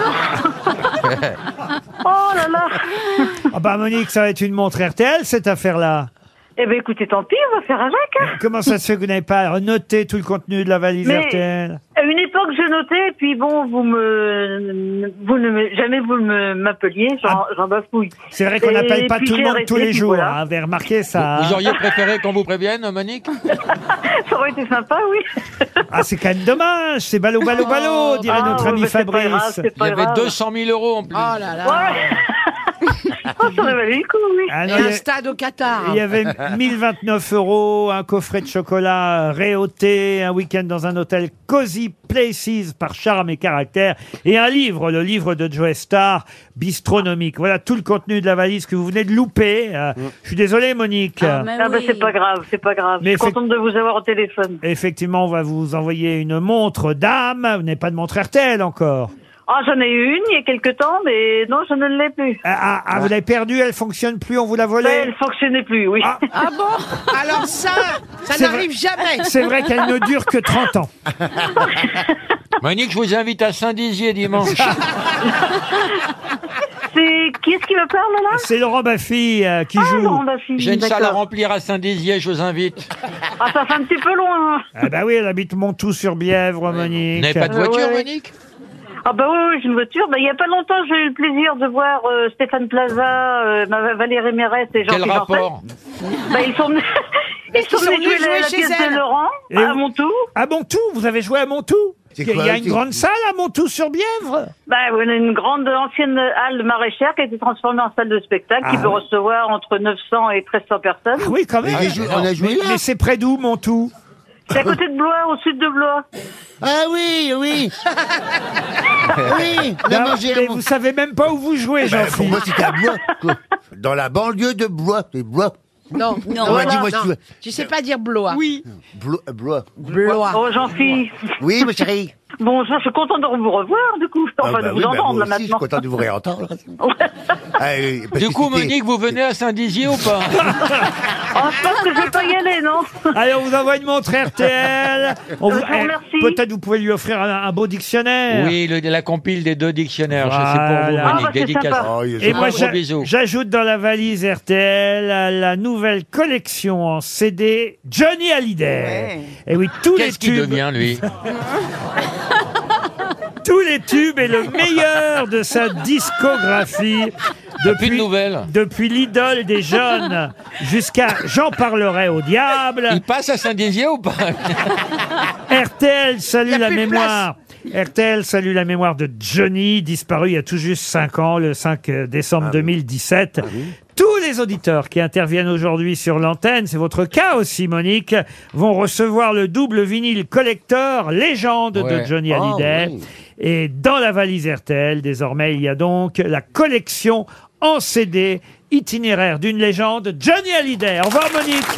Oh là là. Ah bah Monique, ça va être une montre R T L, cette affaire-là. Eh ben écoutez, tant pis, on va faire avec. Hein. Comment ça se fait que vous n'avez pas noté tout le contenu de la valise Mais R T L? à une époque, je notais, puis bon, vous me, vous ne me, jamais vous me m'appeliez, j'en, j'en bafouille. C'est vrai qu'on Et n'appelle pas puis tout le j'ai monde arrêté, tous les puis jours, voilà. hein, vous avez remarqué ça. Vous hein? auriez préféré qu'on vous prévienne, Monique? Ça aurait été sympa, oui. Ah, c'est quand même dommage, c'est ballot, ballot, ballot, dirait Ah, notre ouais, ami mais c'est pas Fabrice. grave, c'est Il y pas avait grave. deux cent mille euros en plus. Oh là là. Ouais. Oh, ça aurait valu le coup, oui. Ah Et non, il y un a- stade au Qatar. Il y avait mille vingt-neuf euros, un coffret de chocolat réauté, un week-end dans un hôtel Cozy Places par charme et caractère, et un livre, le livre de Joe Star, Bistronomique. Voilà tout le contenu de la valise que vous venez de louper. Euh, Je suis désolé, Monique. Ah bah c'est pas grave, c'est pas grave. Mais je suis contente de vous avoir au téléphone. Effectivement, on va vous envoyer une montre d'âme. Vous n'avez pas de montre R T L encore. Ah, j'en ai eu une il y a quelque temps, mais non, je ne l'ai plus. Ah, ah, ah, vous l'avez perdue, elle fonctionne plus, on vous l'a volée. Elle fonctionnait plus, oui. Ah bon? Alors ça, ça C'est n'arrive vrai- jamais. C'est vrai qu'elle ne dure que trente ans. Monique, je vous invite à Saint-Dizier dimanche. C'est qui est-ce qui me parle là? C'est Laurent Baffy euh, qui Ah, joue. Laurent Baffy, J'ai une salle à d'accord. remplir à Saint-Dizier, je vous invite. Ah, ça fait un petit peu loin. Ah bah oui, elle habite Montoux-sur-Bièvre, Monique. Vous n'avez pas de voiture, Ouais. Monique? Ah bah oui, oui, j'ai une voiture. Bah, il y a pas longtemps, j'ai eu le plaisir de voir euh, Stéphane Plaza, euh, ma- Valérie Mérès et Jean-Philippe Quel rapport? Bah, ils sont venus, ils sont sont venus venus jouer la, jouer la chez pièce elle. de Laurent Et à où- Montoux. À Montoux, vous avez joué à Montoux? C'est Il y a- quoi, il y a une c'est- grande salle à Montoux-sur-Bièvre? Bah, on a une grande ancienne halle maraîchère qui a été transformée en salle de spectacle qui Ah peut oui. recevoir entre neuf cents et treize cents personnes. Ah oui, quand même. Mais j'ai joué- on a joué Mais, là. mais c'est près d'où, Montoux? C'est à côté de Blois, au sud de Blois. Ah oui, oui. Oui, on a Non, mangé mais un- vous savez même pas où vous jouez, Bah, pour Jean-Philippe. moi, c'était à Blois. quoi. Dans la banlieue de Blois. C'est Blois. Non, Non, On m'a voilà, dit, moi, non. tu veux- Tu sais pas dire Blois. Oui. Blois. Blois. Blois. Oh, Jean-Philippe. Oui, ma chérie. Bonjour, je suis content de vous revoir, du coup. Enfin, Ah, bah de vous oui, bah, entendre, moi là, aussi, je suis maintenant. content de vous réentendre. Ouais. Ah, oui, parce Du que coup, c'était- Monique, vous venez à Saint-Dizier ou pas? Oh, je pense que je vais pas y aller, non? Allez, on vous envoie une montre R T L. On Je vous eh, remercie. Peut-être vous pouvez lui offrir un, un beau dictionnaire. Oui, le- la compile des deux dictionnaires. Je- C'est pour vous, Voilà. Ah, Monique. bah, c'est Dédicace. sympa. Oh, il est Et sympa. moi, Gros j'a- bisous. j'ajoute dans la valise R T L la nouvelle collection en C D Johnny Hallyday. Ouais. Et oui, tous les Qu'est-ce qu'il tubes, devient, lui? tous les tubes et le meilleur de sa discographie. Plus de Depuis, nouvelles. depuis l'idole des jeunes jusqu'à J'en parlerai au diable. Il passe à Saint-Dizier ou pas? R T L salue Il y a la plus de mémoire. R T L salue la mémoire de Johnny, disparu il y a tout juste cinq ans, le cinq décembre deux mille dix-sept. Tous les auditeurs qui interviennent aujourd'hui sur l'antenne, c'est votre cas aussi, Monique, vont recevoir le double vinyle collector Légende Ouais. de Johnny Oh, Hallyday. oui. Et dans la valise R T L, désormais, il y a donc la collection en C D itinéraire d'une légende, Johnny Hallyday. Au revoir, Monique.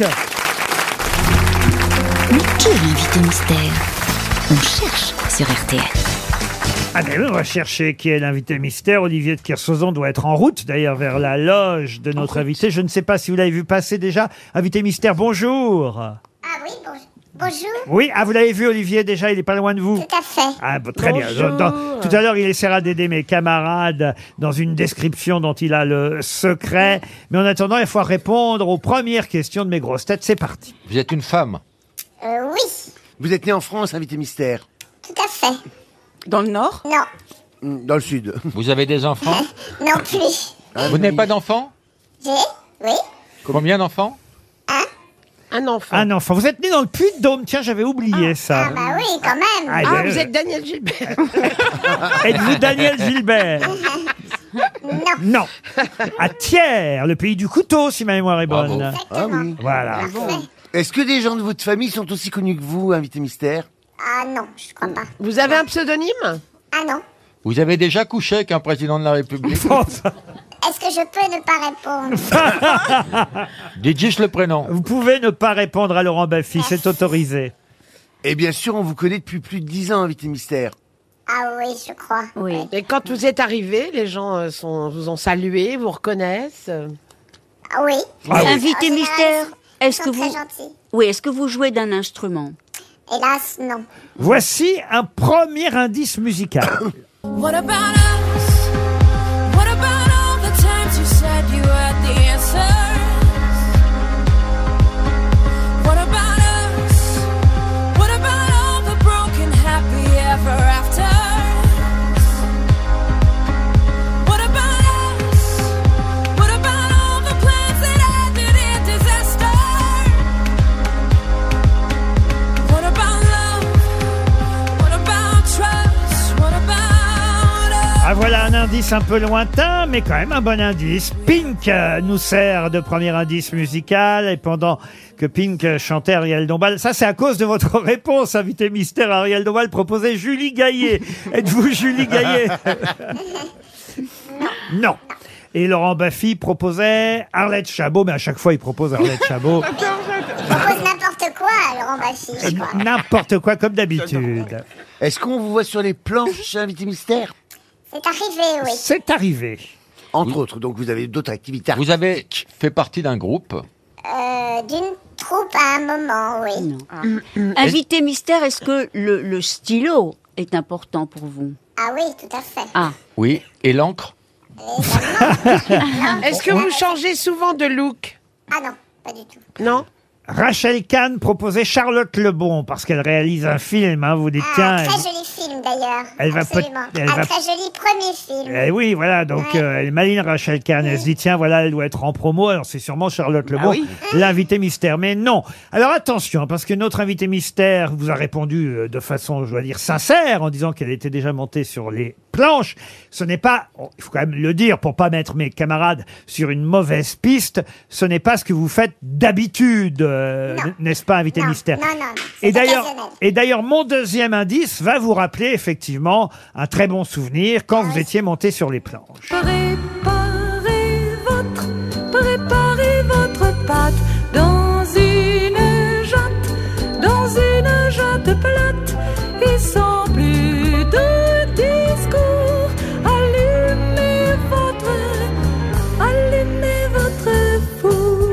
Mais qui est l'invité mystère? On cherche sur R T L. Ah ben oui, on va chercher qui est l'invité mystère. Olivier de Kersauzon doit être en route, d'ailleurs, vers la loge de notre invité. Je ne sais pas si vous l'avez vu passer déjà. Invité mystère, bonjour. Ah oui, bon- bonjour. Oui, ah, vous l'avez vu, Olivier, déjà, il n'est pas loin de vous. Tout à fait. Ah, bon, très bien. Bonjour. Dans- tout à l'heure, il essaiera d'aider mes camarades dans une description dont il a le secret. Mais en attendant, il faut répondre aux premières questions de mes grosses têtes. C'est parti. Vous êtes une femme. Euh, oui. Vous êtes né en France, invité mystère? Tout à fait. Dans le Nord? Non. Dans le Sud. Vous avez des enfants? Non plus. Ah, Vous n'avez pas d'enfants? J'ai? Oui. Combien d'enfants? Un enfant. Un enfant. Vous êtes né dans le Puy-de-Dôme. Tiens, j'avais oublié ça. Ah bah oui, quand même. Ah, Ah, ben, vous euh, êtes Daniel Gilbert. Êtes-vous Daniel Gilbert? Non. Non. À Thiers, le pays du couteau, si ma mémoire est Bravo. bonne. Ah oui. Voilà. Est-ce que des gens de votre famille sont aussi connus que vous, invité mystère? Ah non, je crois pas. Vous avez un pseudonyme? Ah non. Vous avez déjà couché avec un président de la République? Est-ce que je peux ne pas répondre? Dites juste le prénom. Vous pouvez ne pas répondre à Laurent Baffy, c'est autorisé. Et bien sûr, on vous connaît depuis plus de dix ans, invité mystère. Ah oui, je crois. Oui. Et quand vous êtes arrivé, les gens euh, sont, vous ont salué, vous reconnaissent. euh. Ah oui. Ah oui. Invité En général, mystère, ils est-ce sont que très vous... gentils. Oui, est-ce que vous jouez d'un instrument? Hélas, non. Voici un premier indice musical. What about us? What about all the times you said you had the answers? What about us? What about all the broken happy ever afters? What about us? What about all the plans that ended in disaster? What about love? What about trust? What about us? Ah voilà un indice un peu lointain, mais quand même un bon indice. Pink euh, nous sert de premier indice musical, et pendant que Pink euh, chantait Ariel Dombal, ça c'est à cause de votre réponse, invité mystère. Ariel Dombal proposait Julie Gaillet. Êtes-vous Julie Gaillet? Non. Et Laurent Baffy proposait Arlette Chabot, mais à chaque fois il propose Arlette Chabot. Je propose n'importe quoi, Laurent Baffy, je crois. N'importe quoi comme d'habitude. Est-ce qu'on vous voit sur les planches, invité mystère? C'est arrivé, oui. C'est arrivé. Entre autres, donc vous avez d'autres activités. Vous avez fait partie d'un groupe? Euh, d'une troupe à un moment, oui. Invité mystère, est-ce que le, le stylo est important pour vous? Ah oui, tout à fait. Ah. Oui. Et l'encre? Est-ce que vous changez souvent de look? Ah non, pas du tout. Non? Rachel Kahn proposait Charlotte Lebon, parce qu'elle réalise un film, hein, vous dites, tiens... Ah, très elle- joli film d'ailleurs. Elle va peut- Absolument. elle un va- très joli premier film. Eh oui, voilà, donc Ouais. euh, elle est maline, Rachel Kahn. Elle se dit, tiens, voilà, elle doit être en promo, alors c'est sûrement Charlotte Lebon, Ah oui. l'invité mystère. Mais non. Alors attention, parce que notre invité mystère vous a répondu euh, de façon, je dois dire, sincère, en disant qu'elle était déjà montée sur les planches. Ce n'est pas, oh, il faut quand même le dire pour pas mettre mes camarades sur une mauvaise piste, ce n'est pas ce que vous faites d'habitude, euh, Non. n'est-ce pas, invité Non, mystère? non, non, non. Et C'est d'ailleurs, occasionnel. et d'ailleurs, mon deuxième indice va vous rappeler effectivement un très bon souvenir quand vous étiez monté sur les planches. Préparez votre, préparez votre pâte dans une jatte, dans une jatte plate et sans plus de discours. Allumez votre, allumez votre four.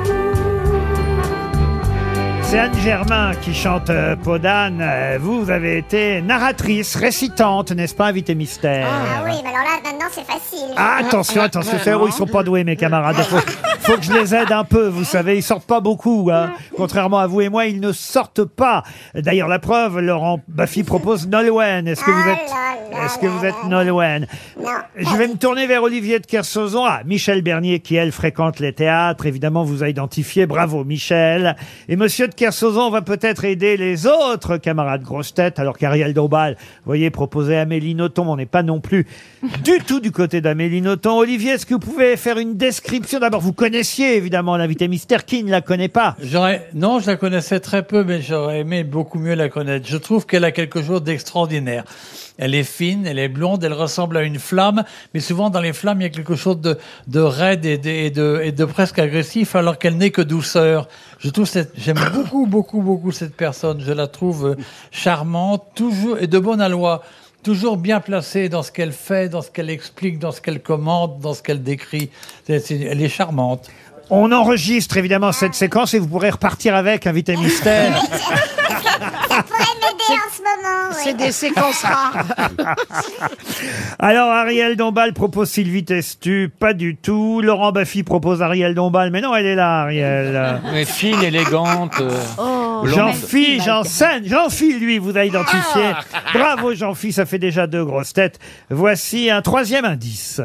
C'est Anne Germain qui chante euh, Peau d'âne. Euh, Vous, vous avez été narratrice, récitante, n'est-ce pas, invité mystère? Ah oui, mais alors là, maintenant, c'est facile. Ah, attention, attention, c'est où ils sont pas doués, mes camarades. Faut, faut que je les aide un peu, vous savez, ils sortent pas beaucoup. Hein. Contrairement à vous et moi, ils ne sortent pas. D'ailleurs, la preuve, Laurent Baffy propose Nolwenn. Est-ce que vous êtes, Ah là là est-ce que là vous êtes là. Nolwenn? Non. Je vais me tourner vers Olivier de Kersauzon. Ah, Michel Bernier, qui, elle, fréquente les théâtres, évidemment, vous a identifié. Bravo, Michel. Et monsieur de Kersauzon va peut-être aider les autres camarades grosses têtes, alors qu'Ariel Dombal, vous voyez, proposait Amélie Nothomb. On n'est pas non plus du tout du côté d'Amélie Nothomb. Olivier, est-ce que vous pouvez faire une description? D'abord, vous connaissiez, évidemment, l'invité mystère. Qui ne la connaît pas? J'aurais, non, je la connaissais très peu, mais j'aurais aimé beaucoup mieux la connaître. Je trouve qu'elle a quelque chose d'extraordinaire. Elle est fine, elle est blonde, elle ressemble à une flamme, mais souvent dans les flammes, il y a quelque chose de, de raide et de, et de, et de presque agressif, alors qu'elle n'est que douceur. Je trouve cette, j'aime beaucoup, beaucoup, beaucoup cette personne. Je la trouve euh, charmante, toujours, et de bonne aloi. Toujours bien placée dans ce qu'elle fait, dans ce qu'elle explique, dans ce qu'elle commente, dans ce qu'elle décrit. C'est- c'est- elle est charmante. On enregistre évidemment cette séquence et vous pourrez repartir avec, invité mystère. Ça pourrait m'aider en ce moment, oui. C'est des séquences rares. Alors, Ariel Dombal propose Sylvie Testu, pas du tout. Laurent Baffy propose Ariel Dombal, mais non, elle est là, Ariel. Mais fine, élégante. euh, Oh. Jean-Phi, Janssen. Jean-Phi, lui, vous a identifié. Bravo, Jean-Phi, ça fait déjà deux grosses têtes. Voici un troisième indice.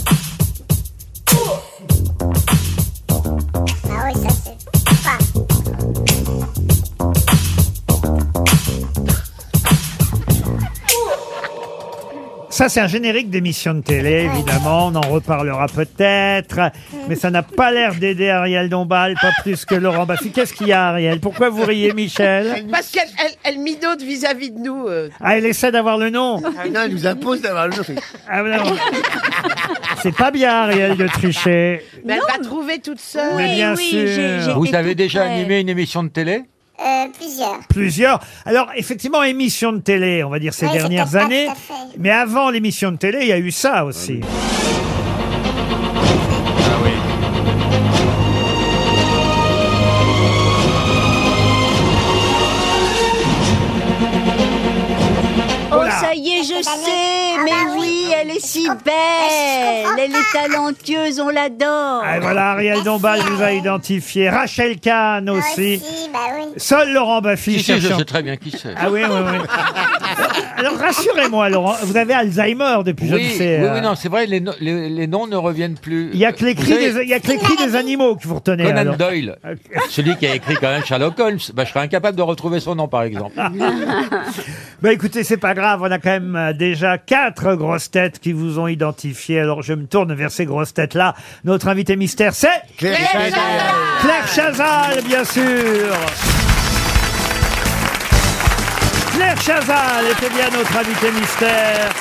Ah oui, ça c'est pas. Ça, c'est un générique d'émission de télé, évidemment. On en reparlera peut-être. Mais ça n'a pas l'air d'aider Ariel Dombal, pas plus que Laurent Baffy. Qu'est-ce qu'il y a, Ariel? Pourquoi vous riez, Michel? Parce qu'elle elle, elle minaude vis-à-vis de nous. euh. Ah, elle essaie d'avoir le nom. Ah, non, elle nous impose d'avoir le nom. Ah, non. C'est pas bien, Ariel, de tricher. Mais elle va trouver toute seule. Mais bien oui, sûr. j'ai- j'ai- Vous J'étais avez tout déjà près. animé une émission de télé? Euh, plusieurs. Plusieurs. Alors, effectivement, émission de télé, on va dire ces Ouais, dernières c'était pas années. tout à fait. Mais avant l'émission de télé, il y a eu ça aussi. Ah oui. Oh, là. ça y est, je Cette année. sais, Ah mais bah oui, oui. elle est si Je comprends. belle, Je comprends elle est talentueuse, on l'adore. Ah, voilà, Ariel Merci, Dombal vous a Ariel. identifié. Rachel Kahn Ah, aussi. bah oui. Seul Laurent Baffy Si, si, cherche je un- sais très bien qui c'est. Ah oui, oui, oui. Alors, rassurez-moi, Laurent, vous avez Alzheimer depuis, je Oui, ne sais. oui, euh, oui, non, c'est vrai, les, no- les, les noms ne reviennent plus. Il y a que les Vous cris savez, des, il y a que les cris des animaux que vous retenez. Conan alors. Doyle, celui qui a écrit quand même Sherlock Holmes, bah, je serais incapable de retrouver son nom, par exemple. Bah écoutez, c'est pas grave, on a quand même euh, déjà quatre grosses têtes qui vous ont identifié. Alors je me tourne vers ces grosses têtes-là. Notre invité mystère, c'est Claire Chazal. Claire Chazal, bien sûr. Claire Chazal était bien notre invité mystère.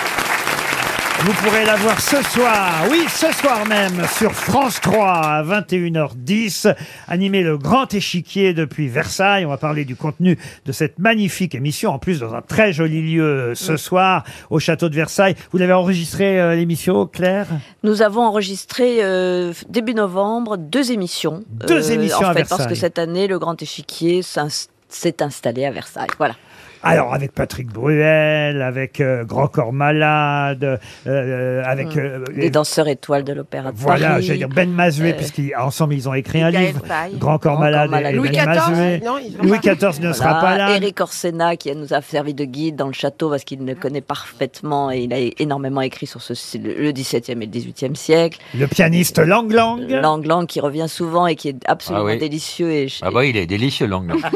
Vous pourrez la voir ce soir, oui, ce soir même, sur France trois à vingt et une heures dix, animer le grand échiquier depuis Versailles. On va parler du contenu de cette magnifique émission, en plus dans un très joli lieu ce soir, au château de Versailles. Vous l'avez enregistré, euh, l'émission, Claire? Nous avons enregistré euh, début novembre deux émissions. Deux émissions en à fait, Parce Versailles. que cette année, le Grand Échiquier s'ins- s'est installé à Versailles. Voilà. Alors, avec Patrick Bruel, avec euh, Grand Corps Malade, euh, avec... euh, Les danseurs étoiles de l'Opéra de Voilà, Paris. j'allais dire Ben Mazué, Euh, puisqu'ensemble ils ont écrit un Michael livre, Paille. Grand Corps Grand Malade Corps Malade. et Louis Ben quatorze, Mazué. non, il va Louis pas. quatorze ne sera pas là. Éric Orsena qui nous a servi de guide dans le château parce qu'il le connaît parfaitement et il a énormément écrit sur ce, le dix-septième et le dix-huitième siècle. Le pianiste Lang Lang. Lang Lang qui revient souvent et qui est absolument Ah oui. délicieux. Et, Ah bah, il est délicieux, Lang Lang.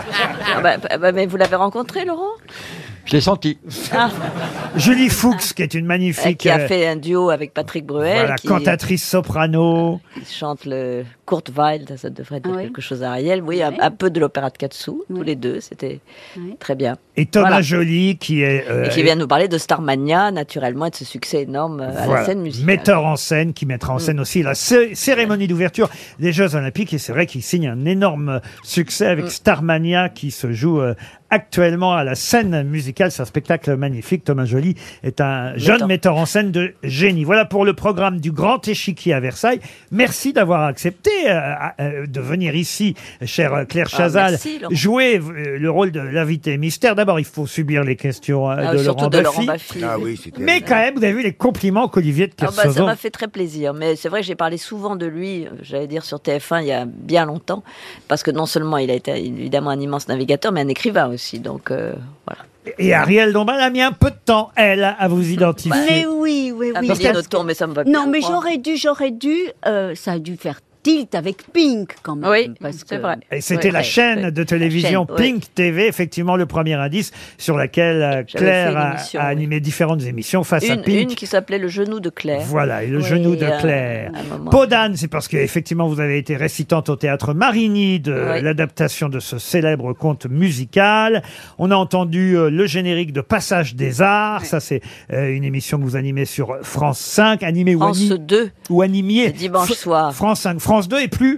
Ah bah, bah, mais vous l'avez rencontré, Laurent? Je l'ai senti. Ah. Julie Fuchs, qui est une magnifique... Qui a euh, fait un duo avec Patrick Bruel. voilà, qui, cantatrice soprano. qui chante le Kurt Weill, ça devrait dire quelque chose à Ariel. Oui, un, un peu de l'opéra de Katsu, tous les deux, c'était très bien. Et Thomas Voilà. Joly, qui est... euh, Et qui vient nous parler de Starmania, naturellement, et de ce succès énorme euh, à voilà, la scène musicale. metteur en scène, qui mettra en scène aussi la cé- cérémonie d'ouverture des Jeux Olympiques. Et c'est vrai qu'il signe un énorme succès avec Starmania, qui se joue euh, actuellement à la scène musicale. C'est un spectacle magnifique. Thomas Joly est un jeune Metteur. metteur en scène de génie. Voilà pour le programme du Grand Échiquier à Versailles. Merci d'avoir accepté euh, euh, de venir ici, chère euh, Claire Ah, Chazal, merci, Laurent. jouer euh, le rôle de l'invité mystère. D'abord, il faut subir les questions euh, Ah, de, surtout Laurent de Laurent Baffy. Baffy. Ah oui, c'était... Mais quand même, vous avez vu les compliments qu'Olivier de Ah bah, ça Kersauzon... m'a fait très plaisir, mais c'est vrai que j'ai parlé souvent de lui, euh, j'allais dire sur T F un il y a bien longtemps, parce que non seulement il a été évidemment un immense navigateur, mais un écrivain aussi, donc euh, voilà. Et Ariel Dombal a mis un peu de temps, elle, à vous identifier. Mais oui, oui, Ah, oui. parce parce notre que- tour, mais ça me va bien. Non, mais moi. j'aurais dû, j'aurais dû, euh, ça a dû faire tilt avec Pink quand même. Oui, parce c'est que- vrai. Et c'était Oui, la oui, chaîne oui. de télévision La chaîne, oui. Pink T V, effectivement le premier indice sur laquelle euh, J'avais Claire fait une a, émission, a oui. animé différentes émissions face à Une, Pink. une qui s'appelait Le genou de Claire. Voilà, et le Oui, genou de euh, Claire. à un moment. Peau d'âne, c'est parce qu'effectivement vous avez été récitante au théâtre Marigny de Oui. l'adaptation de ce célèbre conte musical. On a entendu euh, le générique de Passage des Arts. Ça, c'est euh, une émission que vous animez sur France cinq, animée ou, France ani- deux, ou animée. le dimanche F- soir. France cinq, France deux et plus.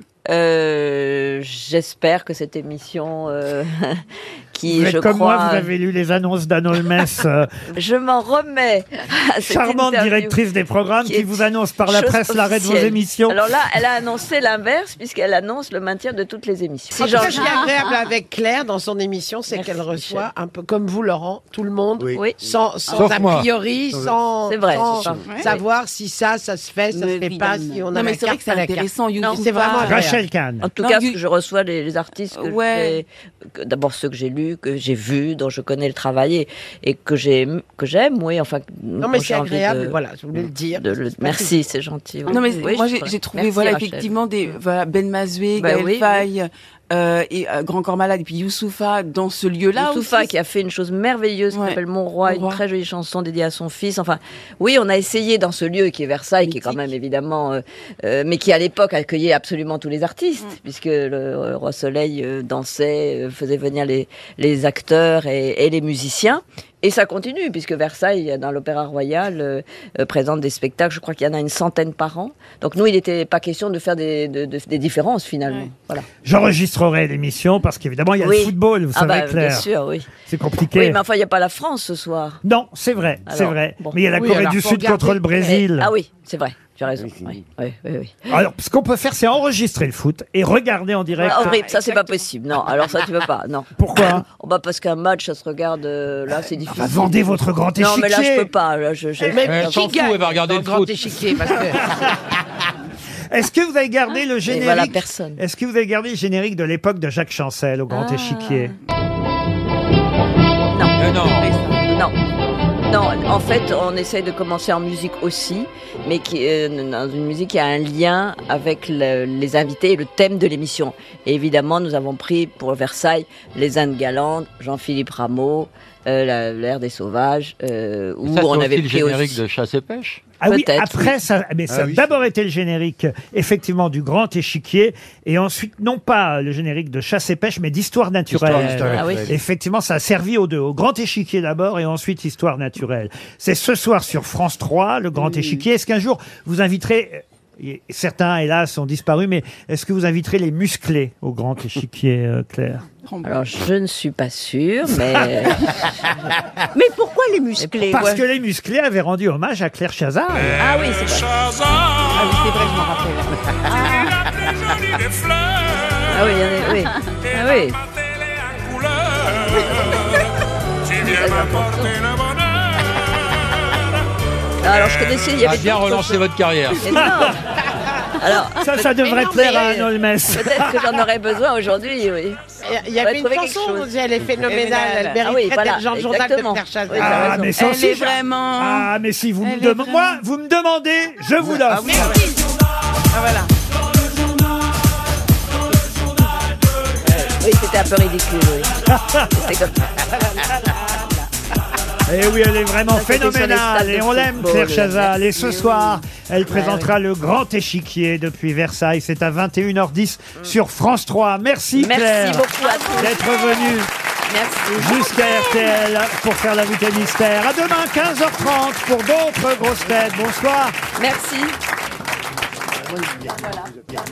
Euh, J'espère que cette émission euh, qui, Vous êtes je comme crois... moi, vous avez lu les annonces d'Anne Holmes, euh, Je m'en remets à cette charmante interview directrice des programmes, qui, est vous annonce par la chose presse l'arrêt de vos officielle. émissions. Alors là, elle a annoncé l'inverse, puisqu'elle annonce le maintien de toutes les émissions. En Si tout cas, Georges- ce qui est agréable avec Claire dans son émission, c'est Merci, qu'elle reçoit, Michel. un peu comme vous, Laurent, tout le monde, Oui. sans, sans Sauf a moi. priori, sans, C'est vrai, sans c'est ça. savoir si ça, ça se fait, ça Mais se fait pas, évidemment. si on a Non, la mais c'est vrai carte, que c'est pas la carte. intéressant, You Non, Give c'est vraiment Pas. agréable. Rachel Kahn. En tout Non, cas, Gu- ce que je reçois les, les artistes, que Ouais. j'ai- que- d'abord ceux que j'ai lus, que j'ai vus, dont je connais le travail et, et que j'aime, que j'aime, oui, enfin. Non, mais quand c'est j'ai envie agréable, de- voilà, je voulais le dire. de le- C'est pas merci, c'est gentil. oui. Non mais Oui, moi je j'ai pourrais. j'ai trouvé Merci, voilà Rachel. effectivement des voilà, Ben Mazoué, Bah Gaël oui, Faye euh, et euh, Grand Corps Malade et puis Youssoufa dans ce lieu-là Youssoufa aussi. qui a fait une chose merveilleuse qui Ouais. s'appelle Mon Roi, Mon une Roi. très jolie chanson dédiée à son fils. Enfin, oui, on a essayé dans ce lieu qui est Versailles, qui est quand même évidemment, euh, euh, mais qui à l'époque accueillait absolument tous les artistes, Mm. puisque le euh, Roi Soleil euh, dansait, euh, faisait venir les, les acteurs et, et les musiciens. Et ça continue, puisque Versailles, dans l'Opéra Royal, euh, euh, présente des spectacles, je crois qu'il y en a une centaine par an. Donc nous, il n'était pas question de faire des, de- de- des différences finalement. Voilà. J'enregistrerai l'émission parce qu'évidemment, il y a Oui. le football, vous Ah savez, bah, Claire. bien sûr, oui. C'est compliqué. Oui, mais enfin, il n'y a pas la France ce soir. Non, c'est vrai, c'est Alors, vrai. bon. Mais il y a la Oui, Corée alors, du faut Sud regarder. contre le Brésil. Ah oui, c'est vrai, tu as raison. Oui, oui, oui, oui. Alors, ce qu'on peut faire, c'est enregistrer le foot et regarder en direct. Ah, horrible, ça c'est pas possible. Non, alors ça tu peux pas. Non. Pourquoi Oh, bah parce qu'un match, ça se regarde. euh, là, c'est difficile. bah, vendez votre grand Non, mais là échiquier. je peux pas. Là, je, je- Mais Elle qui s'en fout, gagne elle va regarder dans le grand foot. échiquier parce que... Est-ce que vous avez gardé le Et générique voilà personne. Est-ce que vous avez gardé le générique de l'époque de Jacques Chancel au grand Ah. échiquier Non. Euh, non. Non. Non, en fait, on essaye de commencer en musique aussi, mais qui, euh, dans une musique qui a un lien avec le- les invités et le thème de l'émission. Et évidemment, nous avons pris pour Versailles les Indes galantes, Jean-Philippe Rameau, euh, la- l'air des sauvages, euh, où Ça, c'est on avait aussi le pris générique aussi. de Chasse et Pêche. Ah oui, Peut-être, après oui. ça, mais ça Ah a oui. d'abord été le générique, effectivement, du grand échiquier, et ensuite, non pas le générique de Chasse et Pêche, mais d'Histoire naturelle. Histoire naturelle. Ah oui. Effectivement, ça a servi aux deux, au grand échiquier d'abord, et ensuite Histoire naturelle. C'est ce soir sur France trois, le grand échiquier. Est-ce qu'un jour, vous inviterez, euh, certains, hélas, ont disparu, mais est-ce que vous inviterez les musclés au grand échiquier, euh, Claire? Alors, je ne suis pas sûre, mais... Mais pourquoi les musclés Parce ouais. que les musclés avaient rendu hommage à Claire Chazal. Ah oui, c'est vrai. Ah oui, c'est vrai, je m'en rappelle. Ah oui, il y en a- oui. Ah oui. Alors, je connaissais, il y A avait bien d'autres relancé choses. votre carrière. Mais non. Alors, Ça, ça devrait mais non, plaire à mais Anne Holmès. Peut-être que j'en aurais besoin aujourd'hui, oui. Il y avait une trouver quelque chanson, chose. on disait, elle est phénoménale, elle Ah mériterait oui, voilà, d'être Jean Jourdain que de exactement. Claire Chazal. Oui, t'as Ah, raison. mais ça Elle aussi, est ça- vraiment- Ah, mais si vous me Elle est demandez, moi, vraiment- vous me demandez, je vous l'offre. Ah voilà. Oui, c'était un peu ridicule, oui. C'était comme Et oui, elle est vraiment Ça, c'était sur les phénoménale stades et de on l'aime, football. Claire Chazal. Et ce Oui, soir, elle Ah, présentera le grand échiquier depuis Versailles. C'est à vingt et une heures dix sur France trois. Merci, Merci Claire beaucoup à tous. d'être venue Merci. jusqu'à R T L pour faire l'invité mystère. À demain, quinze heures trente pour d'autres grosses têtes. Bonsoir. Merci.